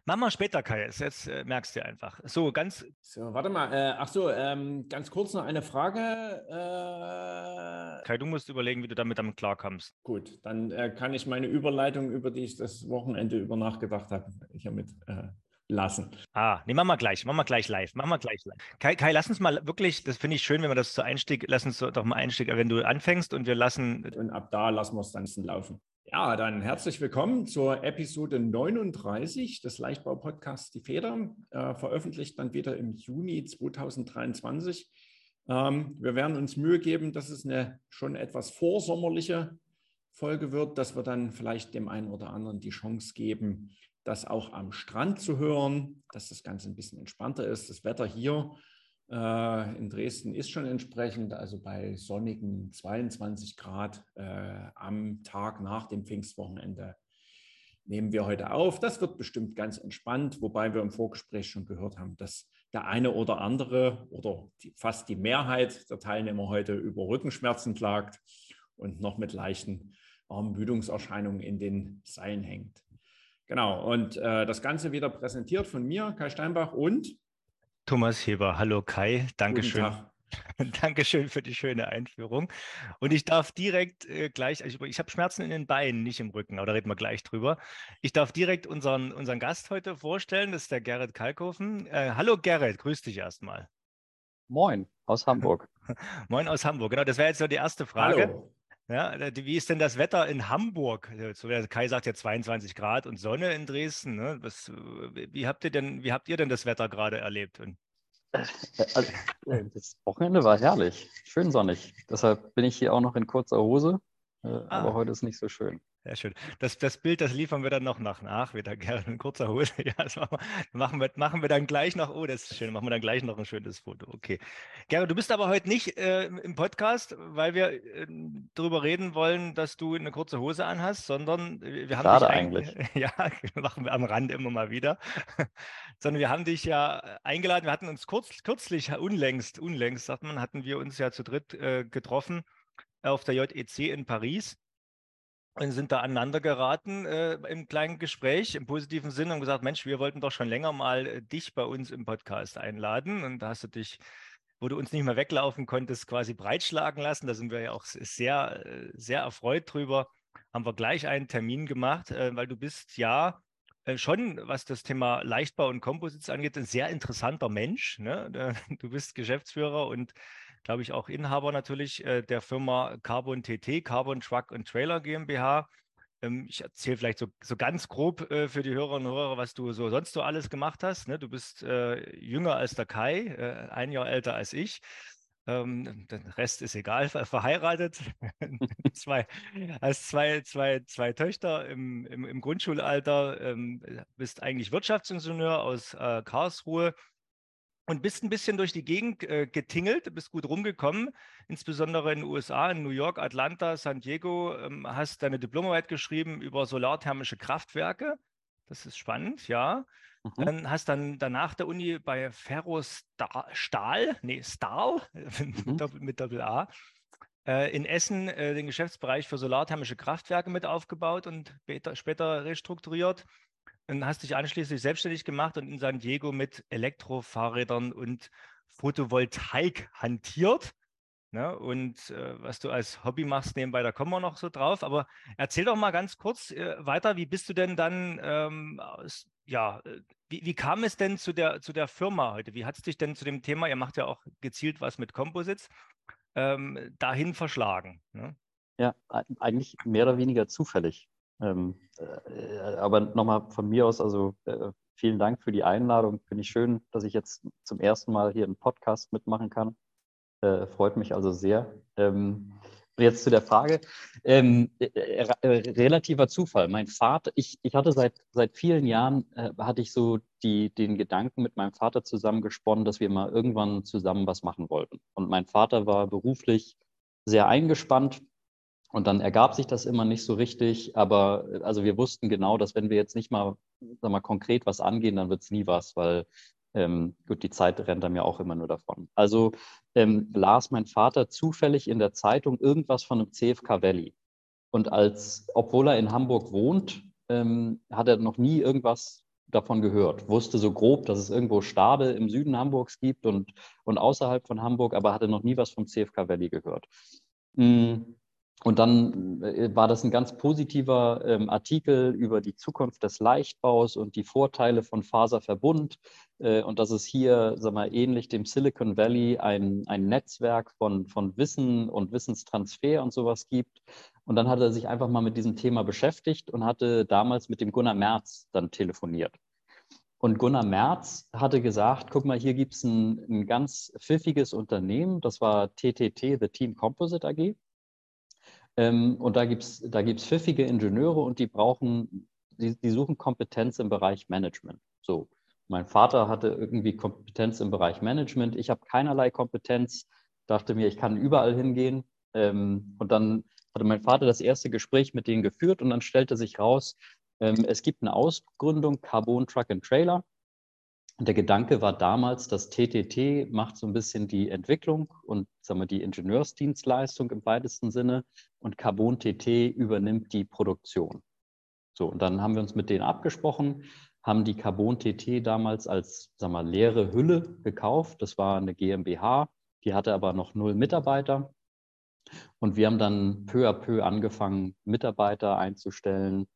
Machen wir später, Kai. Jetzt merkst du einfach. So, So, warte mal. Ganz kurz noch eine Frage. Kai, du musst überlegen, wie du damit klarkommst. Gut, dann kann ich meine Überleitung, über die ich das Wochenende über nachgedacht habe, hiermit lassen. Nee, machen wir gleich live. Kai, lass uns mal wirklich, das finde ich schön, wenn wir das zur Einstieg, lass uns doch mal Einstieg, wenn du anfängst und wir lassen. Und ab da lassen wir es dann laufen. Ja, dann herzlich willkommen zur Episode 39 des Leichtbau-Podcasts Die Feder, veröffentlicht dann wieder im Juni 2023. Wir werden uns Mühe geben, dass es eine schon etwas vorsommerliche Folge wird, dass wir dann vielleicht dem einen oder anderen die Chance geben, das auch am Strand zu hören, dass das Ganze ein bisschen entspannter ist. Das Wetter hier in Dresden ist schon entsprechend, also bei sonnigen 22 Grad am Tag nach dem Pfingstwochenende nehmen wir heute auf. Das wird bestimmt ganz entspannt, wobei wir im Vorgespräch schon gehört haben, dass der eine oder andere oder fast die Mehrheit der Teilnehmer heute über Rückenschmerzen klagt und noch mit leichten Ermüdungserscheinungen in den Seilen hängt. Genau, und das Ganze wieder präsentiert von mir, Kai Steinbach und Thomas Heber. Hallo Kai, Dankeschön. Guten Tag. Dankeschön für die schöne Einführung. Und ich darf direkt gleich, ich habe Schmerzen in den Beinen, nicht im Rücken, aber da reden wir gleich drüber. Ich darf direkt unseren Gast heute vorstellen, das ist der Gerrit Kalkofen. Hallo Gerrit, grüß dich erstmal. Moin, aus Hamburg. Moin aus Hamburg, genau, das wäre jetzt so die erste Frage. Hallo. Ja, wie ist denn das Wetter in Hamburg? So, der Kai sagt ja 22 Grad und Sonne in Dresden. Ne? Wie habt ihr denn das Wetter gerade erlebt? Das Wochenende war herrlich, schön sonnig. Deshalb bin ich hier auch noch in kurzer Hose, aber heute ist nicht so schön. Sehr schön. Das Bild, das liefern wir dann noch nach, wieder gerne in kurzer Hose. Ja, das machen wir dann gleich noch. Oh, das ist schön. Machen wir dann gleich noch ein schönes Foto. Okay. Gerrit, du bist aber heute nicht im Podcast, weil wir darüber reden wollen, dass du eine kurze Hose anhast, sondern wir haben Schade dich eigentlich. Ja, machen wir am Rand immer mal wieder. Sondern wir haben dich ja eingeladen. Wir hatten uns kürzlich, unlängst, sagt man, hatten wir uns ja zu dritt getroffen auf der JEC in Paris. Und sind da aneinander geraten im kleinen Gespräch, im positiven Sinn und gesagt, Mensch, wir wollten doch schon länger mal dich bei uns im Podcast einladen. Und da hast du dich, wo du uns nicht mehr weglaufen konntest, quasi breitschlagen lassen. Da sind wir ja auch sehr, sehr erfreut drüber. Haben wir gleich einen Termin gemacht, weil du bist ja schon, was das Thema Leichtbau und Composites angeht, ein sehr interessanter Mensch. Ne? Du bist Geschäftsführer und glaube ich, auch Inhaber natürlich der Firma Carbon TT, Carbon Truck and Trailer GmbH. Ich erzähle vielleicht so ganz grob für die Hörerinnen und Hörer, was du sonst so alles gemacht hast. Ne? Du bist jünger als der Kai, ein Jahr älter als ich. Der Rest ist egal, verheiratet, zwei Töchter im Grundschulalter, bist eigentlich Wirtschaftsingenieur aus Karlsruhe und bist ein bisschen durch die Gegend getingelt, bist gut rumgekommen, insbesondere in den USA, in New York, Atlanta, San Diego, hast deine Diplomarbeit geschrieben über solarthermische Kraftwerke. Das ist spannend, ja. Hast dann danach der Uni bei Stahl, mit Doppel-A, in Essen den Geschäftsbereich für solarthermische Kraftwerke mit aufgebaut und später restrukturiert. Und hast dich anschließend selbstständig gemacht und in San Diego mit Elektrofahrrädern und Photovoltaik hantiert. Ne? Und was du als Hobby machst nebenbei, da kommen wir noch so drauf. Aber erzähl doch mal ganz kurz weiter, wie bist du denn dann, wie kam es denn zu der Firma heute? Wie hat es dich denn zu dem Thema, ihr macht ja auch gezielt was mit Composites, dahin verschlagen? Ne? Ja, eigentlich mehr oder weniger zufällig. Aber nochmal von mir aus, also vielen Dank für die Einladung. Finde ich schön, dass ich jetzt zum ersten Mal hier einen Podcast mitmachen kann. Freut mich also sehr. Jetzt zu der Frage. Relativer Zufall. Mein Vater, ich hatte seit vielen Jahren, hatte ich so den Gedanken mit meinem Vater zusammengesponnen, dass wir mal irgendwann zusammen was machen wollten. Und mein Vater war beruflich sehr eingespannt. Und dann ergab sich das immer nicht so richtig, aber also wir wussten genau, dass wenn wir jetzt nicht mal, sag mal konkret was angehen, dann wird es nie was, weil gut, die Zeit rennt dann ja auch immer nur davon. Also las mein Vater zufällig in der Zeitung irgendwas von einem CFK Valley. Und obwohl er in Hamburg wohnt, hat er noch nie irgendwas davon gehört. Wusste so grob, dass es irgendwo Stade im Süden Hamburgs gibt und außerhalb von Hamburg, aber hatte noch nie was vom CFK Valley gehört. Und dann war das ein ganz positiver Artikel über die Zukunft des Leichtbaus und die Vorteile von Faserverbund und dass es hier, sag mal, ähnlich dem Silicon Valley ein Netzwerk von Wissen und Wissenstransfer und sowas gibt. Und dann hat er sich einfach mal mit diesem Thema beschäftigt und hatte damals mit dem Gunnar Merz dann telefoniert. Und Gunnar Merz hatte gesagt, guck mal, hier gibt es ein ganz pfiffiges Unternehmen, das war TTT, The Team Composite AG. Und da gibt's pfiffige Ingenieure und die suchen Kompetenz im Bereich Management. So, mein Vater hatte irgendwie Kompetenz im Bereich Management. Ich habe keinerlei Kompetenz, dachte mir, ich kann überall hingehen. Und dann hatte mein Vater das erste Gespräch mit denen geführt und dann stellte sich raus, es gibt eine Ausgründung, Carbon Truck and Trailer. Und der Gedanke war damals, dass TTT macht so ein bisschen die Entwicklung und sagen wir, die Ingenieursdienstleistung im weitesten Sinne und Carbon TT übernimmt die Produktion. So, und dann haben wir uns mit denen abgesprochen, haben die Carbon TT damals als, sagen wir, leere Hülle gekauft. Das war eine GmbH, die hatte aber noch 0 Mitarbeiter. Und wir haben dann peu à peu angefangen, Mitarbeiter einzustellen,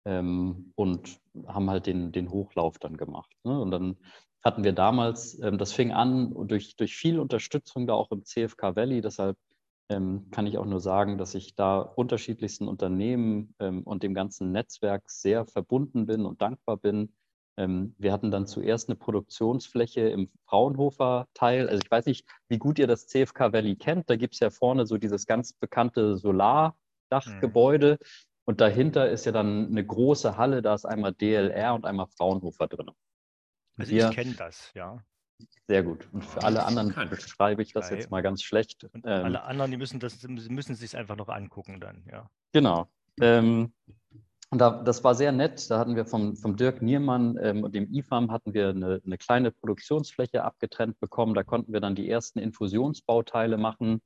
und haben halt den Hochlauf dann gemacht. Ne? Und dann hatten wir damals, das fing an durch viel Unterstützung da auch im CFK Valley, deshalb kann ich auch nur sagen, dass ich da unterschiedlichsten Unternehmen und dem ganzen Netzwerk sehr verbunden bin und dankbar bin. Wir hatten dann zuerst eine Produktionsfläche im Fraunhofer Teil. Also ich weiß nicht, wie gut ihr das CFK Valley kennt. Da gibt es ja vorne so dieses ganz bekannte Solardachgebäude. Und dahinter ist ja dann eine große Halle, da ist einmal DLR und einmal Fraunhofer drin. Also ich kenne das, ja. Sehr gut. Und für alle anderen beschreibe ich das jetzt mal ganz schlecht. Und alle anderen, die müssen es sich einfach noch angucken dann, ja. Genau. Und das war sehr nett. Da hatten wir vom Dirk Niermann und dem IFAM hatten wir eine kleine Produktionsfläche abgetrennt bekommen. Da konnten wir dann die ersten Infusionsbauteile machen.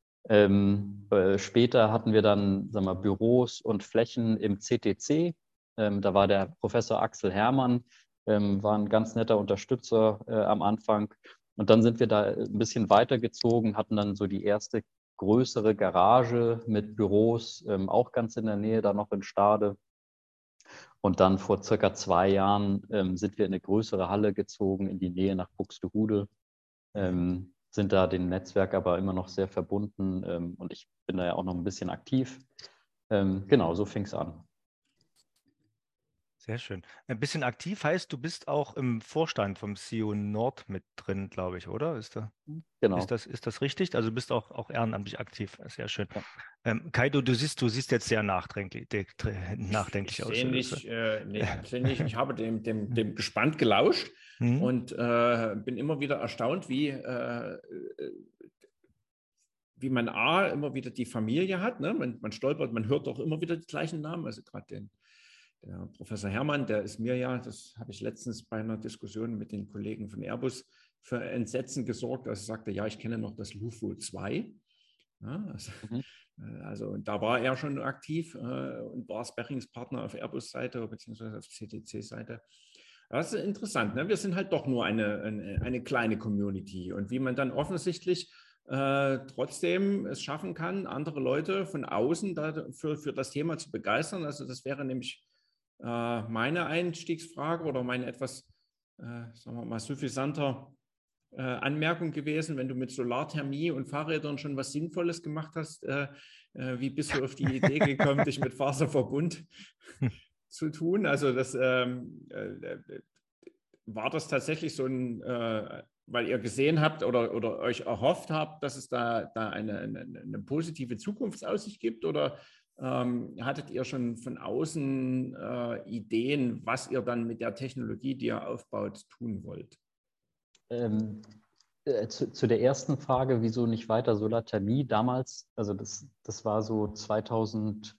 Später hatten wir dann, sagen wir, Büros und Flächen im CTC. Da war der Professor Axel Hermann, war ein ganz netter Unterstützer am Anfang. Und dann sind wir da ein bisschen weitergezogen, hatten dann so die erste größere Garage mit Büros, auch ganz in der Nähe, da noch in Stade. Und dann vor circa 2 Jahren sind wir in eine größere Halle gezogen, in die Nähe nach Buxtehude. Sind da dem Netzwerk aber immer noch sehr verbunden und ich bin da ja auch noch ein bisschen aktiv. Genau, so fing es an. Sehr schön. Ein bisschen aktiv heißt, du bist auch im Vorstand vom CEO Nord mit drin, glaube ich, oder? Genau. Ist das richtig? Also du bist auch ehrenamtlich aktiv. Sehr schön. Ja. Kai, du siehst jetzt sehr nachdenklich aus. Nicht. Ich habe dem gespannt gelauscht und bin immer wieder erstaunt, wie man immer wieder die Familie hat. Ne? Man stolpert, man hört doch immer wieder die gleichen Namen. Also gerade der Professor Hermann, der ist mir ja, das habe ich letztens bei einer Diskussion mit den Kollegen von Airbus für Entsetzen gesorgt, als er sagte, ja, ich kenne noch das LUFO 2. Ja, also da war er schon aktiv und war Sparringspartner auf Airbus-Seite bzw. auf CTC-Seite. Das ist interessant. Ne? Wir sind halt doch nur eine kleine Community und wie man dann offensichtlich trotzdem es schaffen kann, andere Leute von außen für das Thema zu begeistern. Also das wäre nämlich meine Einstiegsfrage oder meine etwas, sagen wir mal, suffisanter Anmerkung gewesen, wenn du mit Solarthermie und Fahrrädern schon was Sinnvolles gemacht hast. Wie bist du auf die Idee gekommen, dich mit Faserverbund zu tun? Also war das tatsächlich so ein, weil ihr gesehen habt oder euch erhofft habt, dass es da eine positive Zukunftsaussicht gibt oder hattet ihr schon von außen Ideen, was ihr dann mit der Technologie, die ihr aufbaut, tun wollt? Zu der ersten Frage, wieso nicht weiter Solarthermie damals, also das war so 2010,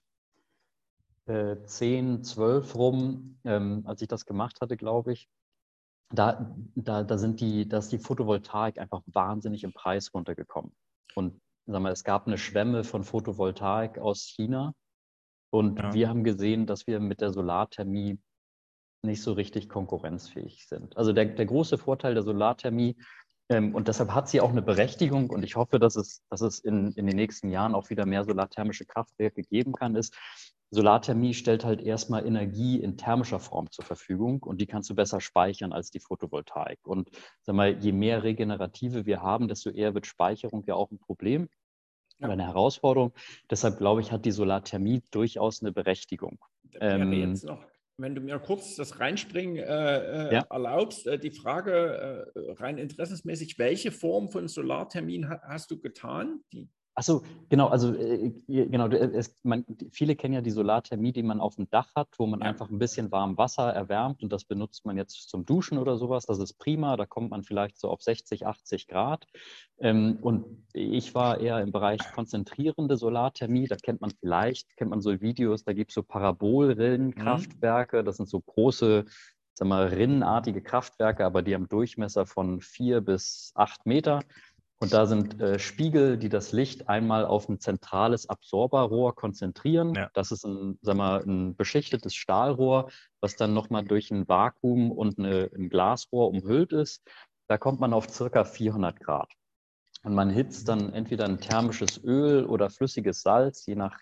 12 rum, als ich das gemacht hatte, glaube ich. Da ist die Photovoltaik einfach wahnsinnig im Preis runtergekommen. Und sag mal, es gab eine Schwemme von Photovoltaik aus China. Und wir haben gesehen, dass wir mit der Solarthermie nicht so richtig konkurrenzfähig sind. Also der große Vorteil der Solarthermie, und deshalb hat sie auch eine Berechtigung und ich hoffe, dass es in den nächsten Jahren auch wieder mehr solarthermische Kraftwerke geben kann, ist, Solarthermie stellt halt erstmal Energie in thermischer Form zur Verfügung und die kannst du besser speichern als die Photovoltaik. Und sag mal, je mehr Regenerative wir haben, desto eher wird Speicherung ja auch ein Problem oder eine Herausforderung. Deshalb glaube ich, hat die Solarthermie durchaus eine Berechtigung. Wäre jetzt noch, wenn du mir kurz das Reinspringen Ja. erlaubst, die Frage rein interessensmäßig, welche Form von Solarthermie hast du getan? Achso, genau, also genau, viele kennen ja die Solarthermie, die man auf dem Dach hat, wo man einfach ein bisschen warm Wasser erwärmt und das benutzt man jetzt zum Duschen oder sowas. Das ist prima, da kommt man vielleicht so auf 60, 80 Grad. Und ich war eher im Bereich konzentrierende Solarthermie, da kennt man so Videos, da gibt es so Parabolrillenkraftwerke, das sind so große, sag mal, rinnenartige Kraftwerke, aber die haben Durchmesser von 4 bis 8 Meter. Und da sind Spiegel, die das Licht einmal auf ein zentrales Absorberrohr konzentrieren. Ja. Das ist ein beschichtetes Stahlrohr, was dann nochmal durch ein Vakuum und ein Glasrohr umhüllt ist. Da kommt man auf circa 400 Grad. Und man hitzt dann entweder ein thermisches Öl oder flüssiges Salz, je nach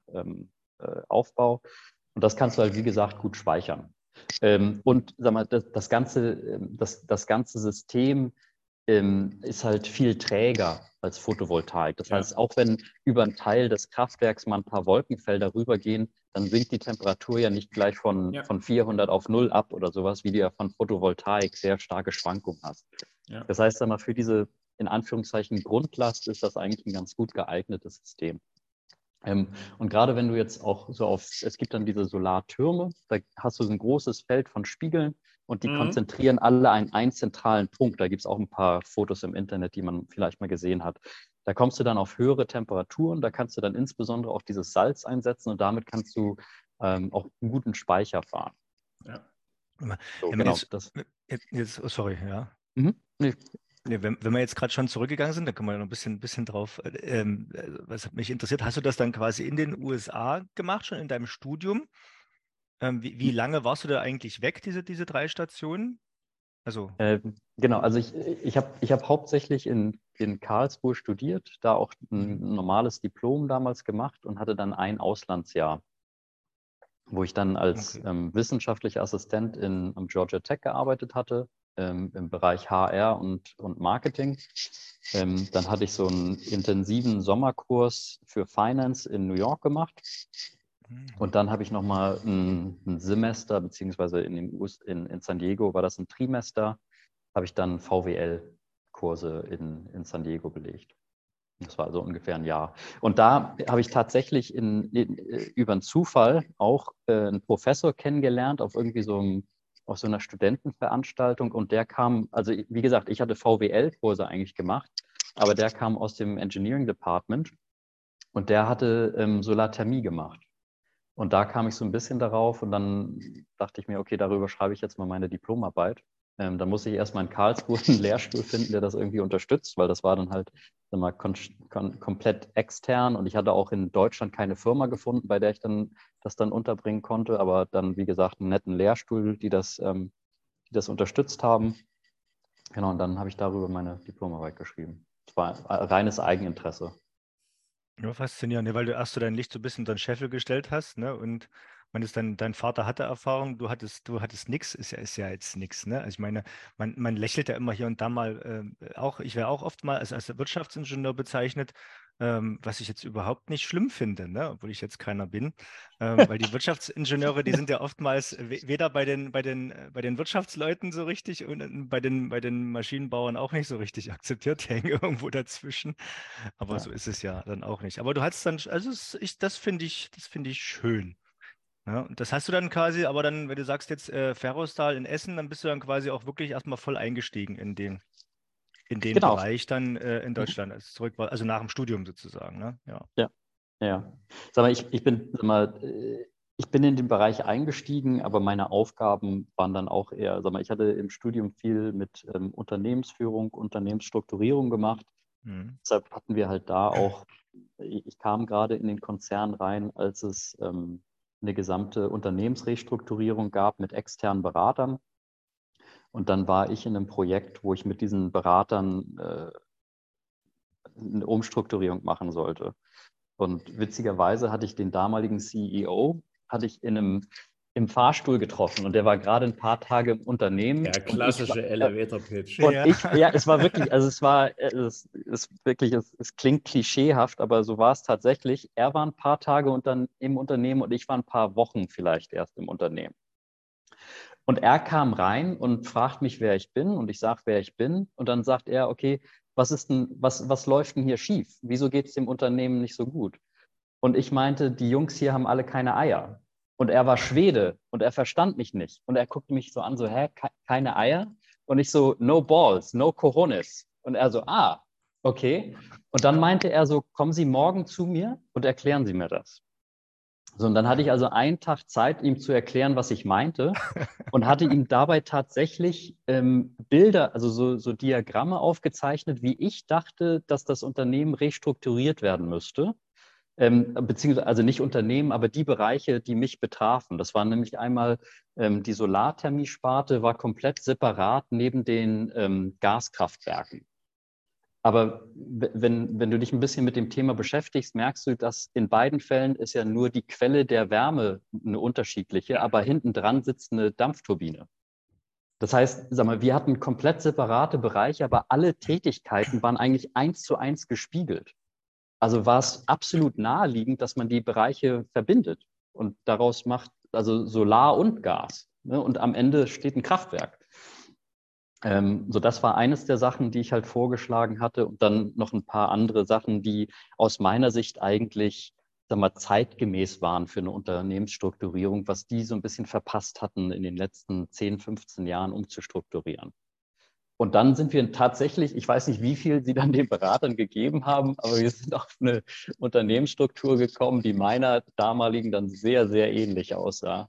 Aufbau. Und das kannst du halt, wie gesagt, gut speichern. Und sag mal, das ganze System ist halt viel träger als Photovoltaik. Das heißt, auch wenn über einen Teil des Kraftwerks mal ein paar Wolkenfelder rübergehen, dann sinkt die Temperatur ja nicht gleich von 400 auf 0 ab oder sowas, wie du ja von Photovoltaik sehr starke Schwankungen hast. Ja. Das heißt, sag mal, für diese in Anführungszeichen Grundlast ist das eigentlich ein ganz gut geeignetes System. Und gerade wenn du jetzt auch es gibt dann diese Solartürme, da hast du so ein großes Feld von Spiegeln und die konzentrieren alle an einen zentralen Punkt. Da gibt es auch ein paar Fotos im Internet, die man vielleicht mal gesehen hat. Da kommst du dann auf höhere Temperaturen, da kannst du dann insbesondere auch dieses Salz einsetzen und damit kannst du auch einen guten Speicher fahren. Ja. So, genau, sorry, ja. Nee. Nee, wenn wir jetzt gerade schon zurückgegangen sind, dann können wir noch ein bisschen drauf, was mich interessiert, hast du das dann quasi in den USA gemacht, schon in deinem Studium? Wie lange warst du da eigentlich weg, diese 3 Stationen? Also. Genau, also ich hab hauptsächlich in Karlsruhe studiert, da auch ein normales Diplom damals gemacht und hatte dann ein Auslandsjahr, wo ich dann als wissenschaftlicher Assistent am Georgia Tech gearbeitet hatte, im Bereich HR und Marketing. Dann hatte ich so einen intensiven Sommerkurs für Finance in New York gemacht. Und dann habe ich nochmal ein Semester, beziehungsweise in San Diego war das ein Trimester, habe ich dann VWL-Kurse in San Diego belegt. Das war also ungefähr ein Jahr. Und da habe ich tatsächlich über einen Zufall auch einen Professor kennengelernt auf so einer Studentenveranstaltung. Und der kam, also wie gesagt, ich hatte VWL-Kurse eigentlich gemacht, aber der kam aus dem Engineering Department und der hatte Solarthermie gemacht. Und da kam ich so ein bisschen darauf und dann dachte ich mir, okay, darüber schreibe ich jetzt mal meine Diplomarbeit. Da muss ich erstmal in Karlsruhe einen Lehrstuhl finden, der das irgendwie unterstützt, weil das war dann halt mal komplett extern und ich hatte auch in Deutschland keine Firma gefunden, bei der ich das dann unterbringen konnte, aber dann, wie gesagt, einen netten Lehrstuhl, die das unterstützt haben. Genau, und dann habe ich darüber meine Diplomarbeit geschrieben. Es war reines Eigeninteresse. Ja, faszinierend, weil du erst so dein Licht so ein bisschen unter den Scheffel gestellt hast, ne? Und dein Vater hatte Erfahrung, du hattest nichts, ist ja jetzt nichts, ne? Also ich meine, man lächelt ja immer hier und da mal, ich wäre auch oft mal als Wirtschaftsingenieur bezeichnet, was ich jetzt überhaupt nicht schlimm finde, ne? Obwohl ich jetzt keiner bin. Weil die Wirtschaftsingenieure, die sind ja oftmals weder bei den Wirtschaftsleuten so richtig und bei den Maschinenbauern auch nicht so richtig akzeptiert, die hängen irgendwo dazwischen. Aber so ist es ja dann auch nicht. Aber du hattest dann, also das finde ich schön. Ja, und das hast du dann quasi, aber dann, wenn du sagst jetzt Ferrostal in Essen, dann bist du dann quasi auch wirklich erstmal voll eingestiegen in den Genau. Bereich dann in Deutschland, als es zurück war, also nach dem Studium sozusagen, ne? Ja. Ja. Sag mal, ich bin in den Bereich eingestiegen, aber meine Aufgaben waren dann auch eher, sag mal, ich hatte im Studium viel mit Unternehmensführung, Unternehmensstrukturierung gemacht. Deshalb hatten wir halt da auch, ich kam gerade in den Konzern rein, als es eine gesamte Unternehmensrestrukturierung gab mit externen Beratern. Und dann war ich in einem Projekt, wo ich mit diesen Beratern eine Umstrukturierung machen sollte. Und witzigerweise hatte ich den damaligen CEO, im Fahrstuhl getroffen und der war gerade ein paar Tage im Unternehmen. Der klassische Elevator-Pitch. Es war wirklich, also es klingt klischeehaft, aber so war es tatsächlich. Er war ein paar Tage im Unternehmen und ich war ein paar Wochen vielleicht erst im Unternehmen. Und er kam rein und fragt mich, wer ich bin und ich sage, wer ich bin. Und dann sagt er, okay, was läuft denn hier schief? Wieso geht es dem Unternehmen nicht so gut? Und ich meinte, die Jungs hier haben alle keine Eier. Und er war Schwede und er verstand mich nicht. Und er guckte mich so an, so, keine Eier? Und ich so, no balls, no cojones. Und er so, okay. Und dann meinte er so, kommen Sie morgen zu mir und erklären Sie mir das. So, und dann hatte ich also einen Tag Zeit, ihm zu erklären, was ich meinte und hatte ihm dabei tatsächlich Bilder, also so Diagramme aufgezeichnet, wie ich dachte, dass das Unternehmen restrukturiert werden müsste. Beziehungsweise, also nicht Unternehmen, aber die Bereiche, die mich betrafen. Das war nämlich einmal die Solarthermie-Sparte, war komplett separat neben den Gaskraftwerken. Aber wenn du dich ein bisschen mit dem Thema beschäftigst, merkst du, dass in beiden Fällen ist ja nur die Quelle der Wärme eine unterschiedliche, aber hinten dran sitzt eine Dampfturbine. Das heißt, sag mal, wir hatten komplett separate Bereiche, aber alle Tätigkeiten waren eigentlich 1:1 gespiegelt. Also war es absolut naheliegend, dass man die Bereiche verbindet und daraus macht, also Solar und Gas. Ne? Und am Ende steht ein Kraftwerk. So, das war eines der Sachen, die ich halt vorgeschlagen hatte. Und dann noch ein paar andere Sachen, die aus meiner Sicht eigentlich, sag mal, zeitgemäß waren für eine Unternehmensstrukturierung, was die so ein bisschen verpasst hatten, in den letzten 10, 15 Jahren umzustrukturieren. Und dann sind wir tatsächlich, ich weiß nicht, wie viel Sie dann den Beratern gegeben haben, aber wir sind auf eine Unternehmensstruktur gekommen, die meiner damaligen dann sehr, sehr ähnlich aussah.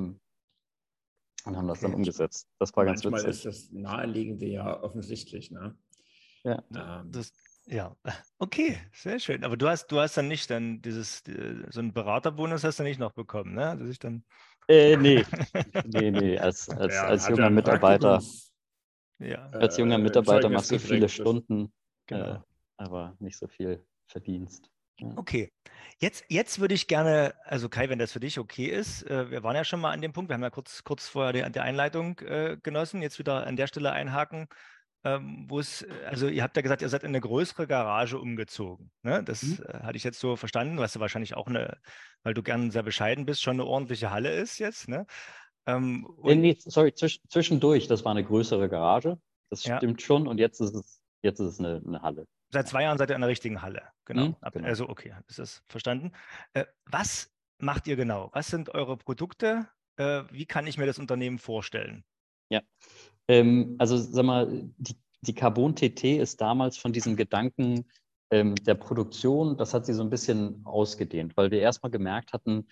Und haben das dann umgesetzt. Das war ganz witzig. Manchmal ist das Naheliegende ja offensichtlich, ne? Ja, ja, okay, sehr schön. Aber du hast dann nicht dann so einen Beraterbonus hast du nicht noch bekommen, ne? Dass ich dann nee, als junger Mitarbeiter. Als junger Mitarbeiter machst du viele Stunden, genau. Aber nicht so viel Verdienst. Ja. Okay, jetzt würde ich gerne, also Kai, wenn das für dich okay ist, wir waren ja schon mal an dem Punkt, wir haben ja kurz vorher die Einleitung genossen, jetzt wieder an der Stelle einhaken, wo also ihr habt ja gesagt, ihr seid in eine größere Garage umgezogen. Ne? Das hatte ich jetzt so verstanden, was ja wahrscheinlich auch weil du gern sehr bescheiden bist, schon eine ordentliche Halle ist jetzt. Ne? Nee, sorry, zwischendurch, das war eine größere Garage, das stimmt schon, und jetzt ist es eine Halle. Seit 2 Jahren seid ihr in der richtigen Halle, genau. Genau. Also okay, ist das verstanden. Was macht ihr genau? Was sind eure Produkte? Wie kann ich mir das Unternehmen vorstellen? Ja, also sag mal, die Carbon TT ist damals von diesem Gedanken der Produktion, das hat sie so ein bisschen ausgedehnt, weil wir erstmal gemerkt hatten,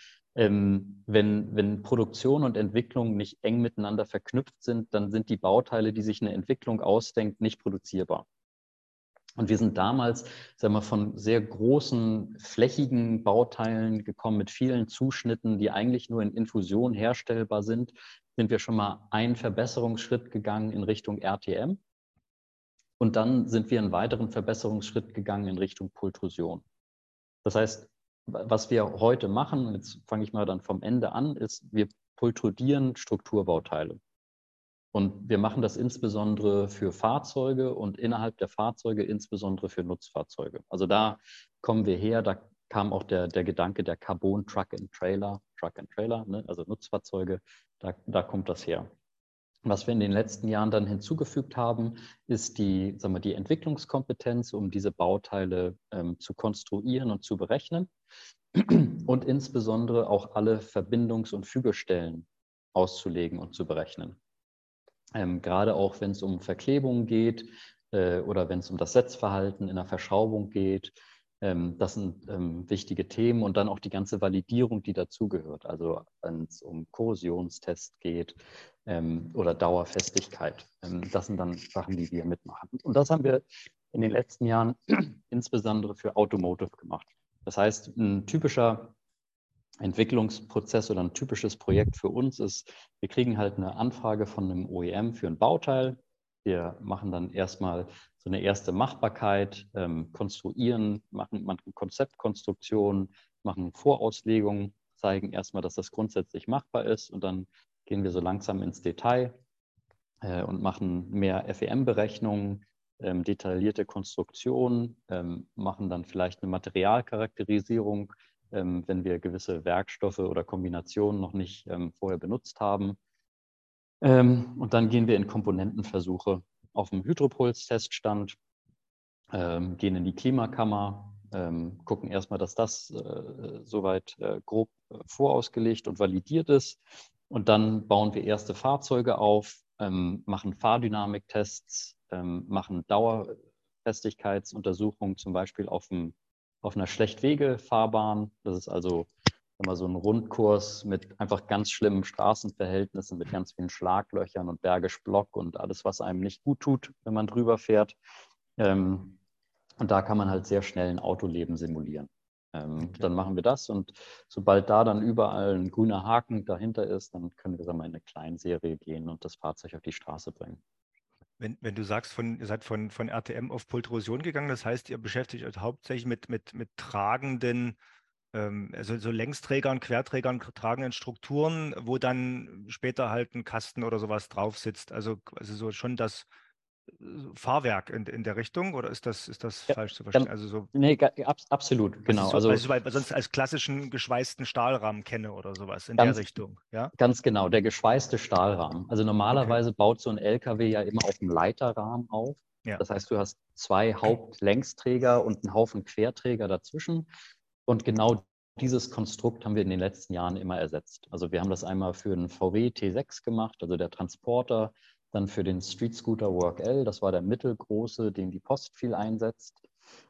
wenn Produktion und Entwicklung nicht eng miteinander verknüpft sind, dann sind die Bauteile, die sich eine Entwicklung ausdenkt, nicht produzierbar. Und wir sind damals, sagen wir, von sehr großen, flächigen Bauteilen gekommen mit vielen Zuschnitten, die eigentlich nur in Infusion herstellbar sind wir schon mal einen Verbesserungsschritt gegangen in Richtung RTM. Und dann sind wir einen weiteren Verbesserungsschritt gegangen in Richtung Pultrusion. Das heißt, was wir heute machen, und jetzt fange ich mal dann vom Ende an, ist, wir pultrudieren Strukturbauteile. Und wir machen das insbesondere für Fahrzeuge und innerhalb der Fahrzeuge insbesondere für Nutzfahrzeuge. Also da kommen wir her, da kam auch der Gedanke der Carbon Truck and Trailer, ne? Also Nutzfahrzeuge, da kommt das her. Was wir in den letzten Jahren dann hinzugefügt haben, ist die Entwicklungskompetenz, um diese Bauteile zu konstruieren und zu berechnen und insbesondere auch alle Verbindungs- und Fügestellen auszulegen und zu berechnen. Gerade auch, wenn es um Verklebungen geht oder wenn es um das Setzverhalten in der Verschraubung geht. Das sind wichtige Themen und dann auch die ganze Validierung, die dazugehört. Also wenn es um Korrosionstest geht oder Dauerfestigkeit. Das sind dann Sachen, die wir mitmachen. Und das haben wir in den letzten Jahren insbesondere für Automotive gemacht. Das heißt, ein typischer Entwicklungsprozess oder ein typisches Projekt für uns ist, wir kriegen halt eine Anfrage von einem OEM für ein Bauteil. Wir machen dann erstmal so eine erste Machbarkeit, konstruieren, machen Konzeptkonstruktion, machen Vorauslegungen, zeigen erstmal, dass das grundsätzlich machbar ist und dann gehen wir so langsam ins Detail und machen mehr FEM-Berechnungen, detaillierte Konstruktionen, machen dann vielleicht eine Materialcharakterisierung, wenn wir gewisse Werkstoffe oder Kombinationen noch nicht vorher benutzt haben. Und dann gehen wir in Komponentenversuche auf dem Hydropuls-Teststand, gehen in die Klimakammer, gucken erstmal, dass das soweit grob vorausgelegt und validiert ist. Und dann bauen wir erste Fahrzeuge auf, machen Fahrdynamiktests, machen Dauerfestigkeitsuntersuchungen, zum Beispiel auf einer Schlechtwegefahrbahn. Das ist also immer so ein Rundkurs mit einfach ganz schlimmen Straßenverhältnissen, mit ganz vielen Schlaglöchern und Bergisch Block und alles, was einem nicht gut tut, wenn man drüber fährt. Und da kann man halt sehr schnell ein Autoleben simulieren. Okay. Dann machen wir das und sobald da dann überall ein grüner Haken dahinter ist, dann können wir mal in eine Kleinserie gehen und das Fahrzeug auf die Straße bringen. Wenn du sagst, ihr seid von RTM auf Pultrosion gegangen, das heißt, ihr beschäftigt euch hauptsächlich mit tragenden, also so Längsträgern, Querträgern, tragenden Strukturen, wo dann später halt ein Kasten oder sowas drauf sitzt. Also so schon das Fahrwerk in der Richtung, oder ist das Ja, falsch zu verstehen? Also so, nee, absolut, genau. was ich so sonst als klassischen geschweißten Stahlrahmen kenne oder sowas in der ganz, Richtung, ja? ganz genau, der geschweißte Stahlrahmen. Also normalerweise baut so ein LKW ja immer auf einem Leiterrahmen auf. Ja. Das heißt, du hast zwei Hauptlängsträger und einen Haufen Querträger dazwischen. Und genau dieses Konstrukt haben wir in den letzten Jahren immer ersetzt. Also wir haben das einmal für einen VW T6 gemacht, also der Transporter, dann für den Street Scooter Work L, das war der mittelgroße, den die Post viel einsetzt.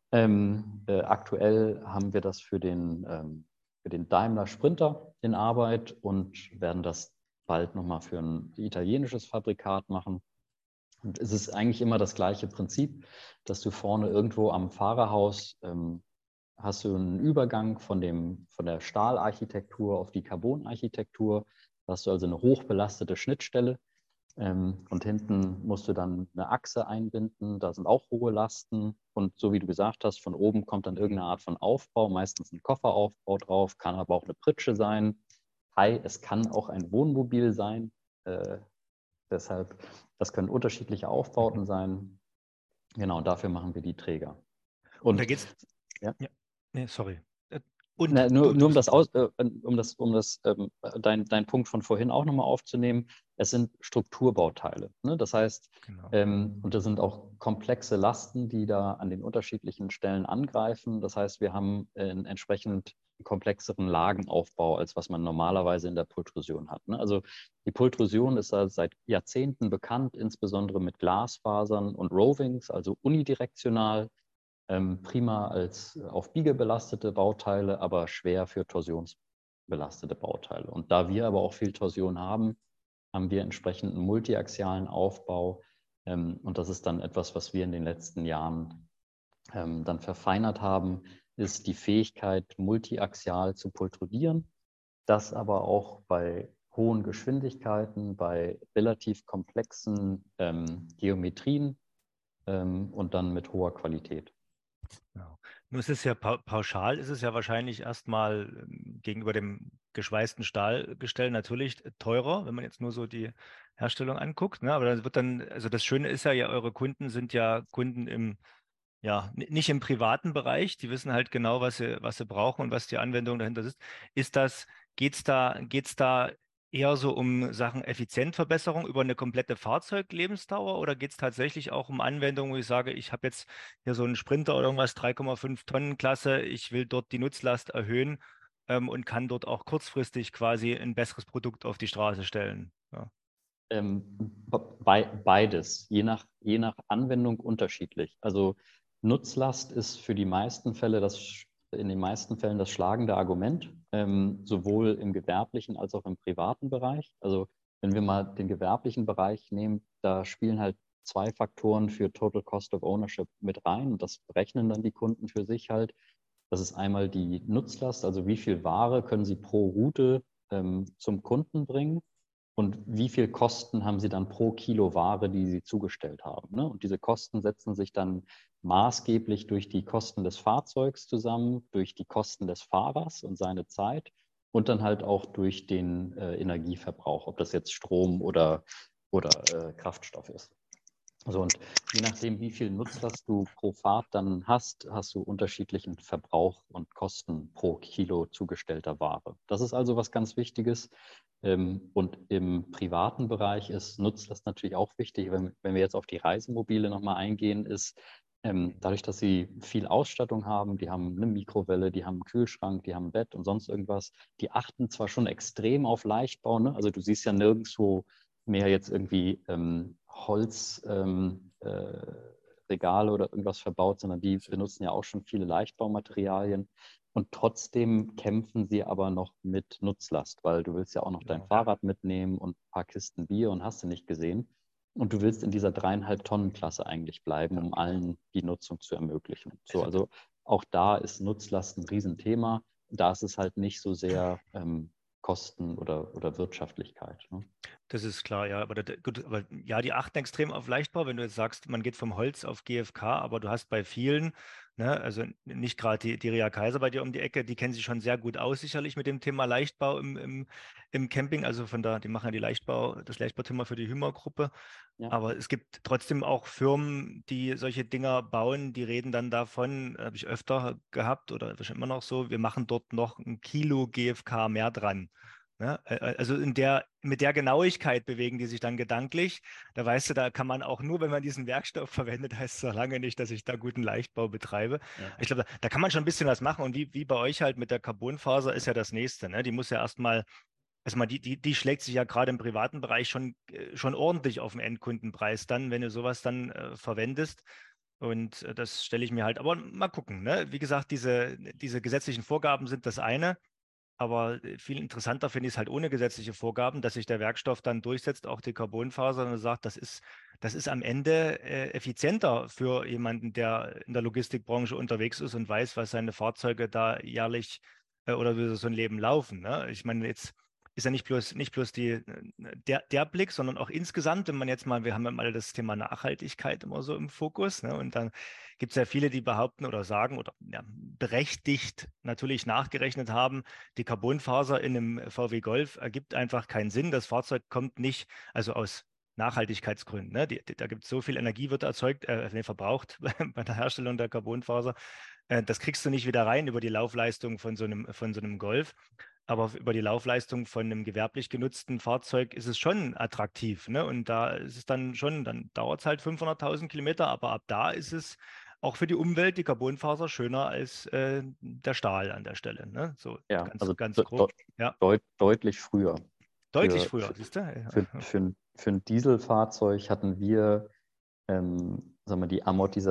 Aktuell haben wir das für den Daimler Sprinter in Arbeit und werden das bald nochmal für ein italienisches Fabrikat machen. Und es ist eigentlich immer das gleiche Prinzip, dass du vorne irgendwo am Fahrerhaus hast du einen Übergang von der Stahlarchitektur auf die Carbonarchitektur. Da hast du also eine hochbelastete Schnittstelle. Und hinten musst du dann eine Achse einbinden. Da sind auch hohe Lasten. Und so wie du gesagt hast, von oben kommt dann irgendeine Art von Aufbau, meistens ein Kofferaufbau drauf, kann aber auch eine Pritsche sein. Es kann auch ein Wohnmobil sein. Deshalb, das können unterschiedliche Aufbauten sein. Genau, und dafür machen wir die Träger. Und da geht's. Ja. Nee, sorry. Und nur dein Punkt von vorhin auch nochmal aufzunehmen, es sind Strukturbauteile. Ne? Das heißt, genau. Und das sind auch komplexe Lasten, die da an den unterschiedlichen Stellen angreifen. Das heißt, wir haben einen entsprechend komplexeren Lagenaufbau, als was man normalerweise in der Pultrusion hat. Ne? Also die Pultrusion ist seit Jahrzehnten bekannt, insbesondere mit Glasfasern und Rovings, also unidirektional. Prima als auf Biege belastete Bauteile, aber schwer für torsionsbelastete Bauteile. Und da wir aber auch viel Torsion haben, haben wir entsprechend einen multiaxialen Aufbau. Und das ist dann etwas, was wir in den letzten Jahren dann verfeinert haben, ist die Fähigkeit, multiaxial zu pultrudieren. Das aber auch bei hohen Geschwindigkeiten, bei relativ komplexen Geometrien und dann mit hoher Qualität. Genau. Nur ist es ja pauschal, ist es ja wahrscheinlich erstmal gegenüber dem geschweißten Stahlgestell natürlich teurer, wenn man jetzt nur so die Herstellung anguckt. Ne? Aber dann wird dann, also das Schöne ist ja, eure Kunden sind ja Kunden nicht im privaten Bereich, die wissen halt genau, was sie brauchen und was die Anwendung dahinter ist. Geht's da eher so um Sachen Effizienzverbesserung über eine komplette Fahrzeuglebensdauer oder geht es tatsächlich auch um Anwendungen, wo ich sage, ich habe jetzt hier so einen Sprinter oder irgendwas, 3,5 Tonnen Klasse, ich will dort die Nutzlast erhöhen und kann dort auch kurzfristig quasi ein besseres Produkt auf die Straße stellen. Ja. Beides, je nach Anwendung unterschiedlich. Also Nutzlast ist für die meisten Fälle in den meisten Fällen das schlagende Argument, sowohl im gewerblichen als auch im privaten Bereich. Also wenn wir mal den gewerblichen Bereich nehmen, da spielen halt zwei Faktoren für Total Cost of Ownership mit rein und das berechnen dann die Kunden für sich halt. Das ist einmal die Nutzlast, also wie viel Ware können Sie pro Route zum Kunden bringen und wie viel Kosten haben Sie dann pro Kilo Ware, die Sie zugestellt haben. Ne? Und diese Kosten setzen sich dann maßgeblich durch die Kosten des Fahrzeugs zusammen, durch die Kosten des Fahrers und seine Zeit und dann halt auch durch den Energieverbrauch, ob das jetzt Strom oder Kraftstoff ist. So, und je nachdem, wie viel Nutzlast du pro Fahrt dann hast, hast du unterschiedlichen Verbrauch und Kosten pro Kilo zugestellter Ware. Das ist also was ganz Wichtiges. Und im privaten Bereich ist Nutzlast natürlich auch wichtig. Wenn wir jetzt auf die Reisemobile nochmal eingehen, ist dadurch, dass sie viel Ausstattung haben, die haben eine Mikrowelle, die haben einen Kühlschrank, die haben ein Bett und sonst irgendwas, die achten zwar schon extrem auf Leichtbau, ne? Also du siehst ja nirgendwo mehr jetzt irgendwie Holzregale oder irgendwas verbaut, sondern die benutzen ja auch schon viele Leichtbaumaterialien. Und trotzdem kämpfen sie aber noch mit Nutzlast, weil du willst ja auch noch dein Fahrrad mitnehmen und ein paar Kisten Bier und hast du nicht gesehen. Und du willst in dieser 3,5 Tonnen Klasse eigentlich bleiben, um allen die Nutzung zu ermöglichen. So, also auch da ist Nutzlast ein Riesenthema. Da ist es halt nicht so sehr Kosten oder Wirtschaftlichkeit. Ne? Das ist klar, ja. Gut, aber ja, die achten extrem auf Leichtbau, wenn du jetzt sagst, man geht vom Holz auf GFK, aber du hast bei vielen, ne, also nicht gerade die Ria Kaiser bei dir um die Ecke, die kennen sich schon sehr gut aus, sicherlich mit dem Thema Leichtbau im Camping. Also die machen ja das Leichtbauthema für die Hümer-Gruppe. Ja. Aber es gibt trotzdem auch Firmen, die solche Dinger bauen, die reden dann davon, habe ich öfter gehabt oder ist immer noch so, wir machen dort noch 1 Kilo GFK mehr dran. Ne? Also mit der Genauigkeit bewegen die sich dann gedanklich. Da weißt du, da kann man auch nur, wenn man diesen Werkstoff verwendet, heißt es noch lange nicht, dass ich da guten Leichtbau betreibe. Ja. Ich glaube, da kann man schon ein bisschen was machen. Und wie bei euch halt mit der Carbonfaser ist ja das Nächste. Ne? Die muss ja erstmal, die schlägt sich ja gerade im privaten Bereich schon ordentlich auf den Endkundenpreis dann, wenn du sowas dann verwendest. Und das stelle ich mir halt, aber mal gucken. Ne? Wie gesagt, diese gesetzlichen Vorgaben sind das eine. Aber viel interessanter finde ich es halt ohne gesetzliche Vorgaben, dass sich der Werkstoff dann durchsetzt, auch die Carbonfaser, und sagt, das ist am Ende effizienter für jemanden, der in der Logistikbranche unterwegs ist und weiß, was seine Fahrzeuge da jährlich oder wie so ein Leben laufen. Ne? Ich meine, jetzt ist ja nicht bloß der Blick, sondern auch insgesamt, wenn man jetzt mal, wir haben ja alle das Thema Nachhaltigkeit immer so im Fokus, ne? Und dann gibt es ja viele, die behaupten oder sagen oder ja, berechtigt natürlich nachgerechnet haben, die Carbonfaser in einem VW Golf ergibt einfach keinen Sinn. Das Fahrzeug kommt nicht, also aus Nachhaltigkeitsgründen. Ne? Da gibt es so viel Energie, wird erzeugt, verbraucht bei der Herstellung der Carbonfaser. Das kriegst du nicht wieder rein über die Laufleistung von so einem Golf. Aber über die Laufleistung von einem gewerblich genutzten Fahrzeug ist es schon attraktiv. Ne? Und da ist es dann schon, dann dauert es halt 500.000 Kilometer, aber ab da ist es auch für die Umwelt, die Carbonfaser, schöner als der Stahl an der Stelle. Ne? So Ja, also ganz grob. Ja, deutlich früher. deutlich früher, siehst du? Für ein Dieselfahrzeug hatten wir sagen wir, die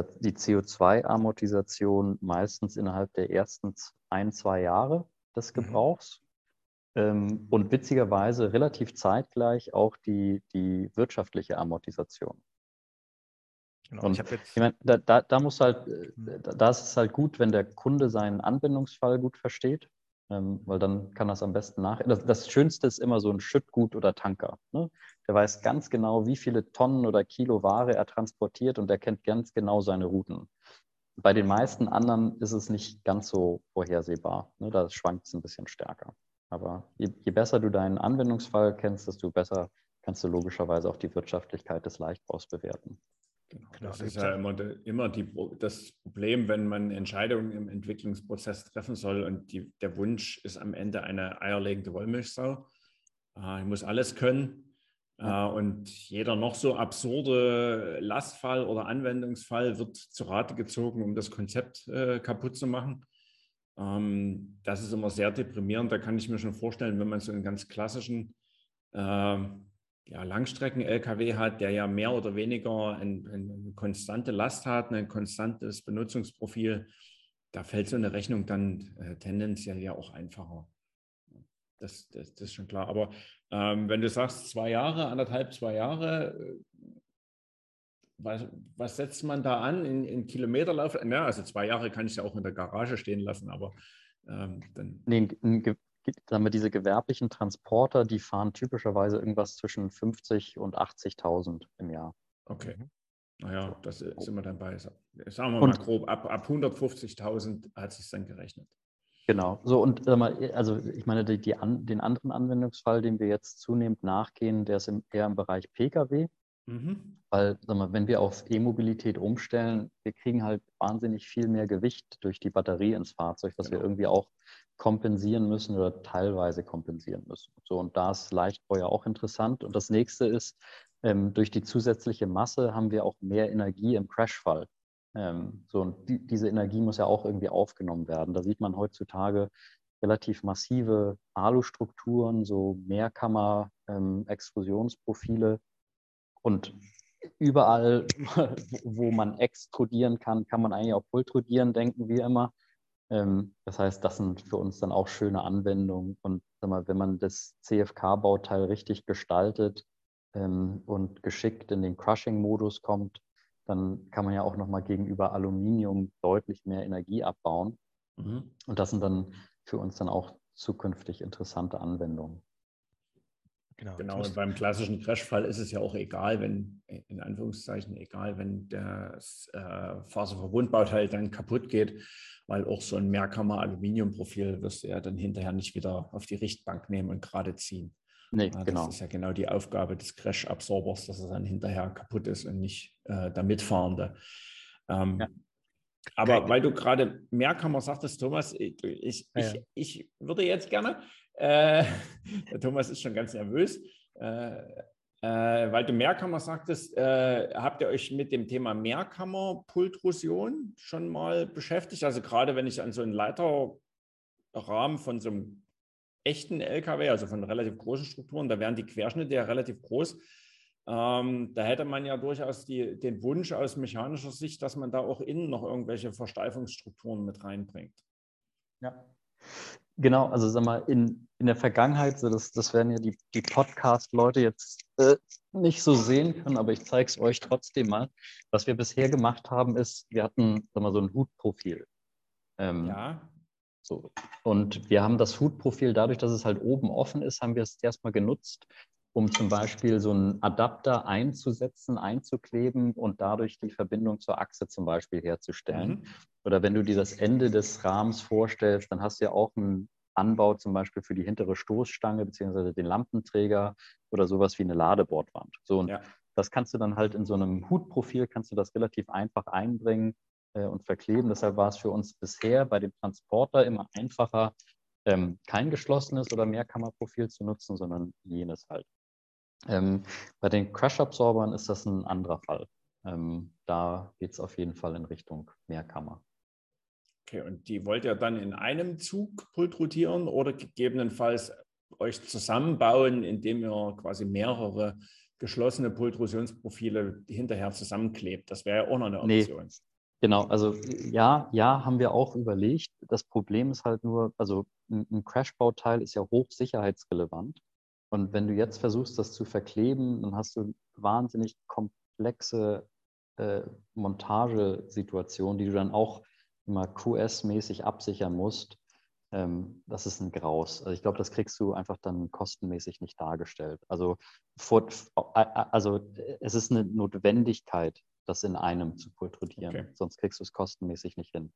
CO2-Amortisation meistens innerhalb der ersten 1, 2 Jahre des Gebrauchs. Und witzigerweise relativ zeitgleich auch die wirtschaftliche Amortisation. Genau. Und ich meine, da muss halt, da ist es halt gut, wenn der Kunde seinen Anwendungsfall gut versteht, weil dann kann das am besten Das Schönste ist immer so ein Schüttgut oder Tanker. Ne? Der weiß ganz genau, wie viele Tonnen oder Kilo Ware er transportiert und er kennt ganz genau seine Routen. Bei den meisten anderen ist es nicht ganz so vorhersehbar. Ne? Da schwankt es ein bisschen stärker. Aber je besser du deinen Anwendungsfall kennst, desto besser kannst du logischerweise auch die Wirtschaftlichkeit des Leichtbaus bewerten. Genau, das ist ja immer das Problem, wenn man Entscheidungen im Entwicklungsprozess treffen soll und der Wunsch ist am Ende eine eierlegende Wollmilchsau. Ich muss alles können und jeder noch so absurde Lastfall oder Anwendungsfall wird zu Rate gezogen, um das Konzept kaputt zu machen. Das ist immer sehr deprimierend. Da kann ich mir schon vorstellen, wenn man so einen ganz klassischen Langstrecken-LKW hat, der ja mehr oder weniger eine konstante Last hat, ein konstantes Benutzungsprofil, da fällt so eine Rechnung dann tendenziell ja auch einfacher. Das ist schon klar. Aber wenn du sagst 2 Jahre, 1,5, 2 Jahre, was setzt man da an in Kilometerlauf? Ja, also 2 Jahre kann ich ja auch in der Garage stehen lassen, aber dann. Nee, sagen wir, diese gewerblichen Transporter, die fahren typischerweise irgendwas zwischen 50 und 80.000 im Jahr. Okay. Mhm. Naja, So. das sind wir dann bei. Sagen wir mal Und grob, ab 150.000 hat sich dann gerechnet. genau, so und sag mal, also ich meine, den anderen Anwendungsfall, dem wir jetzt zunehmend nachgehen, der ist eher im Bereich Pkw, Mhm. weil sag mal, wenn wir auf E-Mobilität umstellen, wir kriegen halt wahnsinnig viel mehr Gewicht durch die Batterie ins Fahrzeug, was wir Genau. irgendwie auch kompensieren müssen oder teilweise kompensieren müssen. So, und da ist Leichtbau ja auch interessant. Und das nächste ist, durch die zusätzliche Masse haben wir auch mehr Energie im Crashfall. So, und diese Energie muss ja auch irgendwie aufgenommen werden. Da sieht man heutzutage relativ massive Alustrukturen, so Mehrkammer-Extrusionsprofile. Und überall, wo man extrudieren kann, kann man eigentlich auch pultrudieren, denken wir immer. Das heißt, das sind für uns dann auch schöne Anwendungen. Und sag mal, wenn man das CFK-Bauteil richtig gestaltet und geschickt in den Crushing-Modus kommt, dann kann man ja auch nochmal gegenüber Aluminium deutlich mehr Energie abbauen. Mhm. Und das sind dann für uns dann auch zukünftig interessante Anwendungen. Genau, und beim klassischen Crashfall ist es ja auch egal, wenn, in Anführungszeichen egal, wenn das Faserverbundbauteil dann kaputt geht, weil auch so ein Mehrkammer-Aluminiumprofil wirst du ja dann hinterher nicht wieder auf die Richtbank nehmen und gerade ziehen. Nee, Ja, das genau. ist ja genau die Aufgabe des Crash-Absorbers, dass er dann hinterher kaputt ist und nicht der Mitfahrende. Ja. Aber weil du gerade Mehrkammer sagtest, Thomas, Ja. ich würde jetzt gerne, der Thomas ist schon ganz nervös, weil du Mehrkammer sagtest, habt ihr euch mit dem Thema Mehrkammer-Pultrusion schon mal beschäftigt? Also gerade wenn ich an so einen Leiterrahmen von so einem echten LKW, also von relativ großen Strukturen, da wären die Querschnitte ja relativ groß. Da hätte man ja durchaus den Wunsch aus mechanischer Sicht, dass man da auch innen noch irgendwelche Versteifungsstrukturen mit reinbringt. Ja. Genau, also sag mal, in der Vergangenheit, so das werden ja die Podcast-Leute jetzt nicht so sehen können, aber ich zeige es euch trotzdem mal. Was wir bisher gemacht haben, ist, wir hatten sag mal, so ein Hutprofil. Ja. So. Und wir haben das Hutprofil, dadurch, dass es halt oben offen ist, haben wir es erstmal genutzt, um zum Beispiel so einen Adapter einzusetzen, einzukleben und dadurch die Verbindung zur Achse zum Beispiel herzustellen. Mhm. Oder wenn du dir das Ende des Rahmens vorstellst, dann hast du ja auch einen Anbau zum Beispiel für die hintere Stoßstange beziehungsweise den Lampenträger oder sowas wie eine Ladebordwand. So, und Ja. das kannst du dann halt in so einem Hutprofil, kannst du das relativ einfach einbringen und verkleben. Deshalb war es für uns bisher bei dem Transporter immer einfacher, kein geschlossenes oder Mehrkammerprofil zu nutzen, sondern jenes halt. Bei den Crash-Absorbern ist das ein anderer Fall. Da geht es auf jeden Fall in Richtung Mehrkammer. Okay, und die wollt ihr dann in einem Zug pultrutieren oder gegebenenfalls euch zusammenbauen, indem ihr quasi mehrere geschlossene Pultrusionsprofile hinterher zusammenklebt? Das wäre ja auch noch eine Nee, Option. genau. Also ja, haben wir auch überlegt. Das Problem ist halt nur, also ein Crash-Bauteil ist ja hochsicherheitsrelevant. Und wenn du jetzt versuchst, das zu verkleben, dann hast du wahnsinnig komplexe Montagesituationen, die du dann auch immer QS-mäßig absichern musst. Das ist ein Graus. Also ich glaube, das kriegst du einfach dann kostenmäßig nicht dargestellt. Also es ist eine Notwendigkeit, das in einem zu pultrudieren. Okay. Sonst kriegst du es kostenmäßig nicht hin.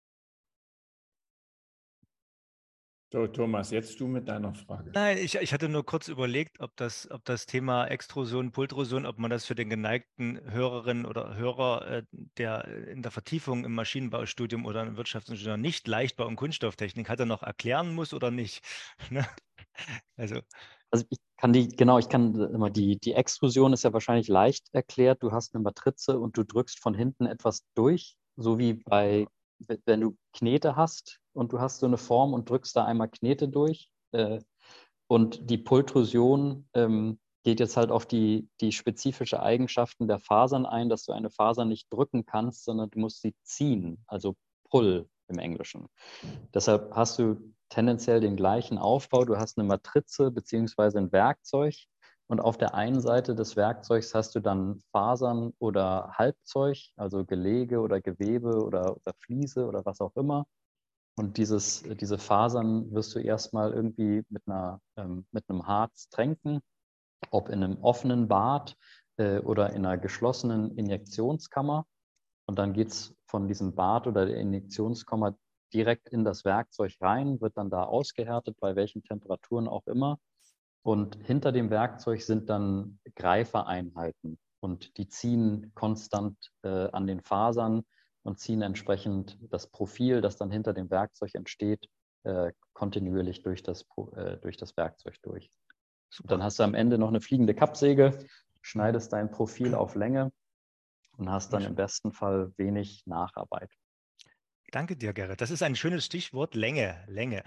So, Thomas, jetzt du mit deiner Frage. Nein, ich hatte nur kurz überlegt, ob das Thema Extrusion, Pultrusion, ob man das für den geneigten Hörerinnen oder Hörer, der in der Vertiefung im Maschinenbaustudium oder im Wirtschaftsingenieur nicht Leichtbau und Kunststofftechnik hatte, noch erklären muss oder nicht. Ne? Also, Ich kann immer die Extrusion ist ja wahrscheinlich leicht erklärt. Du hast eine Matrize und du drückst von hinten etwas durch, so wie wenn du Knete hast und du hast so eine Form und drückst da einmal Knete durch. Und die Pultrusion geht jetzt halt auf die spezifische Eigenschaften der Fasern ein, dass du eine Faser nicht drücken kannst, sondern du musst sie ziehen, also Pull im Englischen. Deshalb hast du tendenziell den gleichen Aufbau. Du hast eine Matrize beziehungsweise ein Werkzeug Und auf der einen Seite des Werkzeugs hast du dann Fasern oder Halbzeug, also Gelege oder Gewebe oder Fliese oder was auch immer. Und diese Fasern wirst du erstmal irgendwie mit einem Harz tränken, ob in einem offenen Bad oder in einer geschlossenen Injektionskammer. Und dann geht es von diesem Bad oder der Injektionskammer direkt in das Werkzeug rein, wird dann da ausgehärtet, bei welchen Temperaturen auch immer. Und hinter dem Werkzeug sind dann Greifereinheiten und die ziehen konstant an den Fasern und ziehen entsprechend das Profil, das dann hinter dem Werkzeug entsteht, kontinuierlich durch das Werkzeug durch. Und dann hast du am Ende noch eine fliegende Kappsäge, schneidest dein Profil auf Länge und hast dann im besten Fall wenig Nacharbeit. Danke dir, Gerrit. Das ist ein schönes Stichwort, Länge, Länge.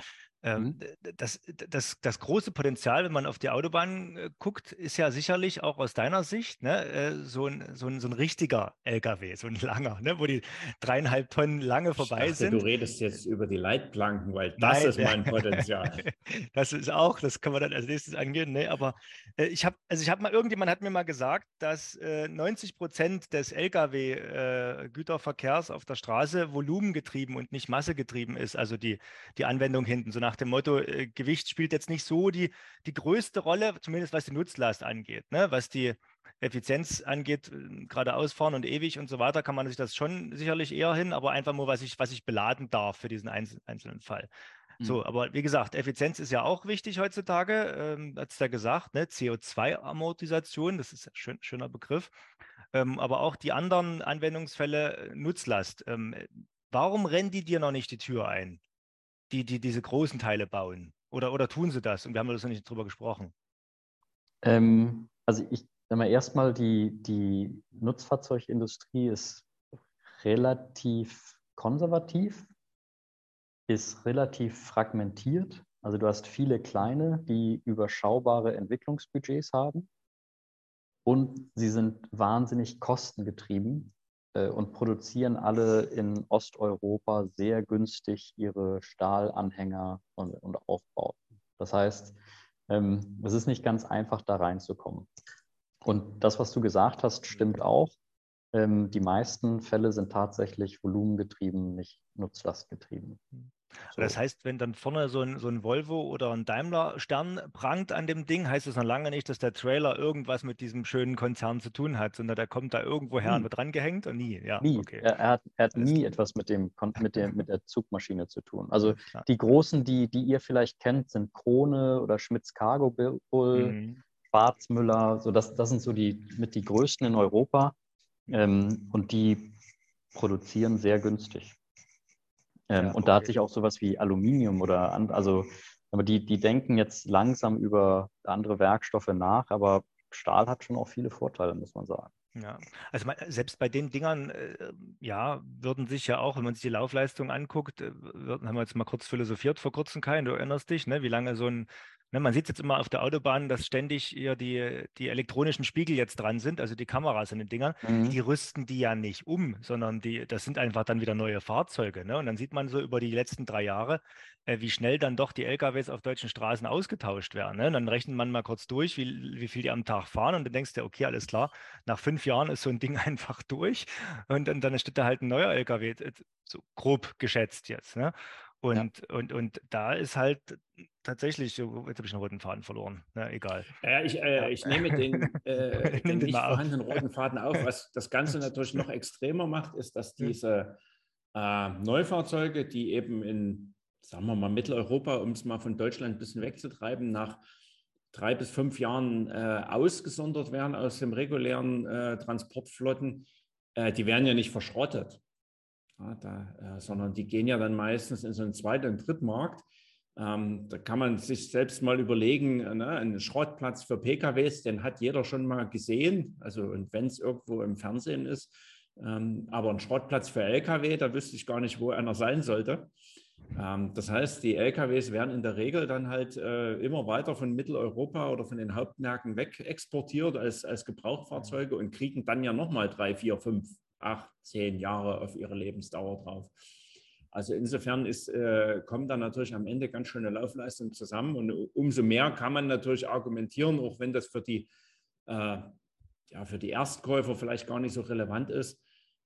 Das große Potenzial, wenn man auf die Autobahn guckt, ist ja sicherlich auch aus deiner Sicht, ne, so ein richtiger LKW, so ein langer, ne, wo die 3,5 Tonnen lange vorbei Ich dachte, sind. du redest jetzt über die Leitplanken, weil das Nein, ist mein Potenzial. das ist auch, das kann man dann als nächstes angehen. Nee, aber irgendjemand hat mir mal gesagt, dass 90% des Lkw-Güterverkehrs auf der Straße volumengetrieben und nicht massegetrieben ist. Also die Anwendung hinten, so nach dem Motto, Gewicht spielt jetzt nicht so die größte Rolle, zumindest was die Nutzlast angeht, ne? Was die Effizienz angeht, geradeaus fahren und ewig und so weiter, kann man sich das schon sicherlich eher hin, aber einfach nur, was ich beladen darf für diesen einzelnen Fall. So, aber wie gesagt, Effizienz ist ja auch wichtig heutzutage, hat es ja gesagt, ne? CO2-Amortisation, das ist ein schöner Begriff, aber auch die anderen Anwendungsfälle, Nutzlast. Warum rennen die dir noch nicht die Tür ein, die diese großen Teile bauen? Oder tun sie das? Und wir haben das noch nicht drüber gesprochen. Also ich sag mal, erstmal die Nutzfahrzeugindustrie ist relativ konservativ, ist relativ fragmentiert. Also du hast viele kleine, die überschaubare Entwicklungsbudgets haben und sie sind wahnsinnig kostengetrieben und produzieren alle in Osteuropa sehr günstig ihre Stahlanhänger und Aufbauten. Das heißt, es ist nicht ganz einfach, da reinzukommen. Und das, was du gesagt hast, stimmt auch. Die meisten Fälle sind tatsächlich volumengetrieben, nicht nutzlastgetrieben. So. Das heißt, wenn dann vorne so ein Volvo oder ein Daimler-Stern prangt an dem Ding, heißt es noch lange nicht, dass der Trailer irgendwas mit diesem schönen Konzern zu tun hat, sondern der kommt da irgendwo her und wird drangehängt und nie. Ja, nie. okay. Er hat nie Klar. etwas mit der Zugmaschine zu tun. Also Klar. die großen, die ihr vielleicht kennt, sind Krone oder Schmitz Cargo Bull, Schwarzmüller. So das sind so die größten in Europa. Und die produzieren sehr günstig. Und da hat sich auch sowas wie Aluminium aber die denken jetzt langsam über andere Werkstoffe nach, aber Stahl hat schon auch viele Vorteile, muss man sagen. Ja, also selbst bei den Dingern, würden sich ja auch, wenn man sich die Laufleistung anguckt, haben wir jetzt mal kurz philosophiert vor kurzem, Kai, du erinnerst dich, ne, wie lange man sieht jetzt immer auf der Autobahn, dass ständig hier die elektronischen Spiegel jetzt dran sind, also die Kameras in den Dingern, die rüsten die ja nicht um, sondern das sind einfach dann wieder neue Fahrzeuge, ne? Und dann sieht man so über die letzten 3 Jahre, wie schnell dann doch die LKWs auf deutschen Straßen ausgetauscht werden, ne? Und dann rechnet man mal kurz durch, wie viel die am Tag fahren und dann denkst du, okay, alles klar, nach 5 Jahren ist so ein Ding einfach durch und dann steht da halt ein neuer LKW, so grob geschätzt jetzt, ne? Und da ist halt tatsächlich, jetzt habe ich einen roten Faden verloren, na, egal. Ich nehme den Nimm den nicht mal auf. vorhandenen roten Faden auf. Was das Ganze natürlich noch extremer macht, ist, dass diese Neufahrzeuge, die eben in, sagen wir mal, Mitteleuropa, um es mal von Deutschland ein bisschen wegzutreiben, nach 3 bis 5 Jahren ausgesondert werden aus dem regulären Transportflotten, die werden ja nicht verschrottet, sondern die gehen ja dann meistens in so einen Zweit- und Drittmarkt. Da kann man sich selbst mal überlegen, ne, einen Schrottplatz für PKWs, den hat jeder schon mal gesehen, also und wenn es irgendwo im Fernsehen ist, aber ein Schrottplatz für LKW, da wüsste ich gar nicht, wo einer sein sollte. Das heißt, die LKWs werden in der Regel dann halt immer weiter von Mitteleuropa oder von den Hauptmärkten weg exportiert als Gebrauchtfahrzeuge und kriegen dann ja nochmal 3, 4, 5, 8, 10 Jahre auf ihre Lebensdauer drauf. Also insofern kommt dann natürlich am Ende ganz schöne Laufleistung zusammen und umso mehr kann man natürlich argumentieren, auch wenn das für die Erstkäufer vielleicht gar nicht so relevant ist,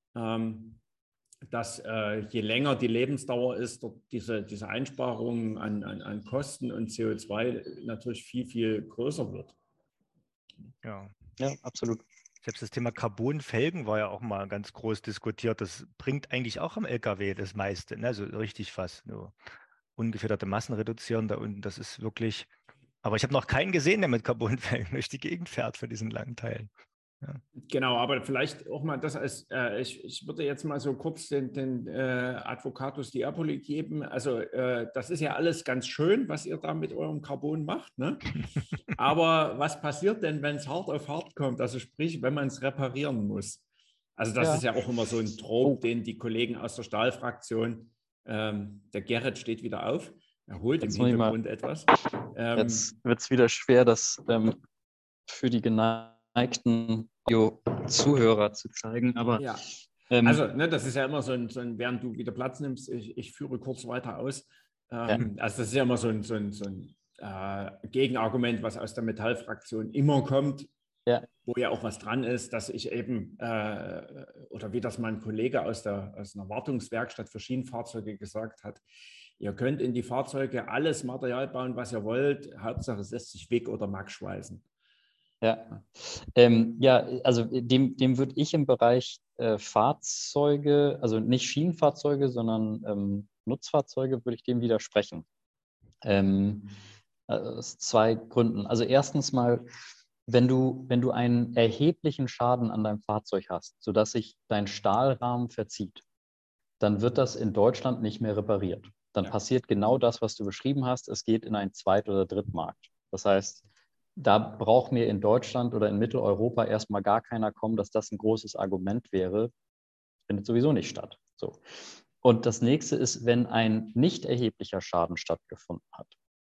dass je länger die Lebensdauer ist, dort diese Einsparungen an Kosten und CO2 natürlich viel, viel größer wird. Ja, absolut. selbst das Thema Carbonfelgen war ja auch mal ganz groß diskutiert. Das bringt eigentlich auch am LKW das meiste, ne? So richtig fast. Nur ungefährdete Massen reduzieren da unten, das ist wirklich. Aber ich habe noch keinen gesehen, der mit Carbonfelgen durch die Gegend fährt für diesen langen Teilen. Ja. Genau, aber vielleicht auch mal das als, ich würde jetzt mal so kurz den Advocatus Diaboli geben. Also das ist ja alles ganz schön, was ihr da mit eurem Carbon macht, ne? Aber was passiert denn, wenn es hart auf hart kommt? Also sprich, wenn man es reparieren muss. Also das ist ja auch immer so ein Trope, den die Kollegen aus der Stahlfraktion, der Gerrit steht wieder auf, er holt im Hintergrund etwas. Jetzt wird es wieder schwer, das für die geneigten Zuhörer zu zeigen, aber ja. Also, ne, das ist ja immer so ein, während du wieder Platz nimmst, ich führe kurz weiter aus. Also, das ist ja immer so ein Gegenargument, was aus der Metallfraktion immer kommt, wo ja auch was dran ist, dass ich eben, oder wie das mein Kollege aus einer Wartungswerkstatt für Schienenfahrzeuge gesagt hat, ihr könnt in die Fahrzeuge alles Material bauen, was ihr wollt, Hauptsache es lässt sich Wick oder Mack schweißen. Ja, also dem würde ich im Bereich Fahrzeuge, also nicht Schienenfahrzeuge, sondern Nutzfahrzeuge, würde ich dem widersprechen. Aus 2 Gründen. Also erstens mal, wenn du einen erheblichen Schaden an deinem Fahrzeug hast, sodass sich dein Stahlrahmen verzieht, dann wird das in Deutschland nicht mehr repariert. Dann passiert genau das, was du beschrieben hast. Es geht in einen Zweit- oder Drittmarkt. Das heißt, da braucht mir in Deutschland oder in Mitteleuropa erstmal gar keiner kommen, dass das ein großes Argument wäre. Findet sowieso nicht statt. So. Und das nächste ist, wenn ein nicht erheblicher Schaden stattgefunden hat,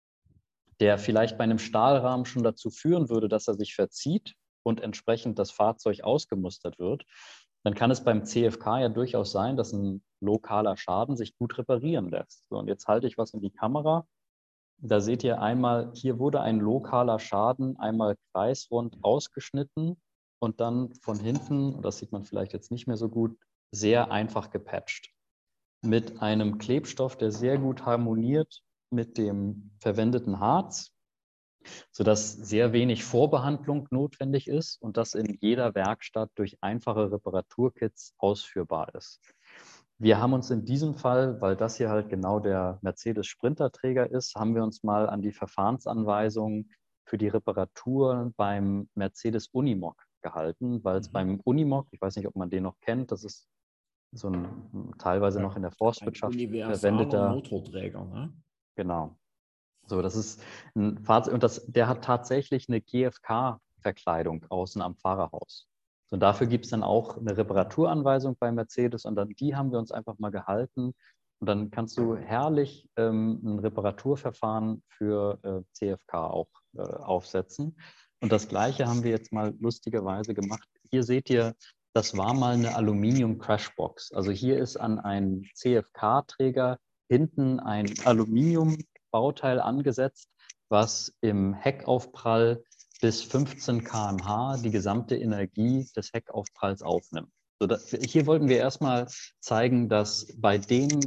der vielleicht bei einem Stahlrahmen schon dazu führen würde, dass er sich verzieht und entsprechend das Fahrzeug ausgemustert wird, dann kann es beim CFK ja durchaus sein, dass ein lokaler Schaden sich gut reparieren lässt. So, und jetzt halte ich was in die Kamera. Da seht ihr einmal, hier wurde ein lokaler Schaden einmal kreisrund ausgeschnitten und dann von hinten, das sieht man vielleicht jetzt nicht mehr so gut, sehr einfach gepatcht. Mit einem Klebstoff, der sehr gut harmoniert mit dem verwendeten Harz, sodass sehr wenig Vorbehandlung notwendig ist und das in jeder Werkstatt durch einfache Reparaturkits ausführbar ist. Wir haben uns in diesem Fall, weil das hier halt genau der Mercedes Sprinter-Träger ist, haben wir uns mal an die Verfahrensanweisungen für die Reparatur beim Mercedes Unimog gehalten, weil es beim Unimog, ich weiß nicht, ob man den noch kennt, das ist so ein teilweise noch in der Forstwirtschaft verwendeter Motorträger, ne? Genau. So, das ist ein Fahrzeug und der hat tatsächlich eine GfK-Verkleidung außen am Fahrerhaus. Und dafür gibt es dann auch eine Reparaturanweisung bei Mercedes und dann die haben wir uns einfach mal gehalten. Und dann kannst du herrlich ein Reparaturverfahren für CFK auch aufsetzen. Und das Gleiche haben wir jetzt mal lustigerweise gemacht. Hier seht ihr, das war mal eine Aluminium-Crashbox. Also hier ist an einen CFK-Träger hinten ein Aluminium-Bauteil angesetzt, was im Heckaufprall bis 15 km/h die gesamte Energie des Heckaufpralls aufnimmt. Hier wollten wir erstmal zeigen, dass bei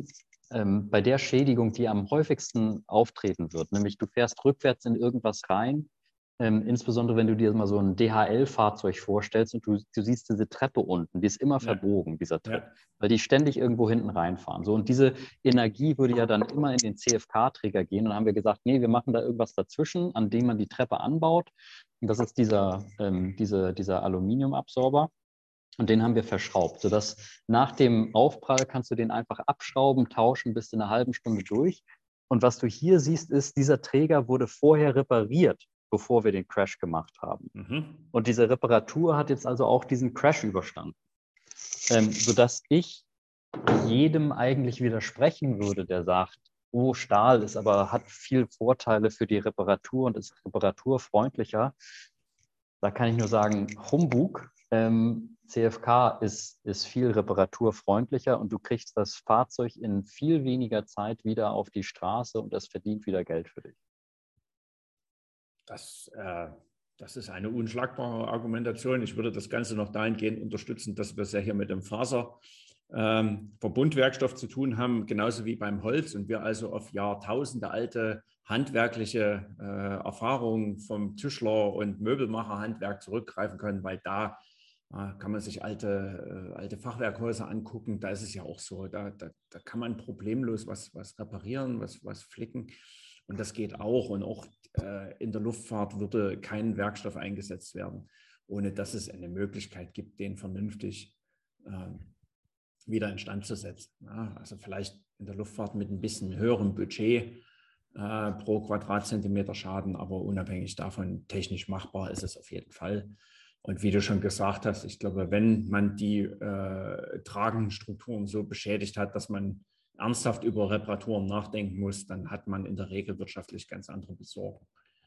der Schädigung, die am häufigsten auftreten wird, nämlich du fährst rückwärts in irgendwas rein, insbesondere wenn du dir mal so ein DHL-Fahrzeug vorstellst und du siehst diese Treppe unten, die ist immer verbogen, dieser Tritt, weil die ständig irgendwo hinten reinfahren. So, und diese Energie würde ja dann immer in den CFK-Träger gehen. Und dann haben wir gesagt, nee, wir machen da irgendwas dazwischen, an dem man die Treppe anbaut. Und das ist dieser Aluminiumabsorber. Und den haben wir verschraubt, sodass nach dem Aufprall kannst du den einfach abschrauben, tauschen, bist in einer halben Stunde durch. Und was du hier siehst, ist, dieser Träger wurde vorher repariert, bevor wir den Crash gemacht haben. Und diese Reparatur hat jetzt also auch diesen Crash überstanden. Sodass ich jedem eigentlich widersprechen würde, der sagt, oh, Stahl hat viel Vorteile für die Reparatur und ist reparaturfreundlicher. Da kann ich nur sagen, Humbug. CFK ist viel reparaturfreundlicher und du kriegst das Fahrzeug in viel weniger Zeit wieder auf die Straße und es verdient wieder Geld für dich. Das ist eine unschlagbare Argumentation. Ich würde das Ganze noch dahingehend unterstützen, dass wir es ja hier mit dem Faserverbundwerkstoff zu tun haben, genauso wie beim Holz. Und wir also auf Jahrtausende alte handwerkliche Erfahrungen vom Tischler- und Möbelmacherhandwerk zurückgreifen können, weil da kann man sich alte Fachwerkhäuser angucken. Da ist es ja auch so, da kann man problemlos was reparieren, was flicken. Und das geht auch. Und auch in der Luftfahrt würde kein Werkstoff eingesetzt werden, ohne dass es eine Möglichkeit gibt, den vernünftig wieder instand zu setzen. Ja, also vielleicht in der Luftfahrt mit ein bisschen höherem Budget pro Quadratzentimeter Schaden, aber unabhängig davon technisch machbar ist es auf jeden Fall. Und wie du schon gesagt hast, ich glaube, wenn man die tragenden Strukturen so beschädigt hat, dass man ernsthaft über Reparaturen nachdenken muss, dann hat man in der Regel wirtschaftlich ganz andere Besorgung.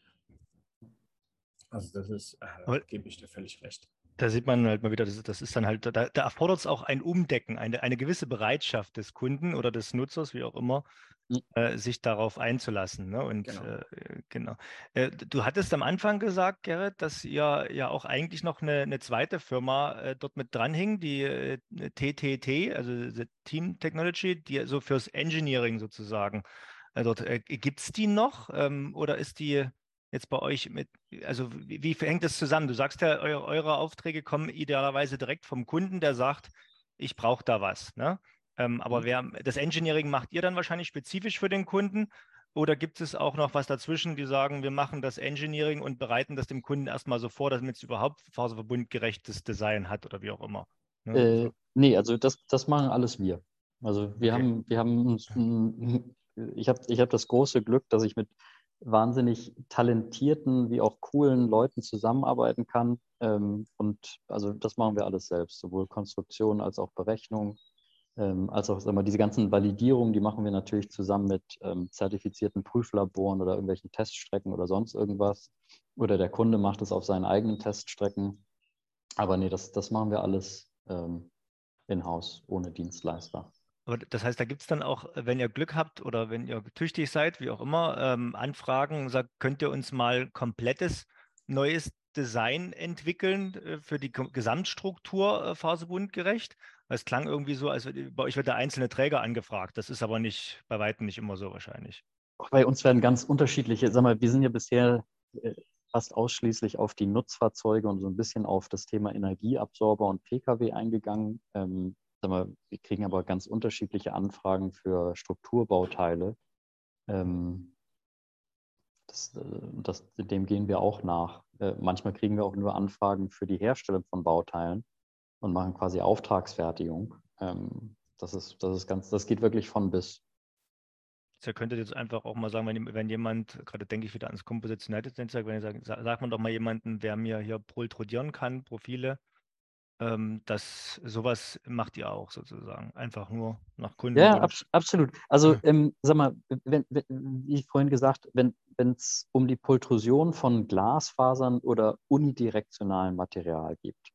Also das ist, gebe ich dir völlig recht. Da sieht man halt mal wieder, das ist dann halt, da erfordert es auch ein Umdecken, eine gewisse Bereitschaft des Kunden oder des Nutzers, wie auch immer, sich darauf einzulassen. Ne? Und Genau. Du hattest am Anfang gesagt, Gerrit, dass ihr ja auch eigentlich noch eine zweite Firma dort mit dranhing, die TTT, also the Team Technology, die so fürs Engineering sozusagen. Dort gibt es die noch oder ist die jetzt bei euch mit, also wie hängt das zusammen? Du sagst ja, eure Aufträge kommen idealerweise direkt vom Kunden, der sagt, ich brauche da was. Ne? Aber das Engineering macht ihr dann wahrscheinlich spezifisch für den Kunden oder gibt es auch noch was dazwischen, die sagen, wir machen das Engineering und bereiten das dem Kunden erstmal so vor, damit es überhaupt faserverbundgerechtes Design hat oder wie auch immer? Ne? So. Nee, also das machen alles wir. Also wir Okay. haben uns, ich hab das große Glück, dass ich mit wahnsinnig talentierten wie auch coolen Leuten zusammenarbeiten kann. Und also das machen wir alles selbst, sowohl Konstruktion als auch Berechnung, als auch sag mal, diese ganzen Validierungen, die machen wir natürlich zusammen mit zertifizierten Prüflaboren oder irgendwelchen Teststrecken oder sonst irgendwas. Oder der Kunde macht es auf seinen eigenen Teststrecken. Aber nee, das machen wir alles in-house, ohne Dienstleister. Aber das heißt, da gibt es dann auch, wenn ihr Glück habt oder wenn ihr tüchtig seid, wie auch immer, Anfragen und sagt, könnt ihr uns mal komplettes neues Design entwickeln für die Gesamtstruktur faserbundgerecht? Es klang irgendwie so, als bei euch wird der einzelne Träger angefragt. Das ist aber nicht, bei weitem nicht immer so wahrscheinlich. Auch bei uns werden ganz unterschiedliche, sag mal, wir sind ja bisher fast ausschließlich auf die Nutzfahrzeuge und so ein bisschen auf das Thema Energieabsorber und Pkw eingegangen. Sag mal, wir kriegen aber ganz unterschiedliche Anfragen für Strukturbauteile. Dem gehen wir auch nach. Manchmal kriegen wir auch nur Anfragen für die Herstellung von Bauteilen und machen quasi Auftragsfertigung. Das geht wirklich von bis. Ihr könntet jetzt einfach auch mal sagen, wenn jemand, gerade denke ich wieder ans Composites United Netzwerk, wenn ihr sagt, sagt man doch mal jemanden, wer mir hier pultrodieren kann, Profile, sowas macht ihr auch sozusagen. Einfach nur nach Ja, Kundenwunsch. absolut. Also, sag mal, wie ich vorhin gesagt, wenn es um die Pultrusion von Glasfasern oder unidirektionalem Material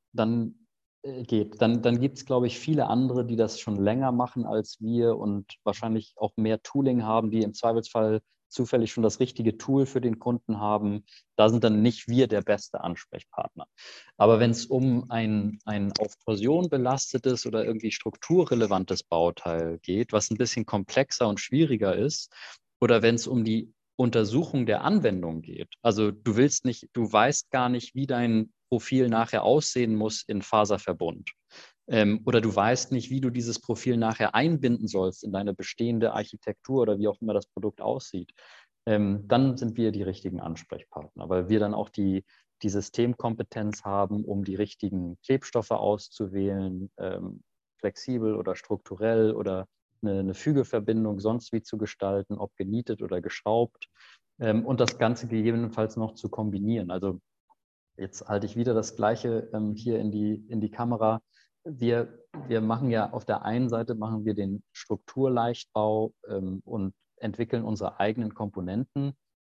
dann gibt es, glaube ich, viele andere, die das schon länger machen als wir und wahrscheinlich auch mehr Tooling haben, die im Zweifelsfall zufällig schon das richtige Tool für den Kunden haben. Da sind dann nicht wir der beste Ansprechpartner. Aber wenn es um ein auf Torsion belastetes oder irgendwie strukturrelevantes Bauteil geht, was ein bisschen komplexer und schwieriger ist, oder wenn es um die Untersuchung der Anwendung geht. Also du weißt gar nicht, wie dein Profil nachher aussehen muss in Faserverbund. Oder du weißt nicht, wie du dieses Profil nachher einbinden sollst in deine bestehende Architektur oder wie auch immer das Produkt aussieht. Dann sind wir die richtigen Ansprechpartner, weil wir dann auch die Systemkompetenz haben, um die richtigen Klebstoffe auszuwählen, flexibel oder strukturell oder eine Fügeverbindung sonst wie zu gestalten, ob genietet oder geschraubt und das Ganze gegebenenfalls noch zu kombinieren. Also jetzt halte ich wieder das Gleiche hier in die Kamera. Wir machen ja auf der einen Seite machen wir den Strukturleichtbau und entwickeln unsere eigenen Komponenten.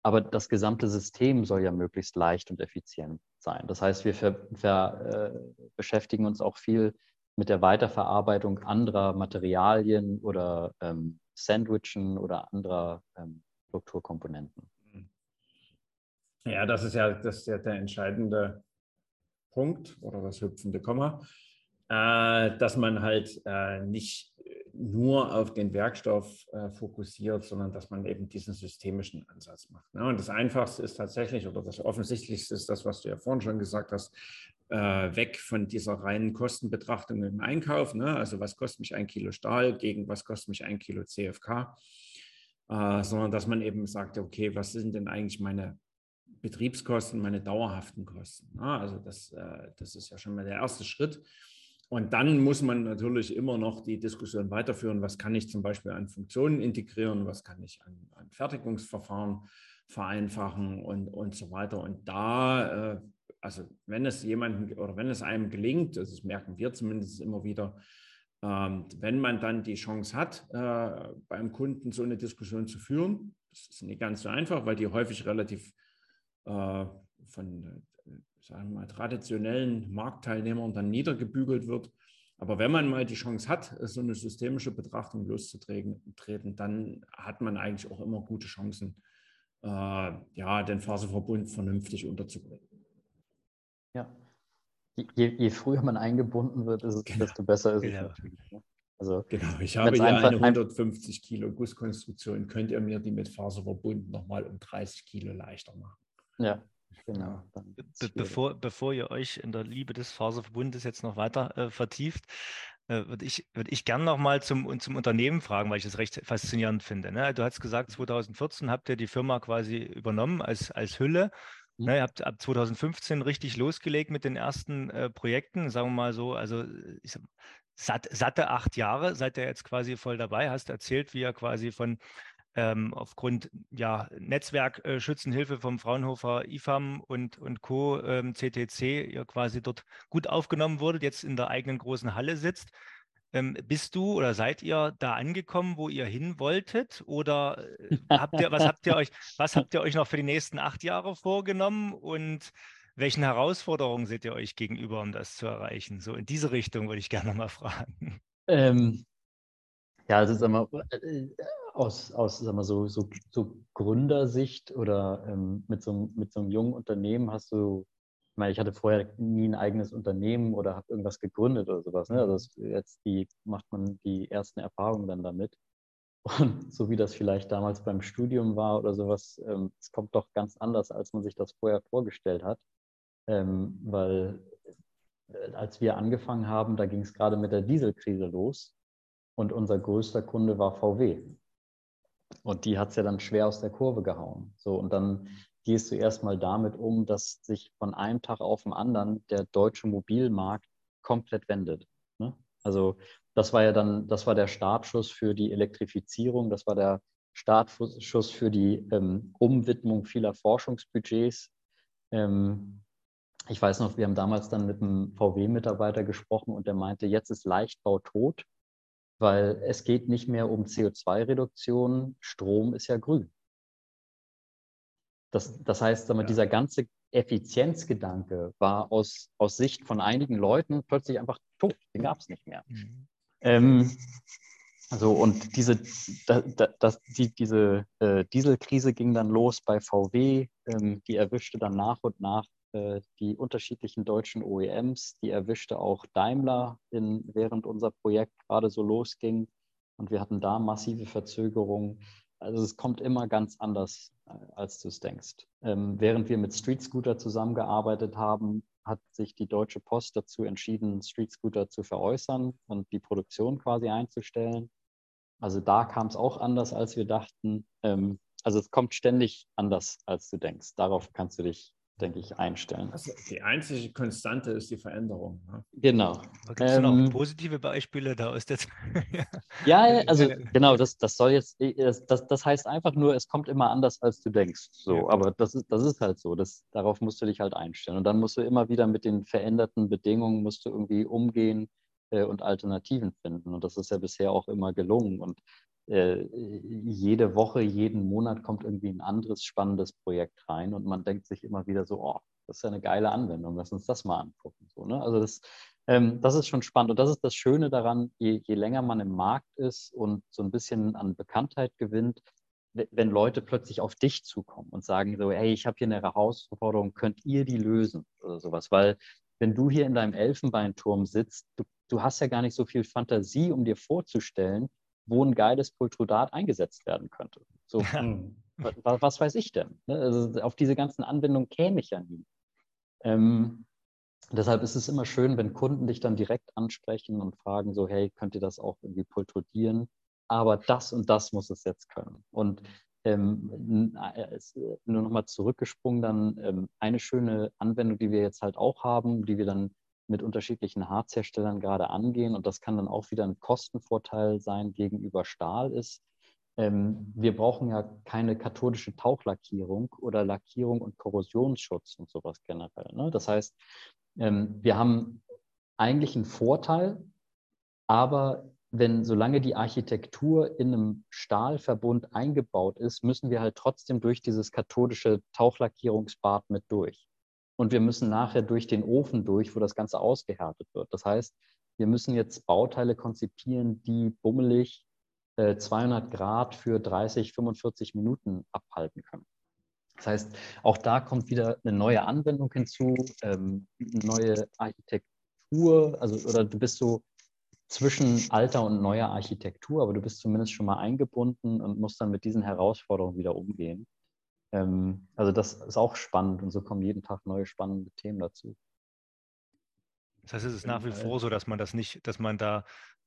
Aber das gesamte System soll ja möglichst leicht und effizient sein. Das heißt, wir beschäftigen uns auch viel mit der Weiterverarbeitung anderer Materialien oder Sandwichen oder anderer Strukturkomponenten. Ja, das ist ja der entscheidende Punkt oder das hüpfende Komma, dass man halt nicht nur auf den Werkstoff fokussiert, sondern dass man eben diesen systemischen Ansatz macht. Ne? Und das Einfachste ist tatsächlich, oder das Offensichtlichste ist das, was du ja vorhin schon gesagt hast, weg von dieser reinen Kostenbetrachtung im Einkauf. Ne? Also was kostet mich 1 Kilo Stahl gegen was kostet mich 1 Kilo CFK, sondern dass man eben sagt, okay, was sind denn eigentlich meine Betriebskosten, meine dauerhaften Kosten. Also das ist ja schon mal der erste Schritt. Und dann muss man natürlich immer noch die Diskussion weiterführen, was kann ich zum Beispiel an Funktionen integrieren, was kann ich an Fertigungsverfahren vereinfachen und so weiter. Und da, also wenn es jemandem oder wenn es einem gelingt, also das merken wir zumindest immer wieder, wenn man dann die Chance hat, beim Kunden so eine Diskussion zu führen, das ist nicht ganz so einfach, weil die häufig relativ von sagen wir mal, traditionellen Marktteilnehmern dann niedergebügelt wird. Aber wenn man mal die Chance hat, so eine systemische Betrachtung loszutreten, dann hat man eigentlich auch immer gute Chancen, den Faserverbund vernünftig unterzubringen. Ja. Je früher man eingebunden wird, desto besser ist es natürlich. Ne? Also, genau, ich habe hier eine 150 Kilo Gusskonstruktion. Könnt ihr mir die mit Faserverbund nochmal um 30 Kilo leichter machen? Ja, genau. Bevor ihr euch in der Liebe des Faserverbundes jetzt noch weiter vertieft, würde ich gerne noch mal zum Unternehmen fragen, weil ich es recht faszinierend finde. Ne? Du hast gesagt, 2014 habt ihr die Firma quasi übernommen als Hülle. Ne, ihr habt ab 2015 richtig losgelegt mit den ersten Projekten, sagen wir mal so, also satte 8 Jahre seid ihr jetzt quasi voll dabei, hast erzählt, wie ihr quasi von aufgrund Netzwerkschützenhilfe vom Fraunhofer IFAM und Co. CTC ihr quasi dort gut aufgenommen wurdet, jetzt in der eigenen großen Halle sitzt. Bist du oder seid ihr da angekommen, wo ihr hin wolltet? Oder was habt ihr euch noch für die nächsten 8 Jahre vorgenommen und welchen Herausforderungen seht ihr euch gegenüber, um das zu erreichen? So in diese Richtung würde ich gerne mal fragen. Ja, also sag mal, aus sag mal, so Gründersicht oder mit so einem jungen Unternehmen hast du, ich meine, ich hatte vorher nie ein eigenes Unternehmen oder habe irgendwas gegründet oder sowas. Ne? Also jetzt macht man die ersten Erfahrungen dann damit. Und so wie das vielleicht damals beim Studium war oder sowas, es kommt doch ganz anders, als man sich das vorher vorgestellt hat. Weil als wir angefangen haben, da ging es gerade mit der Dieselkrise los. Und unser größter Kunde war VW. Und die hat es ja dann schwer aus der Kurve gehauen. So, und dann gehst du erstmal damit um, dass sich von einem Tag auf den anderen der deutsche Mobilmarkt komplett wendet. Ne? Also das war der Startschuss für die Elektrifizierung, das war der Startschuss für die Umwidmung vieler Forschungsbudgets. Ich weiß noch, wir haben damals dann mit einem VW-Mitarbeiter gesprochen und der meinte, jetzt ist Leichtbau tot, weil es geht nicht mehr um CO2-Reduktion, Strom ist ja grün. Das heißt, dieser ganze Effizienzgedanke war aus Sicht von einigen Leuten plötzlich einfach tot, den gab es nicht mehr. Und diese Dieselkrise ging dann los bei VW, die erwischte dann nach und nach die unterschiedlichen deutschen OEMs, die erwischte auch Daimler, während unser Projekt gerade so losging. Und wir hatten da massive Verzögerungen. Also es kommt immer ganz anders, als du es denkst. Während wir mit Street Scooter zusammengearbeitet haben, hat sich die Deutsche Post dazu entschieden, Street Scooter zu veräußern und die Produktion quasi einzustellen. Also da kam es auch anders, als wir dachten. Also es kommt ständig anders, als du denkst. Darauf kannst du dich, denke ich, einstellen. Also die einzige Konstante ist die Veränderung. Ne? Genau. Da gibt es noch positive Beispiele da aus der Ja, also genau, das soll jetzt, das heißt einfach nur, es kommt immer anders, als du denkst. So, ja. Aber das ist halt so. Darauf musst du dich halt einstellen. Und dann musst du immer wieder mit den veränderten Bedingungen irgendwie umgehen und Alternativen finden. Und das ist ja bisher auch immer gelungen. Und jede Woche, jeden Monat kommt irgendwie ein anderes spannendes Projekt rein und man denkt sich immer wieder so, oh, das ist ja eine geile Anwendung, lass uns das mal angucken. So, ne? Also das ist schon spannend und das ist das Schöne daran, je länger man im Markt ist und so ein bisschen an Bekanntheit gewinnt, wenn Leute plötzlich auf dich zukommen und sagen so, hey, ich habe hier eine Herausforderung, könnt ihr die lösen oder sowas, weil wenn du hier in deinem Elfenbeinturm sitzt, du hast ja gar nicht so viel Fantasie, um dir vorzustellen, wo ein geiles Pultrudat eingesetzt werden könnte. So, was weiß ich denn? Ne? Also auf diese ganzen Anwendungen käme ich ja nie. Deshalb ist es immer schön, wenn Kunden dich dann direkt ansprechen und fragen so, hey, könnt ihr das auch irgendwie pultrudieren? Aber das und das muss es jetzt können. Und nur nochmal zurückgesprungen, dann eine schöne Anwendung, die wir jetzt halt auch haben, die wir dann mit unterschiedlichen Harzherstellern gerade angehen, und das kann dann auch wieder ein Kostenvorteil sein gegenüber Stahl, ist, wir brauchen ja keine kathodische Tauchlackierung oder Lackierung und Korrosionsschutz und sowas generell. Ne? Das heißt, wir haben eigentlich einen Vorteil, aber solange die Architektur in einem Stahlverbund eingebaut ist, müssen wir halt trotzdem durch dieses kathodische Tauchlackierungsbad mit durch. Und wir müssen nachher durch den Ofen durch, wo das Ganze ausgehärtet wird. Das heißt, wir müssen jetzt Bauteile konzipieren, die bummelig 200 Grad für 30, 45 Minuten abhalten können. Das heißt, auch da kommt wieder eine neue Anwendung hinzu, eine neue Architektur, also oder du bist so zwischen alter und neuer Architektur, aber du bist zumindest schon mal eingebunden und musst dann mit diesen Herausforderungen wieder umgehen. Also das ist auch spannend und so kommen jeden Tag neue spannende Themen dazu. Das heißt, es ist nach wie vor so, dass man das nicht, dass man da,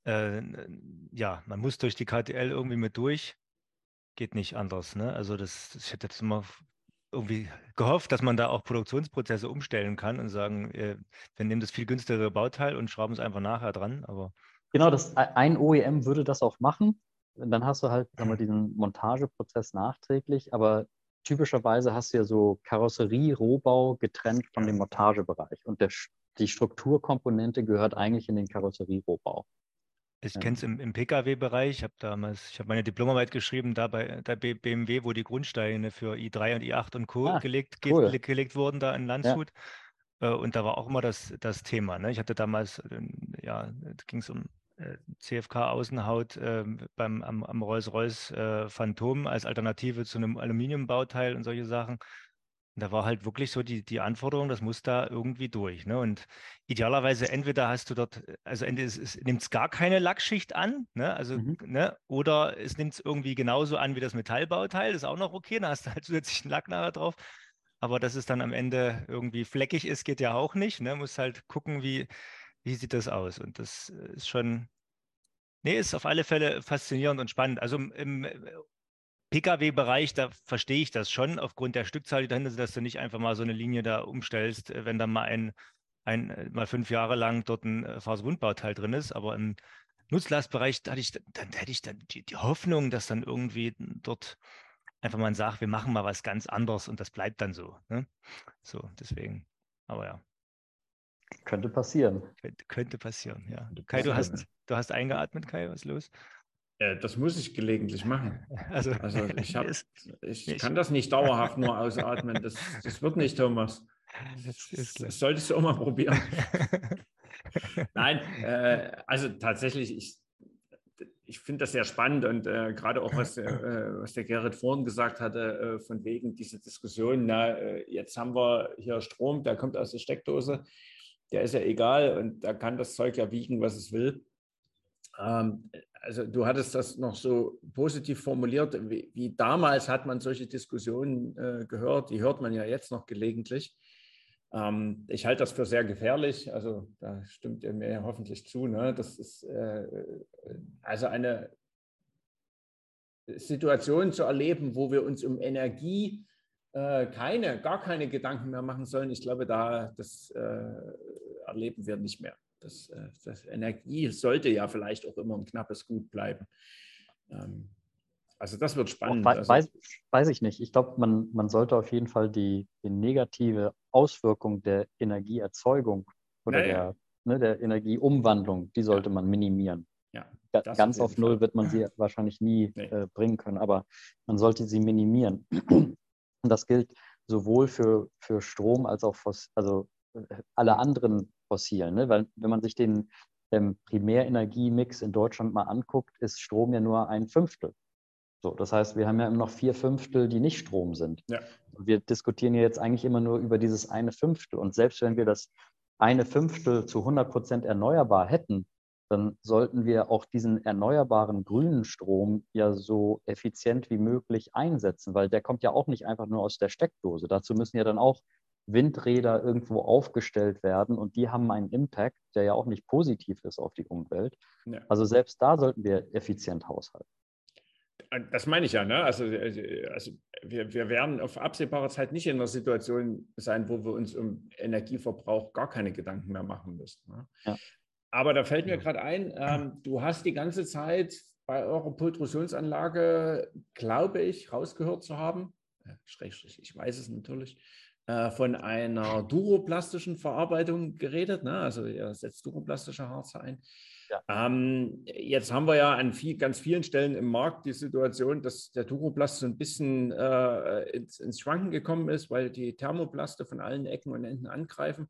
ja, man muss durch die KTL irgendwie mit durch, geht nicht anders, ne? Also ich hätte jetzt immer irgendwie gehofft, dass man da auch Produktionsprozesse umstellen kann und sagen, wir nehmen das viel günstigere Bauteil und schrauben es einfach nachher dran, aber Genau, ein OEM würde das auch machen. Dann hast du halt, sagen wir, diesen Montageprozess nachträglich, aber typischerweise hast du ja so Karosserie, Rohbau getrennt von dem Montagebereich. Und die Strukturkomponente gehört eigentlich in den Karosserie-Rohbau. ich kenne es im Pkw-Bereich. Ich habe meine Diplomarbeit geschrieben, da bei der BMW, wo die Grundsteine für i3 und i8 und Co. Cool. gelegt wurden, da in Ja. Landshut. Und da war auch immer das Thema. Ne? Ich hatte damals, ja, ging es um CFK-Außenhaut am Rolls-Royce Phantom als Alternative zu einem Aluminiumbauteil und solche Sachen. Und da war halt wirklich so die Anforderung, das muss da irgendwie durch. Ne? Und idealerweise entweder hast du dort, also entweder es nimmt es gar keine Lackschicht an, ne? Also, Mhm. ne? Oder es nimmt es irgendwie genauso an wie das Metallbauteil, das ist auch noch okay, dann hast du halt zusätzlichen Lack nachher drauf. Aber dass es dann am Ende irgendwie fleckig ist, geht ja auch nicht. Ne? Muss halt gucken, wie sieht das aus. Und das ist schon, nee, ist auf alle Fälle faszinierend und spannend. Also im Pkw-Bereich, da verstehe ich das schon, aufgrund der Stückzahl, die dahinter sind, dass du nicht einfach mal so eine Linie da umstellst, wenn da mal mal 5 Jahre lang dort ein Faserwundbauteil drin ist. Aber im Nutzlastbereich, dann hätte ich dann die Hoffnung, dass dann irgendwie dort einfach man sagt, wir machen mal was ganz anderes und das bleibt dann so. Ne? So, deswegen. Aber ja, Könnte passieren. könnte passieren, ja. Könnte Kai, passieren. du hast eingeatmet, Kai, was ist los? Das muss ich gelegentlich machen. Also, Also mir ich ich, kann das nicht dauerhaft nur ausatmen. Das wird nicht, Thomas. ist klar. Das solltest du auch mal probieren. Nein, also tatsächlich, ich finde das sehr spannend und gerade auch, was der Gerrit vorhin gesagt hatte, von wegen dieser Diskussion, na, jetzt haben wir hier Strom, der kommt aus der Steckdose, der ist ja egal und da kann das Zeug ja wiegen, was es will. Also du hattest das noch so positiv formuliert, wie damals hat man solche Diskussionen gehört, die hört man ja jetzt noch gelegentlich. Ich halte das für sehr gefährlich, also da stimmt ihr mir hoffentlich zu. Ne? Das ist also eine Situation zu erleben, wo wir uns um Energie gar keine Gedanken mehr machen sollen. Ich glaube, das erleben wir nicht mehr. Das Energie sollte ja vielleicht auch immer ein knappes Gut bleiben. Also das wird spannend. Weiß ich nicht. Ich glaube, man sollte auf jeden Fall die negative Auswirkung der Energieerzeugung oder naja. der Energieumwandlung, die sollte Ja. man minimieren. Ja, ganz auf Null wird man sie wahrscheinlich nie bringen können, aber man sollte sie minimieren. Und das gilt sowohl für Strom als auch alle anderen Fossilen. Ne? Weil wenn man sich den Primärenergiemix in Deutschland mal anguckt, ist Strom ja nur 1/5. So, das heißt, wir haben ja immer noch 4/5, die nicht Strom sind. Ja. Wir diskutieren ja jetzt eigentlich immer nur über dieses 1/5. Und selbst wenn wir das 1/5 zu 100% erneuerbar hätten, dann sollten wir auch diesen erneuerbaren grünen Strom ja so effizient wie möglich einsetzen, weil der kommt ja auch nicht einfach nur aus der Steckdose. Dazu müssen ja dann auch Windräder irgendwo aufgestellt werden und die haben einen Impact, der ja auch nicht positiv ist auf die Umwelt. Ja. Also selbst da sollten wir effizient haushalten. Das meine ich ja, ne? Also wir werden auf absehbare Zeit nicht in einer Situation sein, wo wir uns um Energieverbrauch gar keine Gedanken mehr machen müssen. Ne? Ja. Aber da fällt mir gerade ein, du hast die ganze Zeit bei eurer Pultrusionsanlage, glaube ich, rausgehört zu haben, ich weiß es natürlich, von einer duroplastischen Verarbeitung geredet. Ne? Also ihr setzt duroplastische Harze ein. Ja. Jetzt haben wir ja an ganz vielen Stellen im Markt die Situation, dass der Duroplast so ein bisschen ins Schwanken gekommen ist, weil die Thermoplaste von allen Ecken und Enden angreifen.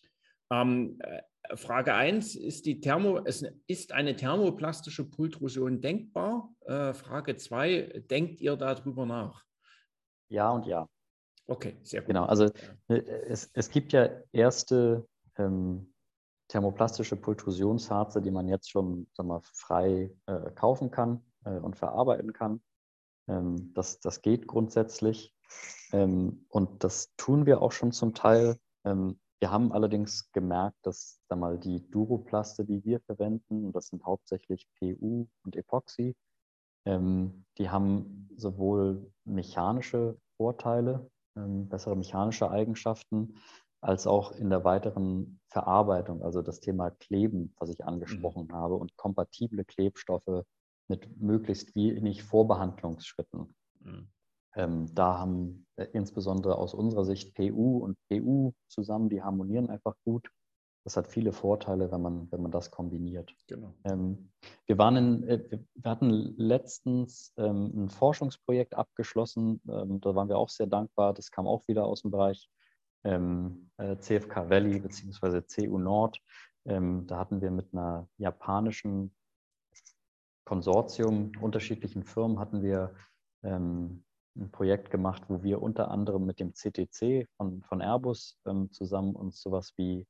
Frage 1, ist eine thermoplastische Pultrusion denkbar? Frage 2, denkt ihr darüber nach? Ja und ja. Okay, sehr gut. Genau, also es gibt ja erste thermoplastische Pultrusionsharze, die man jetzt schon frei kaufen kann und verarbeiten kann. Das geht grundsätzlich und das tun wir auch schon zum Teil. Wir haben allerdings gemerkt, dass die Duroplaste, die wir verwenden, und das sind hauptsächlich PU und Epoxy, die haben sowohl mechanische Vorteile, bessere mechanische Eigenschaften, als auch in der weiteren Verarbeitung, also das Thema Kleben, was ich angesprochen habe, und kompatible Klebstoffe mit möglichst wenig Vorbehandlungsschritten. Da haben insbesondere aus unserer Sicht PU und PU zusammen, die harmonieren einfach gut. Das hat viele Vorteile, wenn man das kombiniert. Genau. Wir hatten letztens ein Forschungsprojekt abgeschlossen, da waren wir auch sehr dankbar. Das kam auch wieder aus dem Bereich CFK Valley bzw. CU Nord. Da hatten wir mit einer japanischen Konsortium, unterschiedlichen Firmen, hatten wir ein Projekt gemacht, wo wir unter anderem mit dem CTC von Airbus zusammen uns sowas wie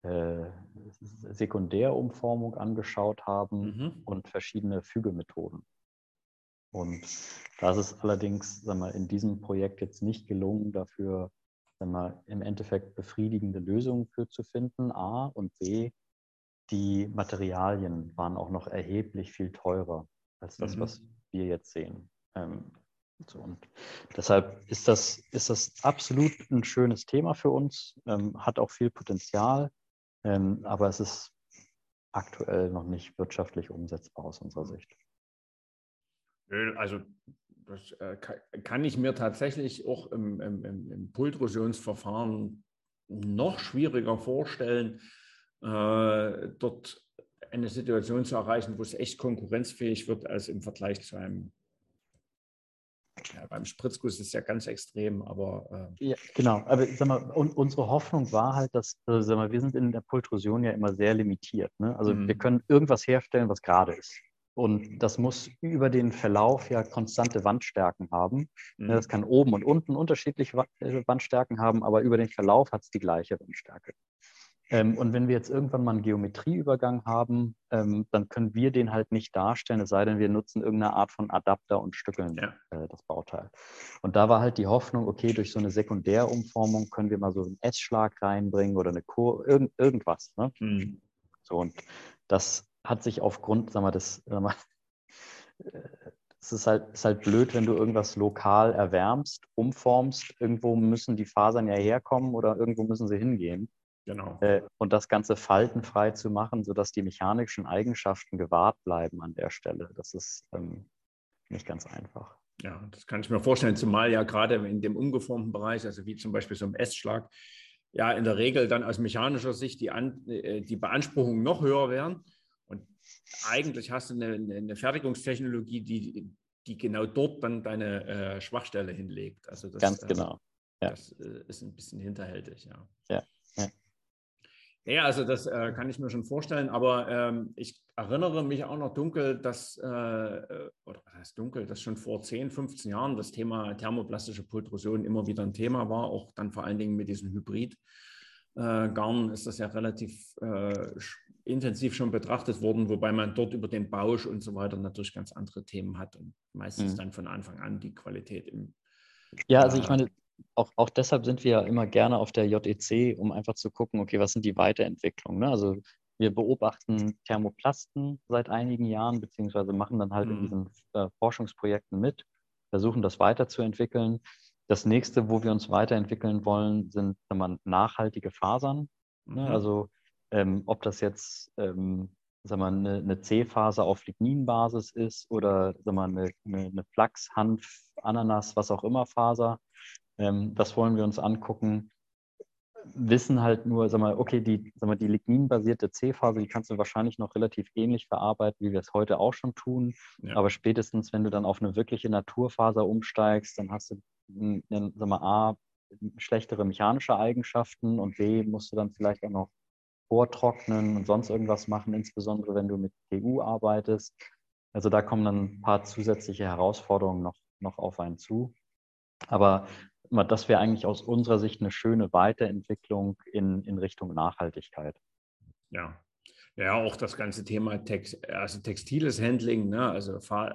Sekundärumformung angeschaut haben und verschiedene Fügemethoden. Und da ist es allerdings in diesem Projekt jetzt nicht gelungen, dafür im Endeffekt befriedigende Lösungen für zu finden, A, und B, die Materialien waren auch noch erheblich viel teurer als das, was wir jetzt sehen. Und deshalb ist das absolut ein schönes Thema für uns, hat auch viel Potenzial, aber es ist aktuell noch nicht wirtschaftlich umsetzbar aus unserer Sicht. Also das kann ich mir tatsächlich auch im Pultrusionsverfahren noch schwieriger vorstellen, dort eine Situation zu erreichen, wo es echt konkurrenzfähig wird, als im Vergleich zu einem, beim Spritzguss ist es ja ganz extrem, aber... Ja, genau, aber unsere Hoffnung war halt, dass, wir sind in der Pultrusion ja immer sehr limitiert. Ne? Also wir können irgendwas herstellen, was gerade ist. Und das muss über den Verlauf ja konstante Wandstärken haben. Das kann oben und unten unterschiedliche Wandstärken haben, aber über den Verlauf hat es die gleiche Wandstärke. Und wenn wir jetzt irgendwann mal einen Geometrieübergang haben, dann können wir den halt nicht darstellen, es sei denn, wir nutzen irgendeine Art von Adapter und stückeln das Bauteil. Und da war halt die Hoffnung, okay, durch so eine Sekundärumformung können wir mal so einen S-Schlag reinbringen oder eine irgendwas. Ne? So, und das hat sich aufgrund, es ist halt blöd, wenn du irgendwas lokal erwärmst, umformst. Irgendwo müssen die Fasern ja herkommen oder irgendwo müssen sie hingehen. Genau. Und das Ganze faltenfrei zu machen, sodass die mechanischen Eigenschaften gewahrt bleiben an der Stelle, das ist nicht ganz einfach. Ja, das kann ich mir vorstellen, zumal ja gerade in dem umgeformten Bereich, also wie zum Beispiel so ein S-Schlag, ja in der Regel dann aus mechanischer Sicht die Beanspruchungen noch höher wären. Und eigentlich hast du eine Fertigungstechnologie, die genau dort dann deine Schwachstelle hinlegt. Also Ganz genau. Ja. Das ist ein bisschen hinterhältig, ja. Ja. Ja, also das kann ich mir schon vorstellen, aber ich erinnere mich auch noch dunkel, oder was heißt dunkel, dass schon vor 10, 15 Jahren das Thema thermoplastische Pultrusion immer wieder ein Thema war, auch dann vor allen Dingen mit diesem Hybrid-Garn ist das ja relativ intensiv schon betrachtet worden, wobei man dort über den Bausch und so weiter natürlich ganz andere Themen hat und meistens dann von Anfang an die Qualität im... Ja, also ich meine, auch deshalb sind wir ja immer gerne auf der JEC, um einfach zu gucken, okay, was sind die Weiterentwicklungen, ne? Also wir beobachten Thermoplasten seit einigen Jahren, beziehungsweise machen dann halt in diesen Forschungsprojekten mit, versuchen das weiterzuentwickeln. Das nächste, wo wir uns weiterentwickeln wollen, sind, wenn man nachhaltige Fasern. Ne? Also ob das jetzt sagen wir, eine C-Faser auf Ligninbasis ist oder sagen wir, eine Flachs, Hanf, Ananas, was auch immer Faser. Das wollen wir uns angucken. Wissen halt nur, sag mal, okay, die ligninbasierte C-Faser, die kannst du wahrscheinlich noch relativ ähnlich verarbeiten, wie wir es heute auch schon tun. Ja. Aber spätestens, wenn du dann auf eine wirkliche Naturfaser umsteigst, dann hast du, sag mal, A, schlechtere mechanische Eigenschaften und B, musst du dann vielleicht auch noch vortrocknen und sonst irgendwas machen, insbesondere wenn du mit TU arbeitest. Also da kommen dann ein paar zusätzliche Herausforderungen noch auf einen zu. Aber das wäre eigentlich aus unserer Sicht eine schöne Weiterentwicklung in Richtung Nachhaltigkeit. Ja. Ja, auch das ganze Thema textiles Handling, ne? Also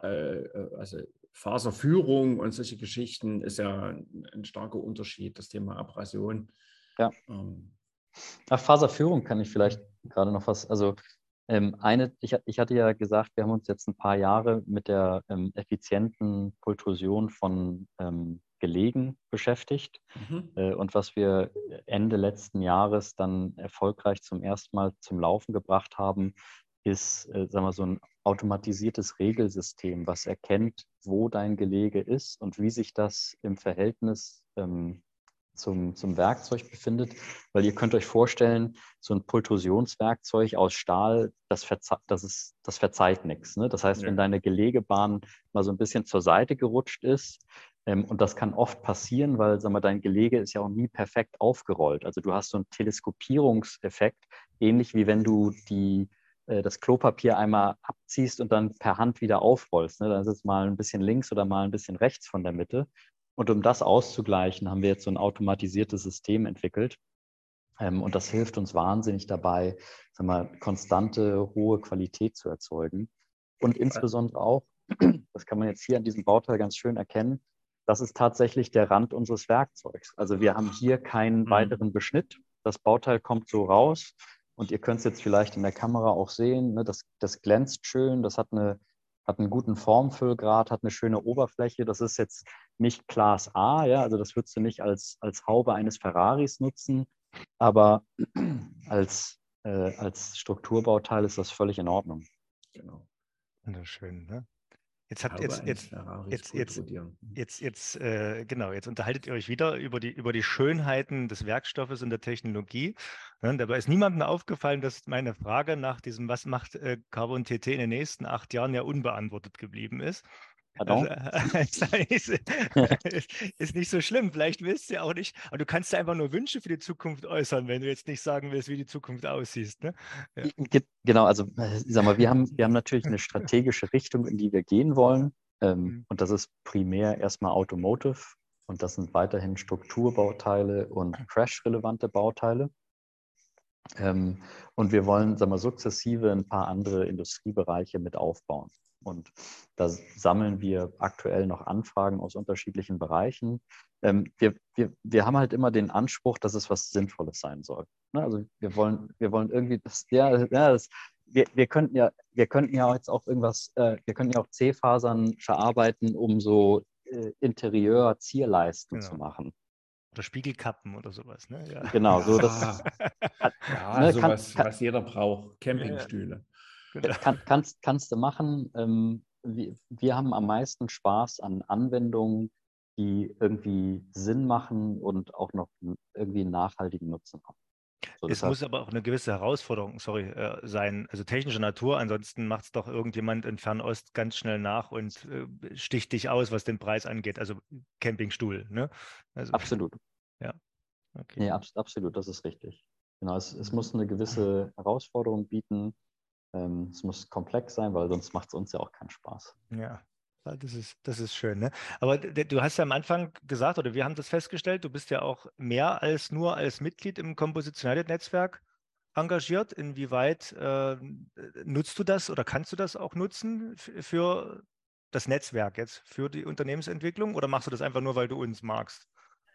Faserführung und solche Geschichten ist ja ein starker Unterschied, das Thema Abrasion. Ja. Nach Faserführung kann ich vielleicht gerade noch was, also ich hatte ja gesagt, wir haben uns jetzt ein paar Jahre mit der effizienten Pultrusion von Gelegen beschäftigt. Und was wir Ende letzten Jahres dann erfolgreich zum ersten Mal zum Laufen gebracht haben, ist, sagen wir, so ein automatisiertes Regelsystem, was erkennt, wo dein Gelege ist und wie sich das im Verhältnis zum Werkzeug befindet, weil ihr könnt euch vorstellen, so ein Pultrusionswerkzeug aus Stahl, das verzeiht nichts. Ne? Das heißt, wenn deine Gelegebahn mal so ein bisschen zur Seite gerutscht ist, und das kann oft passieren, weil, sag mal, dein Gelege ist ja auch nie perfekt aufgerollt. Also du hast so einen Teleskopierungseffekt, ähnlich wie wenn du das Klopapier einmal abziehst und dann per Hand wieder aufrollst. Ne? Dann ist es mal ein bisschen links oder mal ein bisschen rechts von der Mitte. Und um das auszugleichen, haben wir jetzt so ein automatisiertes System entwickelt. Und das hilft uns wahnsinnig dabei, sagen wir, konstante, hohe Qualität zu erzeugen. Und insbesondere auch, das kann man jetzt hier an diesem Bauteil ganz schön erkennen, das ist tatsächlich der Rand unseres Werkzeugs. Also wir haben hier keinen weiteren Beschnitt. Das Bauteil kommt so raus. Und ihr könnt es jetzt vielleicht in der Kamera auch sehen. Ne? Das glänzt schön, das hat einen guten Formfüllgrad, hat eine schöne Oberfläche. Das ist jetzt nicht Class A, ja, also das würdest du nicht als Haube eines Ferraris nutzen, aber als Strukturbauteil ist das völlig in Ordnung. Genau. Wunderschön, ne? Jetzt unterhaltet ihr euch wieder über die Schönheiten des Werkstoffes und der Technologie. Ne? Dabei ist niemandem aufgefallen, dass meine Frage nach diesem, was macht Carbon TT in den nächsten 8 Jahren, ja unbeantwortet geblieben ist. Also, ist nicht so schlimm. Vielleicht willst du ja auch nicht, aber du kannst ja einfach nur Wünsche für die Zukunft äußern, wenn du jetzt nicht sagen willst, wie die Zukunft aussieht. Ne? Ja. Genau, also sag mal, wir haben natürlich eine strategische Richtung, in die wir gehen wollen. Und das ist primär erstmal Automotive und das sind weiterhin Strukturbauteile und crash-relevante Bauteile. Und wir wollen, sagen wir, sukzessive ein paar andere Industriebereiche mit aufbauen. Und da sammeln wir aktuell noch Anfragen aus unterschiedlichen Bereichen. Wir haben halt immer den Anspruch, dass es was Sinnvolles sein soll. Ne? Also wir wollen irgendwie, wir könnten ja jetzt auch irgendwas, wir könnten ja auch C-Fasern verarbeiten, um so Interieur-Zierleisten zu machen. Oder Spiegelkappen oder sowas. Ne? Ja. Genau, so das. Ne, sowas, was jeder braucht. Campingstühle. Genau. Kannst du machen. Wir haben am meisten Spaß an Anwendungen, die irgendwie Sinn machen und auch noch irgendwie einen nachhaltigen Nutzen haben. So, Es muss aber auch eine gewisse Herausforderung, sein, also technischer Natur. Ansonsten macht es doch irgendjemand in Fernost ganz schnell nach und sticht dich aus, was den Preis angeht. Also Campingstuhl, ne? Also, absolut. ja, okay. Nee, absolut, das ist richtig. Genau, es Mhm. muss eine gewisse Herausforderung bieten. Es muss komplex sein, weil sonst macht es uns ja auch keinen Spaß. Ja, das ist schön, ne? Aber du hast ja am Anfang gesagt, oder wir haben das festgestellt, du bist ja auch mehr als nur als Mitglied im Compositionality-Netzwerk engagiert. Inwieweit nutzt du das oder kannst du das auch nutzen für das Netzwerk jetzt, für die Unternehmensentwicklung, oder machst du das einfach nur, weil du uns magst?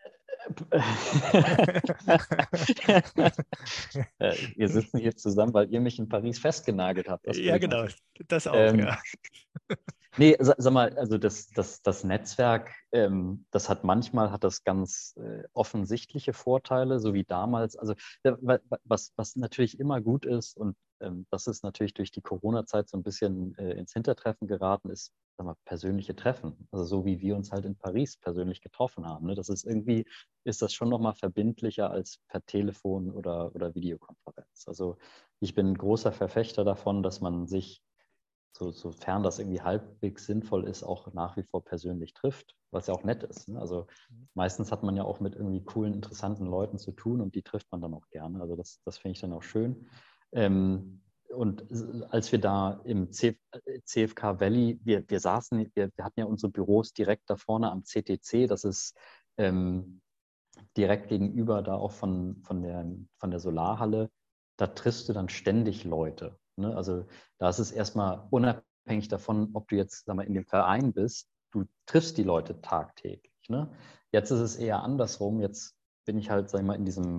Wir sitzen hier zusammen, weil ihr mich in Paris festgenagelt habt. Das will Ja, ich genau, natürlich. das auch, Ähm, ja. Nee, sag mal, also das Netzwerk, das hat manchmal ganz offensichtliche Vorteile, so wie damals. Also was natürlich immer gut ist, und das ist natürlich durch die Corona-Zeit so ein bisschen ins Hintertreffen geraten, ist, sag mal, persönliche Treffen. Also so wie wir uns halt in Paris persönlich getroffen haben. Ne? Das ist irgendwie, ist das schon nochmal verbindlicher als per Telefon oder Videokonferenz. Also ich bin ein großer Verfechter davon, dass man sich, sofern das irgendwie halbwegs sinnvoll ist, auch nach wie vor persönlich trifft, was ja auch nett ist. Ne? Also meistens hat man ja auch mit irgendwie coolen, interessanten Leuten zu tun und die trifft man dann auch gerne. Also das finde ich dann auch schön. Und als wir da im CFK Valley, wir hatten ja unsere Büros direkt da vorne am CTC, das ist direkt gegenüber da auch von der Solarhalle. Da triffst du dann ständig Leute. Ne? Also da ist es erstmal unabhängig davon, ob du jetzt, sag mal, in dem Verein bist, du triffst die Leute tagtäglich. Ne? Jetzt ist es eher andersrum. Jetzt bin ich halt, sag ich mal,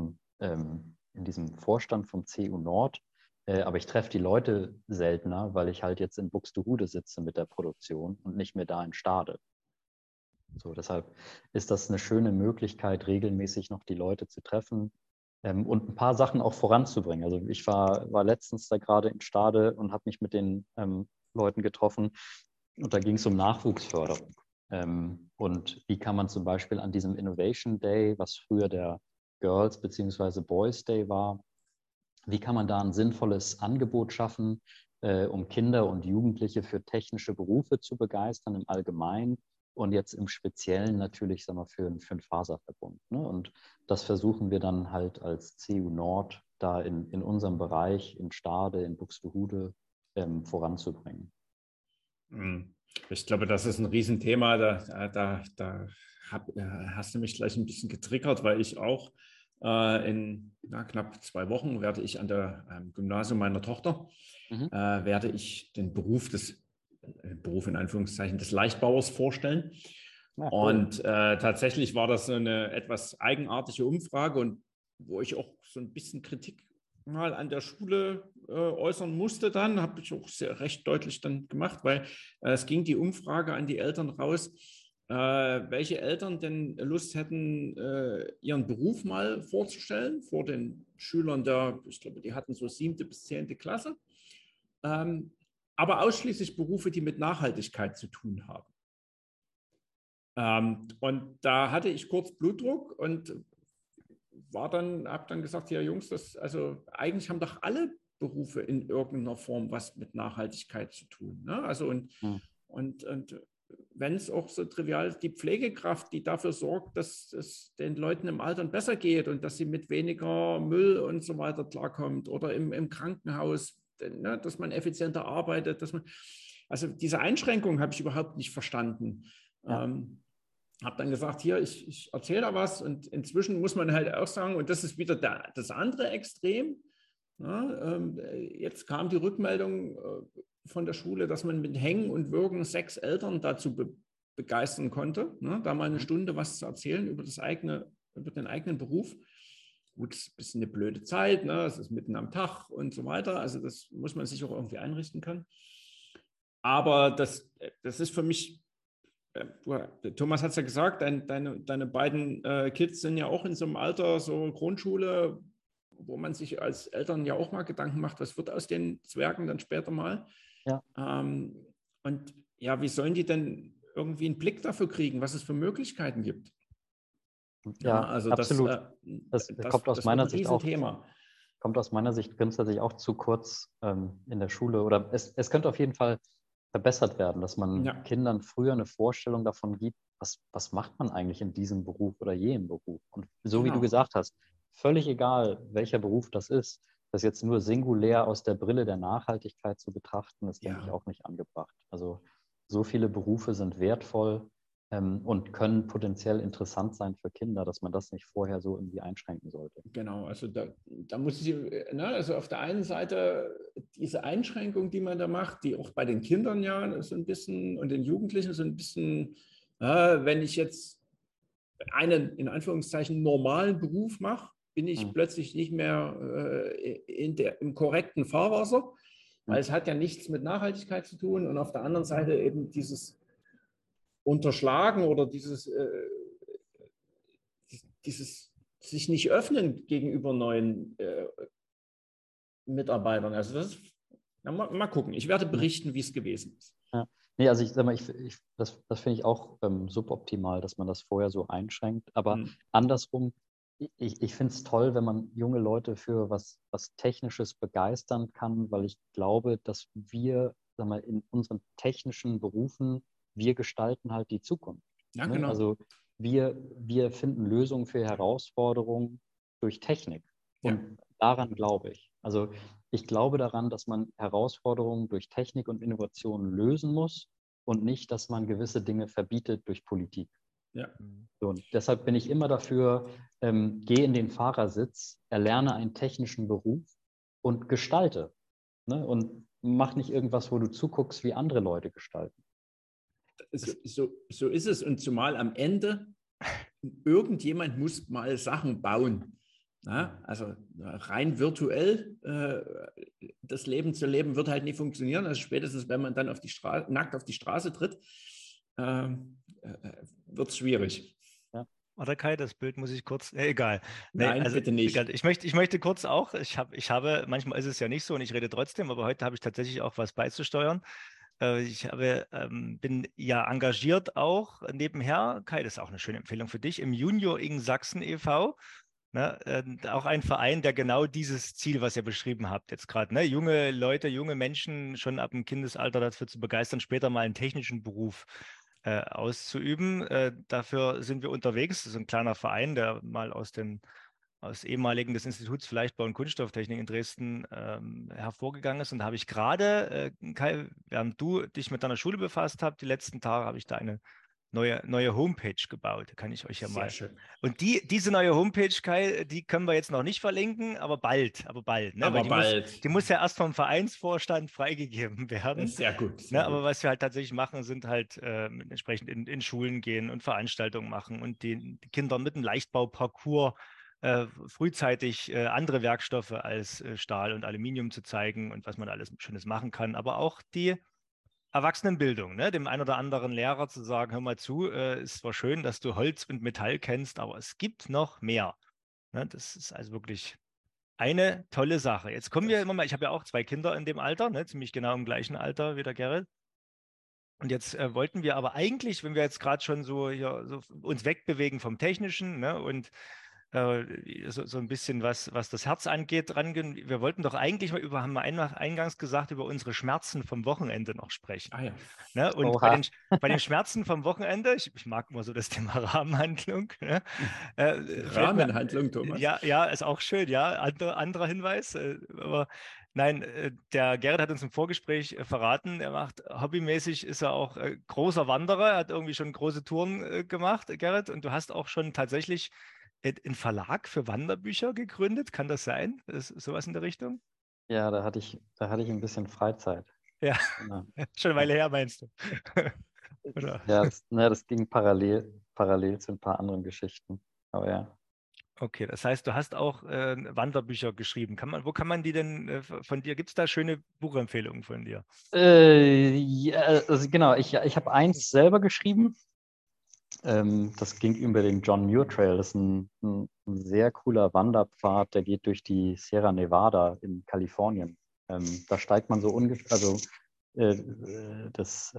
in diesem Vorstand vom CU Nord, aber ich treffe die Leute seltener, weil ich halt jetzt in Buxtehude sitze mit der Produktion und nicht mehr da in Stade. So, deshalb ist das eine schöne Möglichkeit, regelmäßig noch die Leute zu treffen, und ein paar Sachen auch voranzubringen. Also ich war letztens da gerade in Stade und habe mich mit den Leuten getroffen, und da ging es um Nachwuchsförderung. Und wie kann man zum Beispiel an diesem Innovation Day, was früher der Girls- bzw. Boys Day war, wie kann man da ein sinnvolles Angebot schaffen, um Kinder und Jugendliche für technische Berufe zu begeistern im Allgemeinen und jetzt im Speziellen natürlich, sagen wir, für einen Faserverbund. Ne? Und das versuchen wir dann halt als CU Nord da in unserem Bereich, in Stade, in Buxtehude, voranzubringen. Ich glaube, das ist ein Riesenthema. Da hast du mich gleich ein bisschen getriggert, weil ich auch in knapp 2 Wochen werde ich an der Gymnasium meiner Tochter, werde ich den Beruf in Anführungszeichen des Leichtbauers vorstellen. Ja, cool. Und tatsächlich war das so eine etwas eigenartige Umfrage, und wo ich auch so ein bisschen Kritik mal an der Schule äußern musste, dann habe ich auch recht deutlich dann gemacht, weil es ging die Umfrage an die Eltern raus, welche Eltern denn Lust hätten, ihren Beruf mal vorzustellen vor den Schülern ich glaube, die hatten so 7. bis 10. Klasse, aber ausschließlich Berufe, die mit Nachhaltigkeit zu tun haben. Und da hatte ich kurz Blutdruck und habe dann gesagt, ja Jungs, also eigentlich haben doch alle Berufe in irgendeiner Form was mit Nachhaltigkeit zu tun. Ne? Also und wenn es auch so trivial ist, die Pflegekraft, die dafür sorgt, dass es den Leuten im Alter besser geht und dass sie mit weniger Müll und so weiter klarkommt, oder im Krankenhaus, ne, dass man effizienter arbeitet, also diese Einschränkung habe ich überhaupt nicht verstanden. Ja. Habe dann gesagt, hier, ich erzähle da was, und inzwischen muss man halt auch sagen, und das ist wieder das andere Extrem, ja, jetzt kam die Rückmeldung von der Schule, dass man mit Hängen und Würgen 6 Eltern dazu begeistern konnte, ne, da mal eine Stunde was zu erzählen über den eigenen Beruf. Gut, es ist ein bisschen eine blöde Zeit, ne, es ist mitten am Tag und so weiter, also das muss man sich auch irgendwie einrichten können. Aber das ist für mich, Thomas hat es ja gesagt, deine beiden Kids sind ja auch in so einem Alter, so Grundschule, wo man sich als Eltern ja auch mal Gedanken macht, was wird aus den Zwergen dann später mal? Ja. Und ja, wie sollen die denn irgendwie einen Blick dafür kriegen, was es für Möglichkeiten gibt? Ja, also absolut. Das kommt aus meiner Sicht auch. kommt aus meiner Sicht grundsätzlich auch zu kurz in der Schule. Oder es könnte auf jeden Fall verbessert werden, dass man Kindern früher eine Vorstellung davon gibt, was macht man eigentlich in diesem Beruf oder jenem Beruf. Und so wie du gesagt hast, völlig egal, welcher Beruf das ist, das jetzt nur singulär aus der Brille der Nachhaltigkeit zu betrachten, ist, denke ich, auch nicht angebracht. Also so viele Berufe sind wertvoll und können potenziell interessant sein für Kinder, dass man das nicht vorher so irgendwie einschränken sollte. Genau, also da muss ich, ne, also auf der einen Seite diese Einschränkung, die man da macht, die auch bei den Kindern ja so ein bisschen und den Jugendlichen so ein bisschen, wenn ich jetzt einen in Anführungszeichen normalen Beruf mache, bin ich plötzlich nicht mehr im korrekten Fahrwasser, weil es hat ja nichts mit Nachhaltigkeit zu tun. Und auf der anderen Seite eben dieses Unterschlagen oder dieses sich nicht öffnen gegenüber neuen Mitarbeitern. Also mal gucken. Ich werde berichten, wie es gewesen ist. Ja. Nee, also ich sag mal, das finde ich auch suboptimal, dass man das vorher so einschränkt. Aber andersrum, ich finde es toll, wenn man junge Leute für was Technisches begeistern kann, weil ich glaube, dass wir, sag mal, in unseren technischen Berufen, wir gestalten halt die Zukunft. Ja, ne? genau. Also wir finden Lösungen für Herausforderungen durch Technik. Und daran glaube ich. Also ich glaube daran, dass man Herausforderungen durch Technik und Innovation lösen muss und nicht, dass man gewisse Dinge verbietet durch Politik. Ja. So, und deshalb bin ich immer dafür, geh in den Fahrersitz, erlerne einen technischen Beruf und gestalte. Ne? Und mach nicht irgendwas, wo du zuguckst, wie andere Leute gestalten. So ist es. Und zumal am Ende irgendjemand muss mal Sachen bauen. Ja, also rein virtuell das Leben zu leben wird halt nie funktionieren. Also spätestens, wenn man dann nackt auf die Straße tritt, wird es schwierig. Ja. Oder Kai, das Bild muss ich kurz, egal. Nein, also, bitte nicht. Egal. Ich möchte kurz auch, ich habe, manchmal ist es ja nicht so und ich rede trotzdem, aber heute habe ich tatsächlich auch was beizusteuern. Bin ja engagiert auch nebenher. Kai, das ist auch eine schöne Empfehlung für dich, im Junior Ing Sachsen e.V. Ne, auch ein Verein, der genau dieses Ziel, was ihr beschrieben habt, jetzt gerade, ne, junge Leute, junge Menschen schon ab dem Kindesalter dafür zu begeistern, später mal einen technischen Beruf auszuüben. Dafür sind wir unterwegs. Das ist ein kleiner Verein, der mal aus ehemaligen des Instituts für Leichtbau und Kunststofftechnik in Dresden hervorgegangen ist. Und da habe ich gerade, Kai, während du dich mit deiner Schule befasst hast, die letzten Tage habe ich da eine neue Homepage gebaut. Kann ich euch ja mal. Sehr schön. Und diese neue Homepage, Kai, die können wir jetzt noch nicht verlinken, aber bald. Ne? Aber die muss ja erst vom Vereinsvorstand freigegeben werden. Sehr gut. Ne? Aber was wir halt tatsächlich machen, sind halt entsprechend in Schulen gehen und Veranstaltungen machen und die Kinder mit einem Leichtbauparcours frühzeitig andere Werkstoffe als Stahl und Aluminium zu zeigen und was man alles Schönes machen kann, aber auch die Erwachsenenbildung, ne? Dem einen oder anderen Lehrer zu sagen, hör mal zu, ist zwar schön, dass du Holz und Metall kennst, aber es gibt noch mehr. Ne? Das ist also wirklich eine tolle Sache. Jetzt kommen wir immer mal, ich habe ja auch 2 Kinder in dem Alter, ne? Ziemlich genau im gleichen Alter wie der Gerrit. Und jetzt wollten wir aber eigentlich, wenn wir jetzt gerade schon so, hier, so uns wegbewegen vom Technischen, ne, und so ein bisschen was das Herz angeht, rangehen. Wir wollten doch eigentlich mal haben wir eingangs gesagt, über unsere Schmerzen vom Wochenende noch sprechen. Ah, ja. Ne? Und bei den Schmerzen vom Wochenende, ich mag immer so das Thema Rahmenhandlung. Ne? Rahmenhandlung, Thomas? Ja, ist auch schön, ja. Anderer Hinweis. Aber nein, der Gerrit hat uns im Vorgespräch verraten, er macht hobbymäßig, ist er auch großer Wanderer, er hat irgendwie schon große Touren gemacht, Gerrit, und du hast auch schon tatsächlich einen Verlag für Wanderbücher gegründet. Kann das sein? Ist sowas in der Richtung? Ja, da hatte ich ein bisschen Freizeit. Ja, Genau. schon eine Weile her, meinst du? Oder? Ja, das ging parallel zu ein paar anderen Geschichten. Aber ja. Okay, das heißt, du hast auch Wanderbücher geschrieben. Wo kann man die denn von dir? Gibt es da schöne Buchempfehlungen von dir? Ja, also genau, ich habe eins selber geschrieben. Das ging über den John Muir Trail. Das ist ein sehr cooler Wanderpfad, der geht durch die Sierra Nevada in Kalifornien. Da steigt man so ungefähr, also das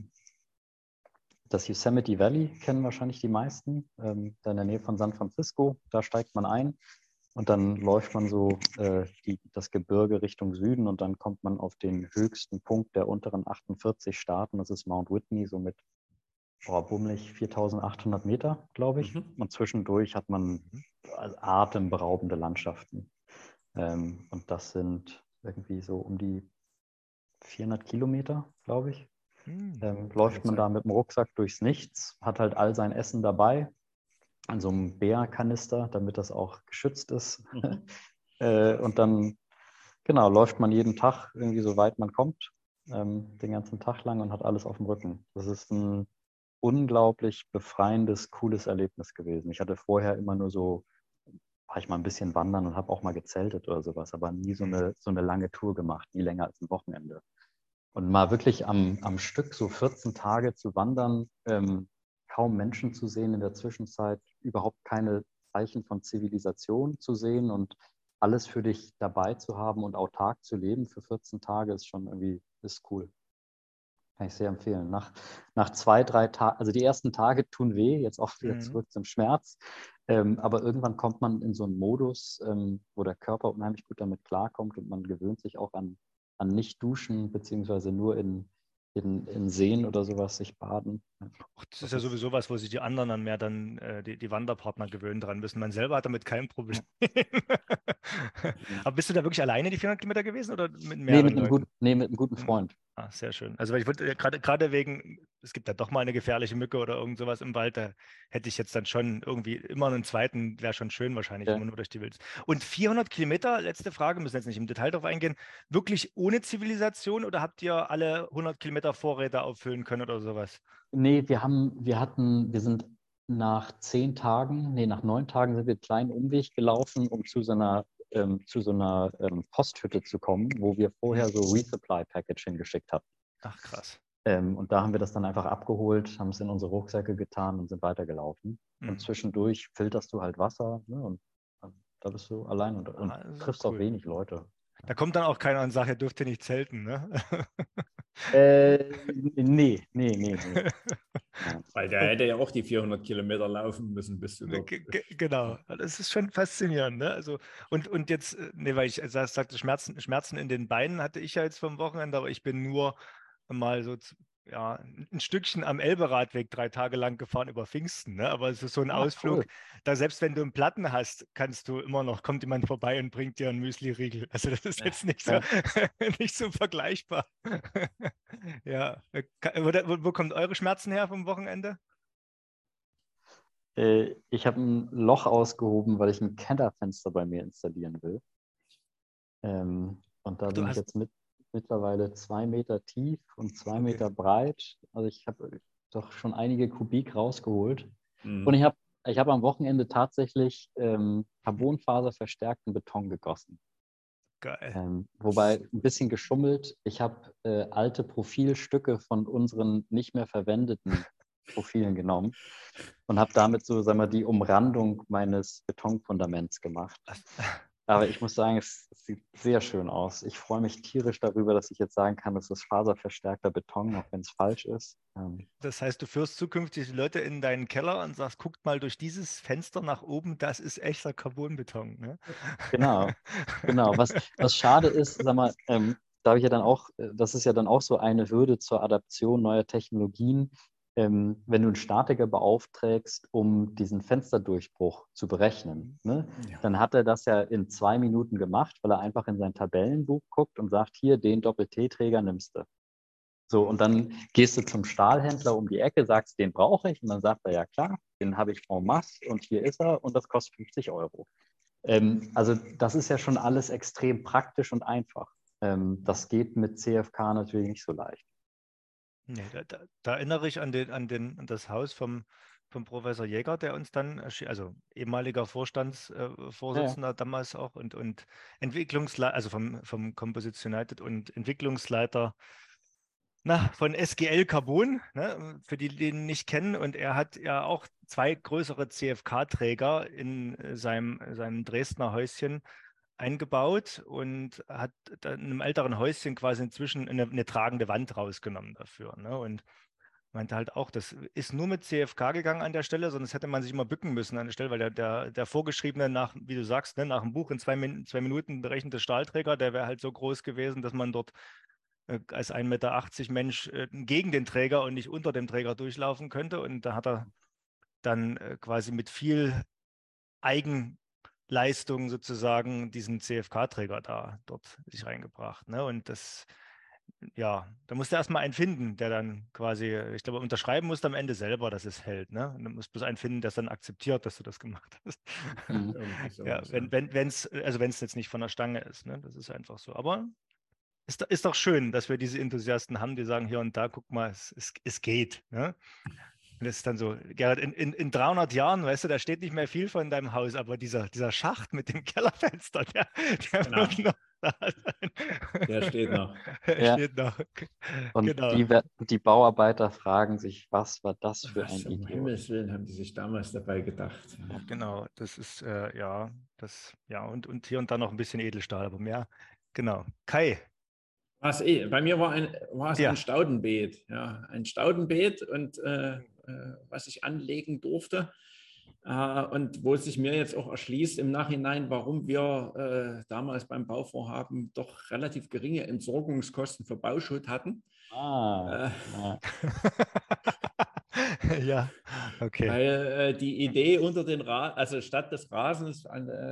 Yosemite Valley kennen wahrscheinlich die meisten, da in der Nähe von San Francisco. Da steigt man ein Und dann läuft man so das Gebirge Richtung Süden und dann kommt man auf den höchsten Punkt der unteren 48 Staaten. Das ist Mount Whitney, so mit bummelig 4.800 Meter, glaube ich. Mhm. Und zwischendurch hat man atemberaubende Landschaften. Und das sind irgendwie so um die 400 Kilometer, glaube ich. Läuft man da mit dem Rucksack durchs Nichts, hat halt all sein Essen dabei, an so einem Bärkanister, damit das auch geschützt ist. Mhm. Und dann, genau, läuft man jeden Tag irgendwie so weit man kommt, den ganzen Tag lang und hat alles auf dem Rücken. Das ist ein unglaublich befreiendes, cooles Erlebnis gewesen. Ich hatte vorher immer nur so, war ich mal ein bisschen wandern und habe auch mal gezeltet oder sowas, aber nie so eine lange Tour gemacht, nie länger als ein Wochenende. Und mal wirklich am Stück so 14 Tage zu wandern, kaum Menschen zu sehen in der Zwischenzeit, überhaupt keine Zeichen von Zivilisation zu sehen und alles für dich dabei zu haben und autark zu leben für 14 Tage ist schon irgendwie, ist cool. Kann ich sehr empfehlen. Nach 2, 3 Tagen, also die ersten Tage tun weh, jetzt auch wieder zurück zum Schmerz. Aber irgendwann kommt man in so einen Modus, wo der Körper unheimlich gut damit klarkommt und man gewöhnt sich auch an nicht duschen, beziehungsweise nur in Seen oder sowas sich baden. Das ist ja sowieso was, wo sich die anderen dann mehr die Wanderpartner gewöhnen dran müssen. Man selber hat damit kein Problem. Aber bist du da wirklich alleine die 400 Kilometer gewesen oder mit mehreren Leuten? Mit einem guten Freund. Sehr schön. Also weil ich wollte gerade wegen, es gibt da doch mal eine gefährliche Mücke oder irgend sowas im Wald, da hätte ich jetzt dann schon irgendwie immer einen zweiten, wäre schon schön wahrscheinlich, Ja. wenn man nur durch die Wildnis. Und 400 Kilometer, letzte Frage, müssen jetzt nicht im Detail drauf eingehen, wirklich ohne Zivilisation oder habt ihr alle 100 Kilometer Vorräte auffüllen können oder sowas? Nee, wir sind nach 10 Tagen, nach 9 Tagen sind wir einen kleinen Umweg gelaufen, um zu so einer Posthütte zu kommen, wo wir vorher so Resupply-Package hingeschickt hatten. Ach, krass. Und da haben wir das dann einfach abgeholt, haben es in unsere Rucksäcke getan und sind weitergelaufen. Und zwischendurch filterst du halt Wasser, ne, und da bist du allein und triffst cool. auch wenig Leute. Da kommt dann auch keiner und sagt, ihr dürft hier nicht zelten, ne? Nee. Weil der hätte ja auch die 400 Kilometer laufen müssen, bis du dort. Genau, das ist schon faszinierend. Ne? Also, und jetzt, weil ich sagte, Schmerzen in den Beinen hatte ich ja jetzt vom Wochenende, aber ich bin nur mal so ja, ein Stückchen am Elberadweg 3 Tage lang gefahren über Pfingsten. Ne? Aber es ist so ein Ausflug, cool. da selbst wenn du einen Platten hast, kannst du immer noch, kommt jemand vorbei und bringt dir einen Müsli-Riegel. Also das ist jetzt nicht so, nicht so vergleichbar. Ja, wo kommt eure Schmerzen her vom Wochenende? Ich habe ein Loch ausgehoben, weil ich ein Kellerfenster bei mir installieren will. Und da bin ich jetzt mittlerweile 2 Meter tief und 2 Meter breit. Also ich habe doch schon einige Kubik rausgeholt. Und ich hab am Wochenende tatsächlich carbonfaserverstärkten Beton gegossen. Geil. Wobei ein bisschen geschummelt. Ich habe alte Profilstücke von unseren nicht mehr verwendeten Profilen genommen und habe damit so, sagen wir, die Umrandung meines Betonfundaments gemacht. Aber ich muss sagen, es sieht sehr schön aus. Ich freue mich tierisch darüber, dass ich jetzt sagen kann, das ist faserverstärkter Beton, auch wenn es falsch ist. Das heißt, du führst zukünftig die Leute in deinen Keller und sagst, guckt mal durch dieses Fenster nach oben, das ist echter Carbonbeton. Ne? Genau. Was schade ist, sag mal, da habe ich ja dann auch, das ist ja dann auch so eine Hürde zur Adaption neuer Technologien. Wenn du einen Statiker beauftragst, um diesen Fensterdurchbruch zu berechnen, ne? Dann hat er das ja in 2 Minuten gemacht, weil er einfach in sein Tabellenbuch guckt und sagt, hier, den Doppel-T-Träger nimmst du. So, und dann gehst du zum Stahlhändler um die Ecke, sagst, den brauche ich, und dann sagt er, ja klar, den habe ich en masse und hier ist er und das kostet 50 Euro. Also das ist ja schon alles extrem praktisch und einfach. Das geht mit CFK natürlich nicht so leicht. Nee, da erinnere ich an an das Haus vom Professor Jäger, der uns dann, also ehemaliger Vorstandsvorsitzender damals auch und Entwicklungsleiter, also vom Composition United und Entwicklungsleiter von SGL Carbon, ne, für die den nicht kennen. Und er hat ja auch 2 größere CFK-Träger in seinem Dresdner Häuschen eingebaut und hat dann in einem älteren Häuschen quasi inzwischen eine tragende Wand rausgenommen dafür. Ne? Und Meinte halt auch, das ist nur mit CFK gegangen an der Stelle, sonst hätte man sich immer bücken müssen an der Stelle, weil der vorgeschriebene, wie du sagst, ne, nach dem Buch in 2 Minuten berechnete Stahlträger, der wäre halt so groß gewesen, dass man dort als 1,80 Meter Mensch gegen den Träger und nicht unter dem Träger durchlaufen könnte. Und da hat er dann quasi mit viel Eigenleistung sozusagen diesen CFK-Träger da dort sich reingebracht. Ne? Und das, ja, da musst du erstmal einen finden, der dann quasi, ich glaube, unterschreiben musst am Ende selber, dass es hält. Ne? Und dann musst du bloß einen finden, der es dann akzeptiert, dass du das gemacht hast. Mhm. Irgendwie Ja, sowas, ja. wenn es jetzt nicht von der Stange ist. Ne? Das ist einfach so. Aber ist doch schön, dass wir diese Enthusiasten haben, die sagen, hier und da, guck mal, es geht. Ne? Und das ist dann so, Gerhard, in 300 Jahren, weißt du, da steht nicht mehr viel von deinem Haus, aber dieser Schacht mit dem Kellerfenster, der Genau. wird noch da sein. Der steht noch. Er Ja. steht noch. Und Genau. die Bauarbeiter fragen sich, was war das für Was ein um Idiot? Himmels Willen haben die sich damals dabei gedacht? Genau, das ist, ja, und hier und da noch ein bisschen Edelstahl, aber mehr. Genau. Kai, Bei mir war es ein ja. Staudenbeet. Ja, ein Staudenbeet und was ich anlegen durfte. Und wo es sich mir jetzt auch erschließt im Nachhinein, warum wir damals beim Bauvorhaben doch relativ geringe Entsorgungskosten für Bauschutt hatten. Ah, ja. Ja, okay. Weil die Idee unter den also statt des Rasens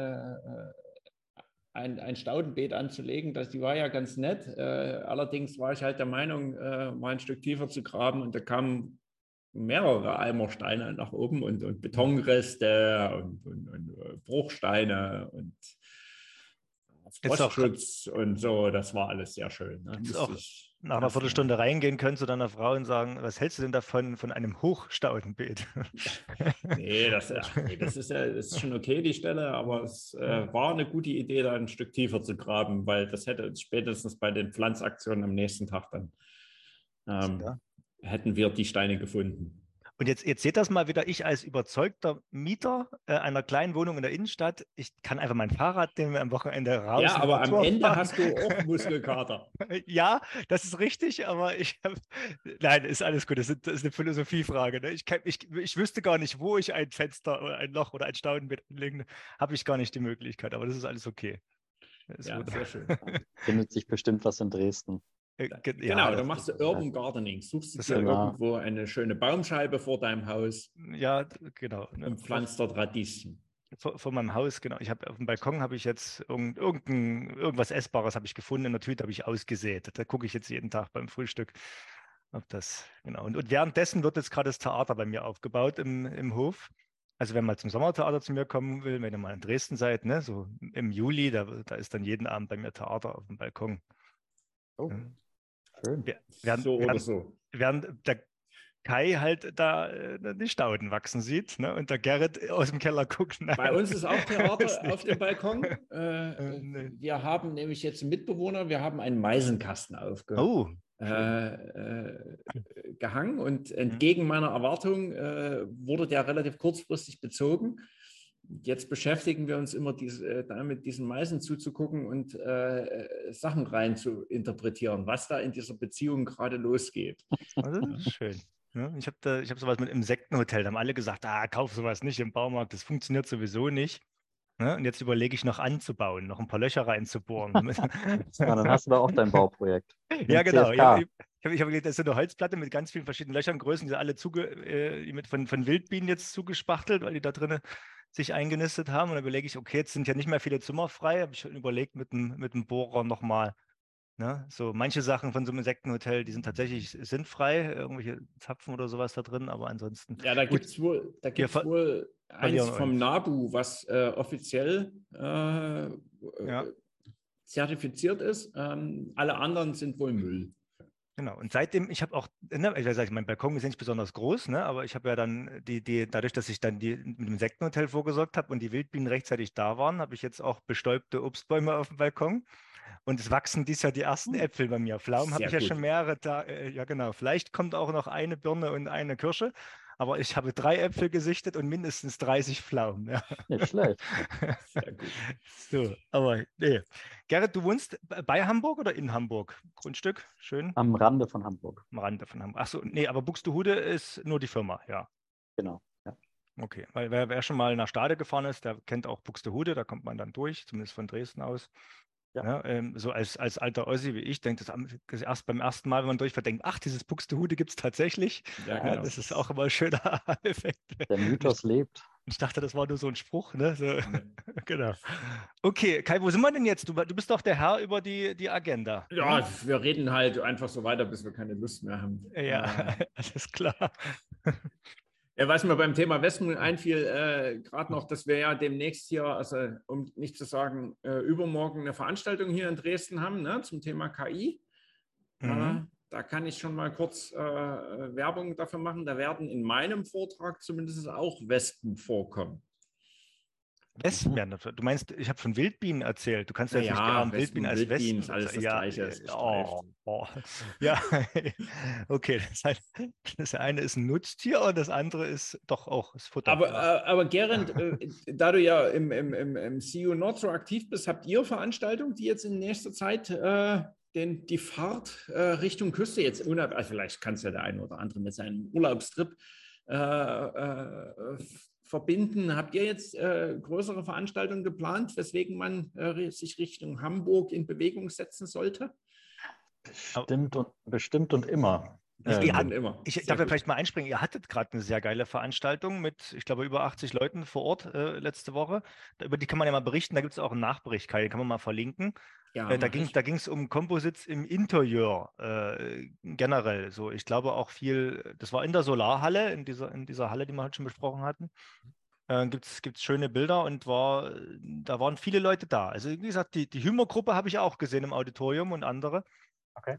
ein Staudenbeet anzulegen, die war ja ganz nett. Allerdings war ich halt der Meinung, mal ein Stück tiefer zu graben und da kamen mehrere Eimer Steine nach oben und Betonreste und Bruchsteine und Jetzt auch, Frostschutz und so. Das war alles sehr schön. Ne? jetzt Musste auch ich nach einer erstmal. Viertelstunde reingehen können zu deiner Frau und sagen, was hältst du denn davon, von einem Hochstaudenbeet? Nee, das ist schon okay, die Stelle, aber es war eine gute Idee, da ein Stück tiefer zu graben, weil das hätte uns spätestens bei den Pflanzaktionen am nächsten Tag dann Ja. hätten wir die Steine gefunden. Und jetzt seht das mal wieder, ich als überzeugter Mieter einer kleinen Wohnung in der Innenstadt, ich kann einfach mein Fahrrad nehmen am Wochenende raus. Ja, aber am Tour Ende fahren. hast du auch Muskelkater. Ja, das ist richtig, aber nein, ist alles gut, das ist eine Philosophiefrage. Ne? Ich wüsste gar nicht, wo ich ein Fenster oder ein Loch oder ein Staudenbeet anlegen, habe ich gar nicht die Möglichkeit, aber das ist alles okay. Das Ja, wird- sehr schön. Findet sich bestimmt was in Dresden. Genau, da machst du Urban Gardening. Suchst du dir Genau. irgendwo eine schöne Baumscheibe vor deinem Haus Ja, genau. Ne? und pflanzt dort Radieschen. Vor meinem Haus, genau. Ich habe auf dem Balkon habe ich jetzt irgendwas Essbares habe ich gefunden, in der Tüte habe ich ausgesät. Da gucke ich jetzt jeden Tag beim Frühstück, ob das, genau. Und währenddessen wird jetzt gerade das Theater bei mir aufgebaut im Hof. Also wenn man zum Sommertheater zu mir kommen will, wenn ihr mal in Dresden seid, ne, so im Juli, da ist dann jeden Abend bei mir Theater auf dem Balkon. Oh, Ja. schön. So oder so. Während der Kai halt da die Stauden wachsen sieht, ne? Und der Gerrit aus dem Keller guckt. Nein, Bei uns ist auch ist Theater nicht. auf dem Balkon. Nee. Wir haben nämlich jetzt einen Mitbewohner, wir haben einen Meisenkasten Oh, gehangen und entgegen meiner Erwartung wurde der relativ kurzfristig bezogen. Jetzt beschäftigen wir uns immer damit, diesen Meisen zuzugucken und Sachen rein zu interpretieren, was da in dieser Beziehung gerade losgeht. also das ist schön. Ja, ich hab sowas mit Insektenhotel. Da haben alle gesagt, kauf sowas nicht im Baumarkt, das funktioniert sowieso nicht. Ne? Und jetzt überlege ich noch anzubauen, noch ein paar Löcher reinzubohren. Ja, dann hast du da auch dein Bauprojekt. Ja, Mit genau. CFK. Ich hab gedacht, das ist so eine Holzplatte mit ganz vielen verschiedenen Löchern, Größen, die sind alle von Wildbienen jetzt zugespachtelt, weil die da drinnen sich eingenistet haben. Und dann überlege ich, okay, jetzt sind ja nicht mehr viele Zimmer frei. Habe ich schon überlegt, mit dem Bohrer nochmal. Ne? So manche Sachen von so einem Insektenhotel, die sind tatsächlich sinnfrei, irgendwelche Zapfen oder sowas da drin, aber ansonsten. Ja, da Gut, gibt es wohl, wir eins verlieren vom uns. NABU, was offiziell Ja. zertifiziert ist. Alle anderen sind wohl Müll. Genau. Und seitdem, ich habe auch, ne, ich weiß nicht, mein Balkon ist nicht besonders groß, ne, aber ich habe ja dann dadurch, dass ich dann mit dem Insektenhotel vorgesorgt habe und die Wildbienen rechtzeitig da waren, habe ich jetzt auch bestäubte Obstbäume auf dem Balkon. Und es wachsen dieses Jahr die ersten Äpfel bei mir. Pflaumen habe Sehr ich ja gut. schon mehrere ja genau. Vielleicht kommt auch noch eine Birne und eine Kirsche. aber ich habe 3 Äpfel gesichtet und mindestens 30 Pflaumen. Ja. Nicht schlecht. Sehr gut. So, aber nee. Gerrit, du wohnst bei Hamburg oder in Hamburg? Grundstück? Schön. Am Rande von Hamburg. Am Rande von Hamburg. Achso, nee, aber Buxtehude ist nur die Firma, ja. Genau. Ja. Okay, weil wer schon mal nach Stade gefahren ist, der kennt auch Buxtehude, da kommt man dann durch, zumindest von Dresden aus. Ja. Ja, so als alter Ossi wie ich, denkt das erst beim ersten Mal, wenn man durchfährt, denkt, ach, dieses Buxtehude gibt es tatsächlich. Ja, Ja, genau. das ist auch immer ein schöner Effekt. Der Mythos lebt. Ich dachte, das war nur so ein Spruch, ne? So, Nee. genau. Okay, Kai, wo sind wir denn jetzt? Du bist doch der Herr über die Agenda. Ja, wir reden halt einfach so weiter, bis wir keine Lust mehr haben. Ja, alles klar. Ja, was mir beim Thema Wespen einfiel, gerade noch, dass wir ja demnächst hier, also um nicht zu sagen, übermorgen eine Veranstaltung hier in Dresden haben, ne, zum Thema KI. Da kann ich schon mal kurz Werbung dafür machen. Da werden in meinem Vortrag zumindest auch Wespen vorkommen. Wespen, ja, du meinst, ich habe von Wildbienen erzählt. Du kannst ja jetzt nicht die armen Wildbienen als Wildbienen Wespen. ist alles das Ja, Gleiche. Es ja, okay. Das eine ist ein Nutztier und das andere ist doch auch das Futter. Aber Gerend, da du ja im CU Nord so aktiv bist, habt ihr Veranstaltungen, die jetzt in nächster Zeit die Fahrt Richtung Küste jetzt, vielleicht kann es ja der eine oder andere mit seinem Urlaubstrip verbinden. Habt ihr jetzt größere Veranstaltungen geplant, weswegen man sich Richtung Hamburg in Bewegung setzen sollte? Bestimmt und immer. Ich darf ja gut. vielleicht mal einspringen. Ihr hattet gerade eine sehr geile Veranstaltung mit, ich glaube, über 80 Leuten vor Ort letzte Woche. Über die kann man ja mal berichten. Da gibt es auch einen Nachbericht, Kai, den kann man mal verlinken. Ja, da ging es um Composites im Interieur generell. So, ich glaube auch viel, das war in der Solarhalle, in dieser Halle, die wir heute schon besprochen hatten. Gibt's schöne Bilder und da waren viele Leute da. Also wie gesagt, die Hümer-Gruppe habe ich auch gesehen im Auditorium und andere. Okay.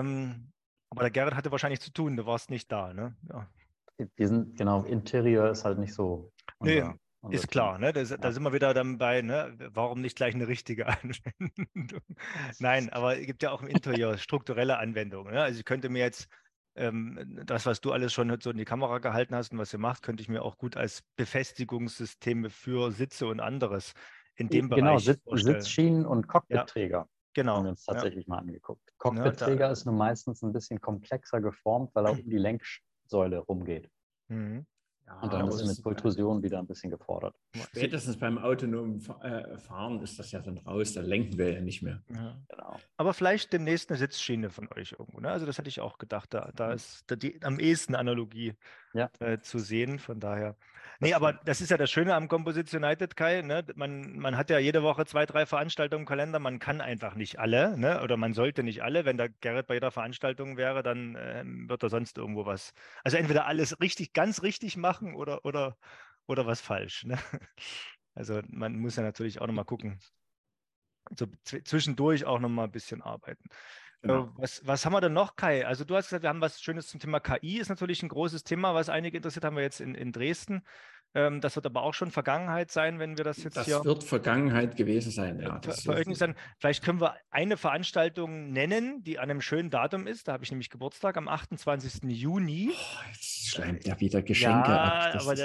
Aber der Gerrit hatte wahrscheinlich zu tun, du warst nicht da, ne? Ja. Genau, Interieur ist halt nicht so unser Thema. Ist klar, ne? Da sind wir wieder dann bei, ne? Warum nicht gleich eine richtige Anwendung? Nein, aber es gibt ja auch im Interieur strukturelle Anwendungen. Ne? Also ich könnte mir jetzt das, was du alles schon so in die Kamera gehalten hast und was ihr macht, könnte ich mir auch gut als Befestigungssysteme für Sitze und anderes in dem Bereich vorstellen. Sitzschienen und Cockpitträger. Genau. Haben wir uns tatsächlich mal angeguckt. Cockpitträger ist nur meistens ein bisschen komplexer geformt, weil er um die Lenksäule rumgeht. Mhm. Ja, und dann ist er mit Pultrusion wieder ein bisschen gefordert. Spätestens beim autonomen Fahren ist das ja dann raus, da lenken wir ja nicht mehr. Ja. Genau. Aber vielleicht demnächst eine Sitzschiene von euch irgendwo. Ne? Also das hätte ich auch gedacht. Da ist am ehesten Analogie zu sehen. Von daher. Nee, aber das ist ja das Schöne am Composites United, Kai. Ne? Man hat ja jede Woche 2, 3 Veranstaltungen im Kalender. Man kann einfach nicht alle, ne? Oder man sollte nicht alle. Wenn der Gerrit bei jeder Veranstaltung wäre, dann wird er sonst irgendwo was. Also entweder alles ganz richtig machen oder was falsch. Ne? Also man muss ja natürlich auch nochmal gucken. So zwischendurch auch nochmal ein bisschen arbeiten. Genau. Was haben wir denn noch, Kai? Also du hast gesagt, wir haben was Schönes zum Thema KI, ist natürlich ein großes Thema, was einige interessiert, haben wir jetzt in Dresden. Das wird aber auch schon Vergangenheit sein, wenn wir das jetzt hier... Das wird Vergangenheit gewesen sein, ja. Veröffentlichen. Vielleicht können wir eine Veranstaltung nennen, die an einem schönen Datum ist. Da habe ich nämlich Geburtstag am 28. Juni. Oh, jetzt schleimt er wieder Geschenke ab. Aber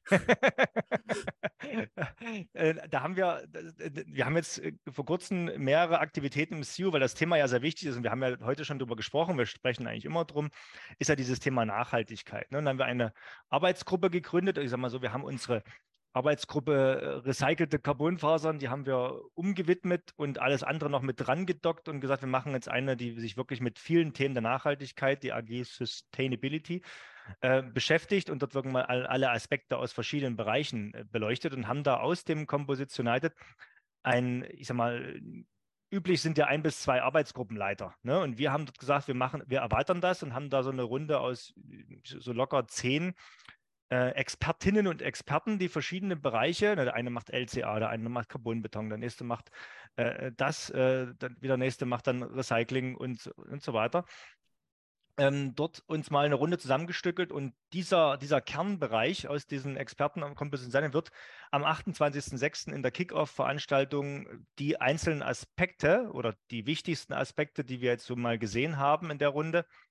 da haben wir haben jetzt vor kurzem mehrere Aktivitäten im CU, weil das Thema ja sehr wichtig ist und wir haben ja heute schon darüber gesprochen, wir sprechen eigentlich immer drum, ist ja dieses Thema Nachhaltigkeit. Ne? Und dann haben wir eine Arbeitsgruppe gegründet. Ich sage mal so, wir haben unsere Arbeitsgruppe recycelte Carbonfasern, die haben wir umgewidmet und alles andere noch mit dran gedockt und gesagt, wir machen jetzt eine, die sich wirklich mit vielen Themen der Nachhaltigkeit, die AG Sustainability, beschäftigt und dort wirklich mal alle Aspekte aus verschiedenen Bereichen beleuchtet und haben da aus dem Composites United ich sag mal, üblich sind ja 1 bis 2 Arbeitsgruppenleiter. Ne? Und wir haben dort gesagt, wir erweitern das und haben da so eine Runde aus so locker 10 Expertinnen und Experten, die verschiedene Bereiche, der eine macht LCA, der eine macht Carbonbeton, der nächste macht dann wieder der nächste macht dann Recycling und so weiter. Dort uns mal eine Runde zusammengestückelt und dieser Kernbereich aus diesen Experten am Composites Design wird am 28.06. in der Kick-Off-Veranstaltung die einzelnen Aspekte oder die wichtigsten Aspekte, die wir jetzt so mal gesehen haben in der Runde,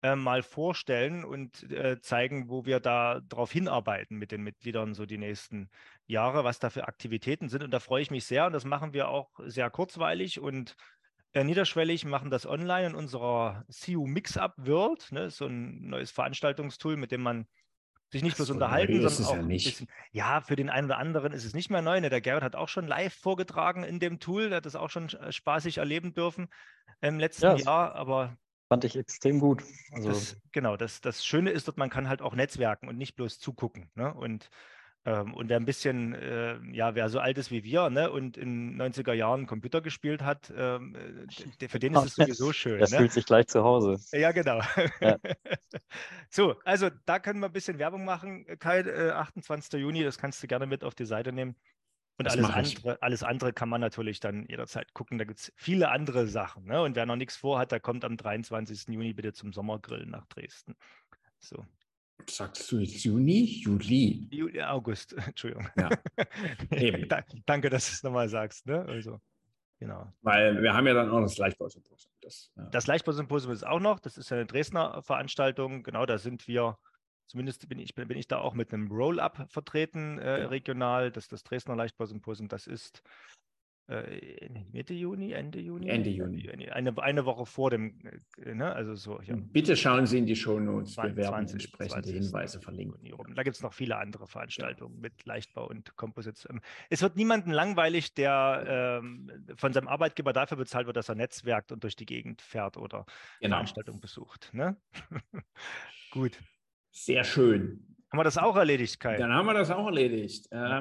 mal vorstellen und zeigen, wo wir da drauf hinarbeiten mit den Mitgliedern so die nächsten Jahre, was da für Aktivitäten sind. Und da freue ich mich sehr. Und das machen wir auch sehr kurzweilig und niederschwellig, machen das online in unserer CU Mixup World, ne, so ein neues Veranstaltungstool, mit dem man sich nicht bloß So neu unterhalten, ist sondern es ja auch ein bisschen, nicht. ja, für den einen oder anderen ist es nicht mehr neu. Ne? Der Gerrit hat auch schon live vorgetragen in dem Tool, der hat das auch schon spaßig erleben dürfen im Ja, letzten das Jahr, aber fand ich extrem gut. Also, genau, das Schöne ist dort, man kann halt auch netzwerken und nicht bloß zugucken. Ne? Und wer ein bisschen, ja, wer so alt ist wie wir, ne, und in 90er Jahren Computer gespielt hat, für den ist es sowieso schön, der ne? fühlt sich gleich zu Hause. Ja, genau. Ja, So, also da können wir ein bisschen Werbung machen, Kai, 28. Juni, das kannst du gerne mit auf die Seite nehmen. Und Das mache ich. alles andere kann man natürlich dann jederzeit gucken. Da gibt es viele andere Sachen. Ne? Und wer noch nichts vorhat, der kommt am 23. Juni bitte zum Sommergrill nach Dresden. So. Sagst du jetzt Juni? Juli. August, Entschuldigung. Ja, eben. Danke, dass du es nochmal sagst. Ne? Also, genau. Weil wir haben ja dann auch das Leichtbausymposium. Das Leichtbausymposium ist auch noch. Das ist eine Dresdner Veranstaltung. Genau, da sind wir, zumindest bin ich da auch mit einem Roll-up vertreten, Genau. regional. Das Dresdner Leichtbausymposium, das ist Mitte Juni, Ende Juni? Ende Juni. Eine Woche vor dem, ne? Also so, ja. Bitte schauen Sie in die Shownotes. Wir werden 20, entsprechende 20. Hinweise verlinken. Juni rum. Da gibt es noch viele andere Veranstaltungen mit Leichtbau und Composites. Es wird niemanden langweilig, der von seinem Arbeitgeber dafür bezahlt wird, dass er netzwerkt und durch die Gegend fährt oder Genau. Veranstaltungen besucht. Ne? Gut. Sehr schön. Haben wir das auch erledigt, Kai? Dann haben wir das auch erledigt. Ja.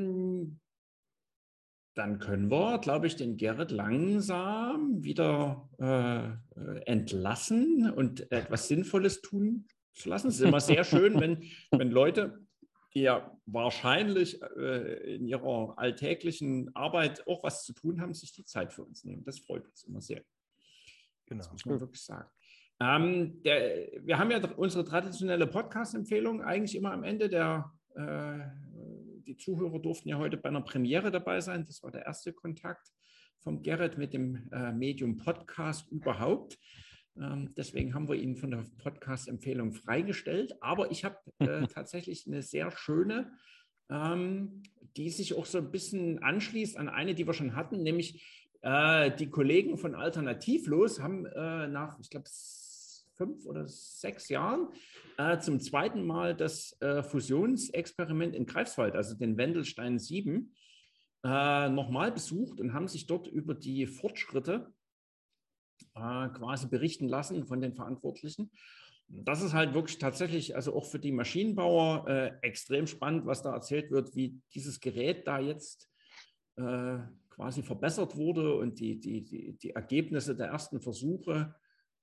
Dann können wir, glaube ich, den Gerrit langsam wieder entlassen und etwas Sinnvolles tun zu lassen. Es ist immer sehr schön, wenn Leute, die ja wahrscheinlich in ihrer alltäglichen Arbeit auch was zu tun haben, sich die Zeit für uns nehmen. Das freut uns immer sehr. Genau. Das muss man wirklich sagen. Wir haben ja unsere traditionelle Podcast-Empfehlung eigentlich immer am Ende die Zuhörer durften ja heute bei einer Premiere dabei sein. Das war der erste Kontakt vom Gerrit mit dem Medium Podcast überhaupt. Deswegen haben wir ihn von der Podcast-Empfehlung freigestellt. Aber ich habe tatsächlich eine sehr schöne, die sich auch so ein bisschen anschließt an eine, die wir schon hatten, nämlich die Kollegen von Alternativlos haben nach, ich glaube, 5 oder 6 Jahren zum zweiten Mal das Fusionsexperiment in Greifswald, also den Wendelstein 7, nochmal besucht und haben sich dort über die Fortschritte quasi berichten lassen von den Verantwortlichen. Das ist halt wirklich tatsächlich, also auch für die Maschinenbauer extrem spannend, was da erzählt wird, wie dieses Gerät da jetzt quasi verbessert wurde und die Ergebnisse der ersten Versuche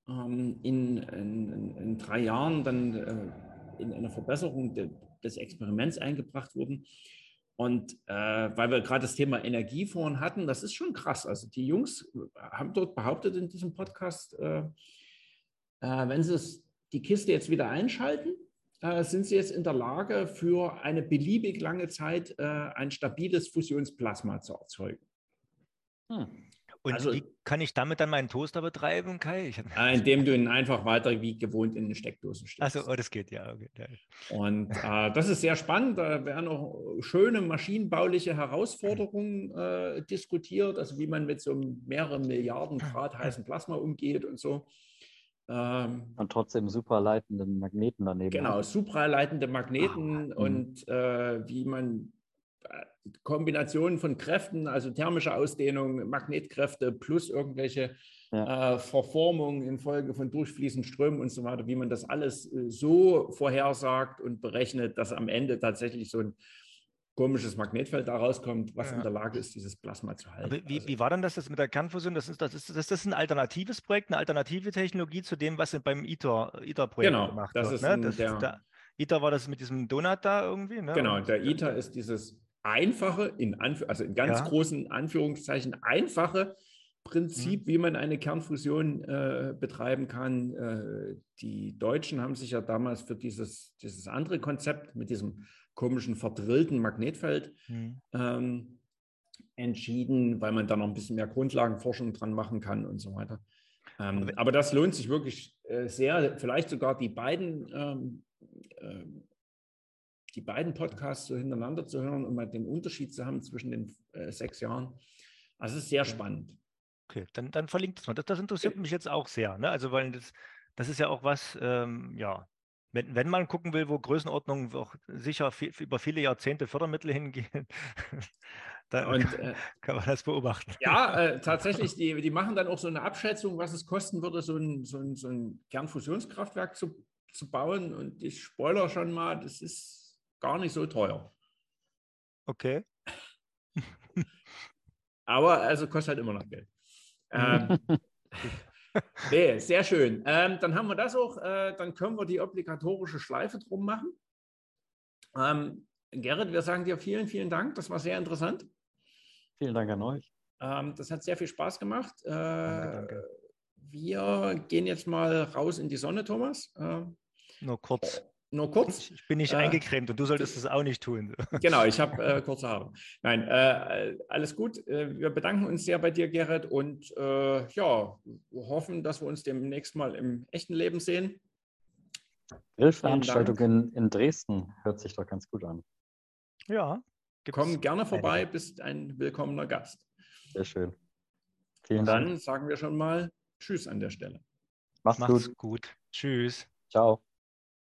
in 3 Jahren dann in eine Verbesserung des Experiments eingebracht wurden. Und weil wir gerade das Thema Energie vorhin hatten, das ist schon krass. Also die Jungs haben dort behauptet in diesem Podcast, wenn sie die Kiste jetzt wieder einschalten, sind sie jetzt in der Lage, für eine beliebig lange Zeit ein stabiles Fusionsplasma zu erzeugen. Und also, wie kann ich damit dann meinen Toaster betreiben, Kai? Indem du ihn einfach weiter wie gewohnt in eine Steckdose steckst. Achso, oh, das geht, ja. Okay. Und das ist sehr spannend. Da werden auch schöne maschinenbauliche Herausforderungen diskutiert, also wie man mit so einem mehreren Milliarden Grad heißen Plasma umgeht und so. Und trotzdem supraleitende Magneten daneben. Genau, supraleitende Magneten und wie man Kombinationen von Kräften, also thermische Ausdehnung, Magnetkräfte plus irgendwelche Verformungen infolge von durchfließenden Strömen und so weiter, wie man das alles so vorhersagt und berechnet, dass am Ende tatsächlich so ein komisches Magnetfeld da rauskommt, was in der Lage ist, dieses Plasma zu halten. Aber wie war denn das mit der Kernfusion? Das ist ein alternatives Projekt, eine alternative Technologie zu dem, was beim ITER-Projekt gemacht wird. Ne? ITER war das mit diesem Donut da irgendwie. Ne? Genau, der ITER ist dieses einfache, also in ganz großen Anführungszeichen einfache Prinzip, wie man eine Kernfusion betreiben kann. Die Deutschen haben sich ja damals für dieses andere Konzept mit diesem komischen verdrillten Magnetfeld entschieden, weil man da noch ein bisschen mehr Grundlagenforschung dran machen kann und so weiter. Aber das lohnt sich wirklich sehr, vielleicht sogar die beiden Podcasts so hintereinander zu hören, um mal den Unterschied zu haben zwischen den 6 Jahren. Also es ist sehr spannend. Okay, dann verlinkt es mal. Das interessiert mich jetzt auch sehr. Ne? Also, weil das ist ja auch was, ja, wenn man gucken will, wo Größenordnungen auch sicher über viele Jahrzehnte Fördermittel hingehen, dann Und kann man das beobachten. ja, tatsächlich, die machen dann auch so eine Abschätzung, was es kosten würde, so ein Kernfusionskraftwerk zu bauen. Und ich spoiler schon mal, das ist gar nicht so teuer. Okay. Aber also kostet halt immer noch Geld. Nee, sehr schön. Dann haben wir das auch. Dann können wir die obligatorische Schleife drum machen. Gerrit, wir sagen dir vielen, vielen Dank. Das war sehr interessant. Vielen Dank an euch. Das hat sehr viel Spaß gemacht. Danke. Wir gehen jetzt mal raus in die Sonne, Thomas. Nur kurz. Nur kurz. Ich bin nicht eingecremt und du solltest es auch nicht tun. Genau, ich habe kurze Haare. Nein, alles gut. Wir bedanken uns sehr bei dir, Gerrit, und ja, hoffen, dass wir uns demnächst mal im echten Leben sehen. Grillveranstaltung in Dresden hört sich doch ganz gut an. Ja. Komm gerne vorbei, bist ein willkommener Gast. Sehr schön. Vielen Dank. Dann sagen wir schon mal Tschüss an der Stelle. Macht's gut. Tschüss. Ciao.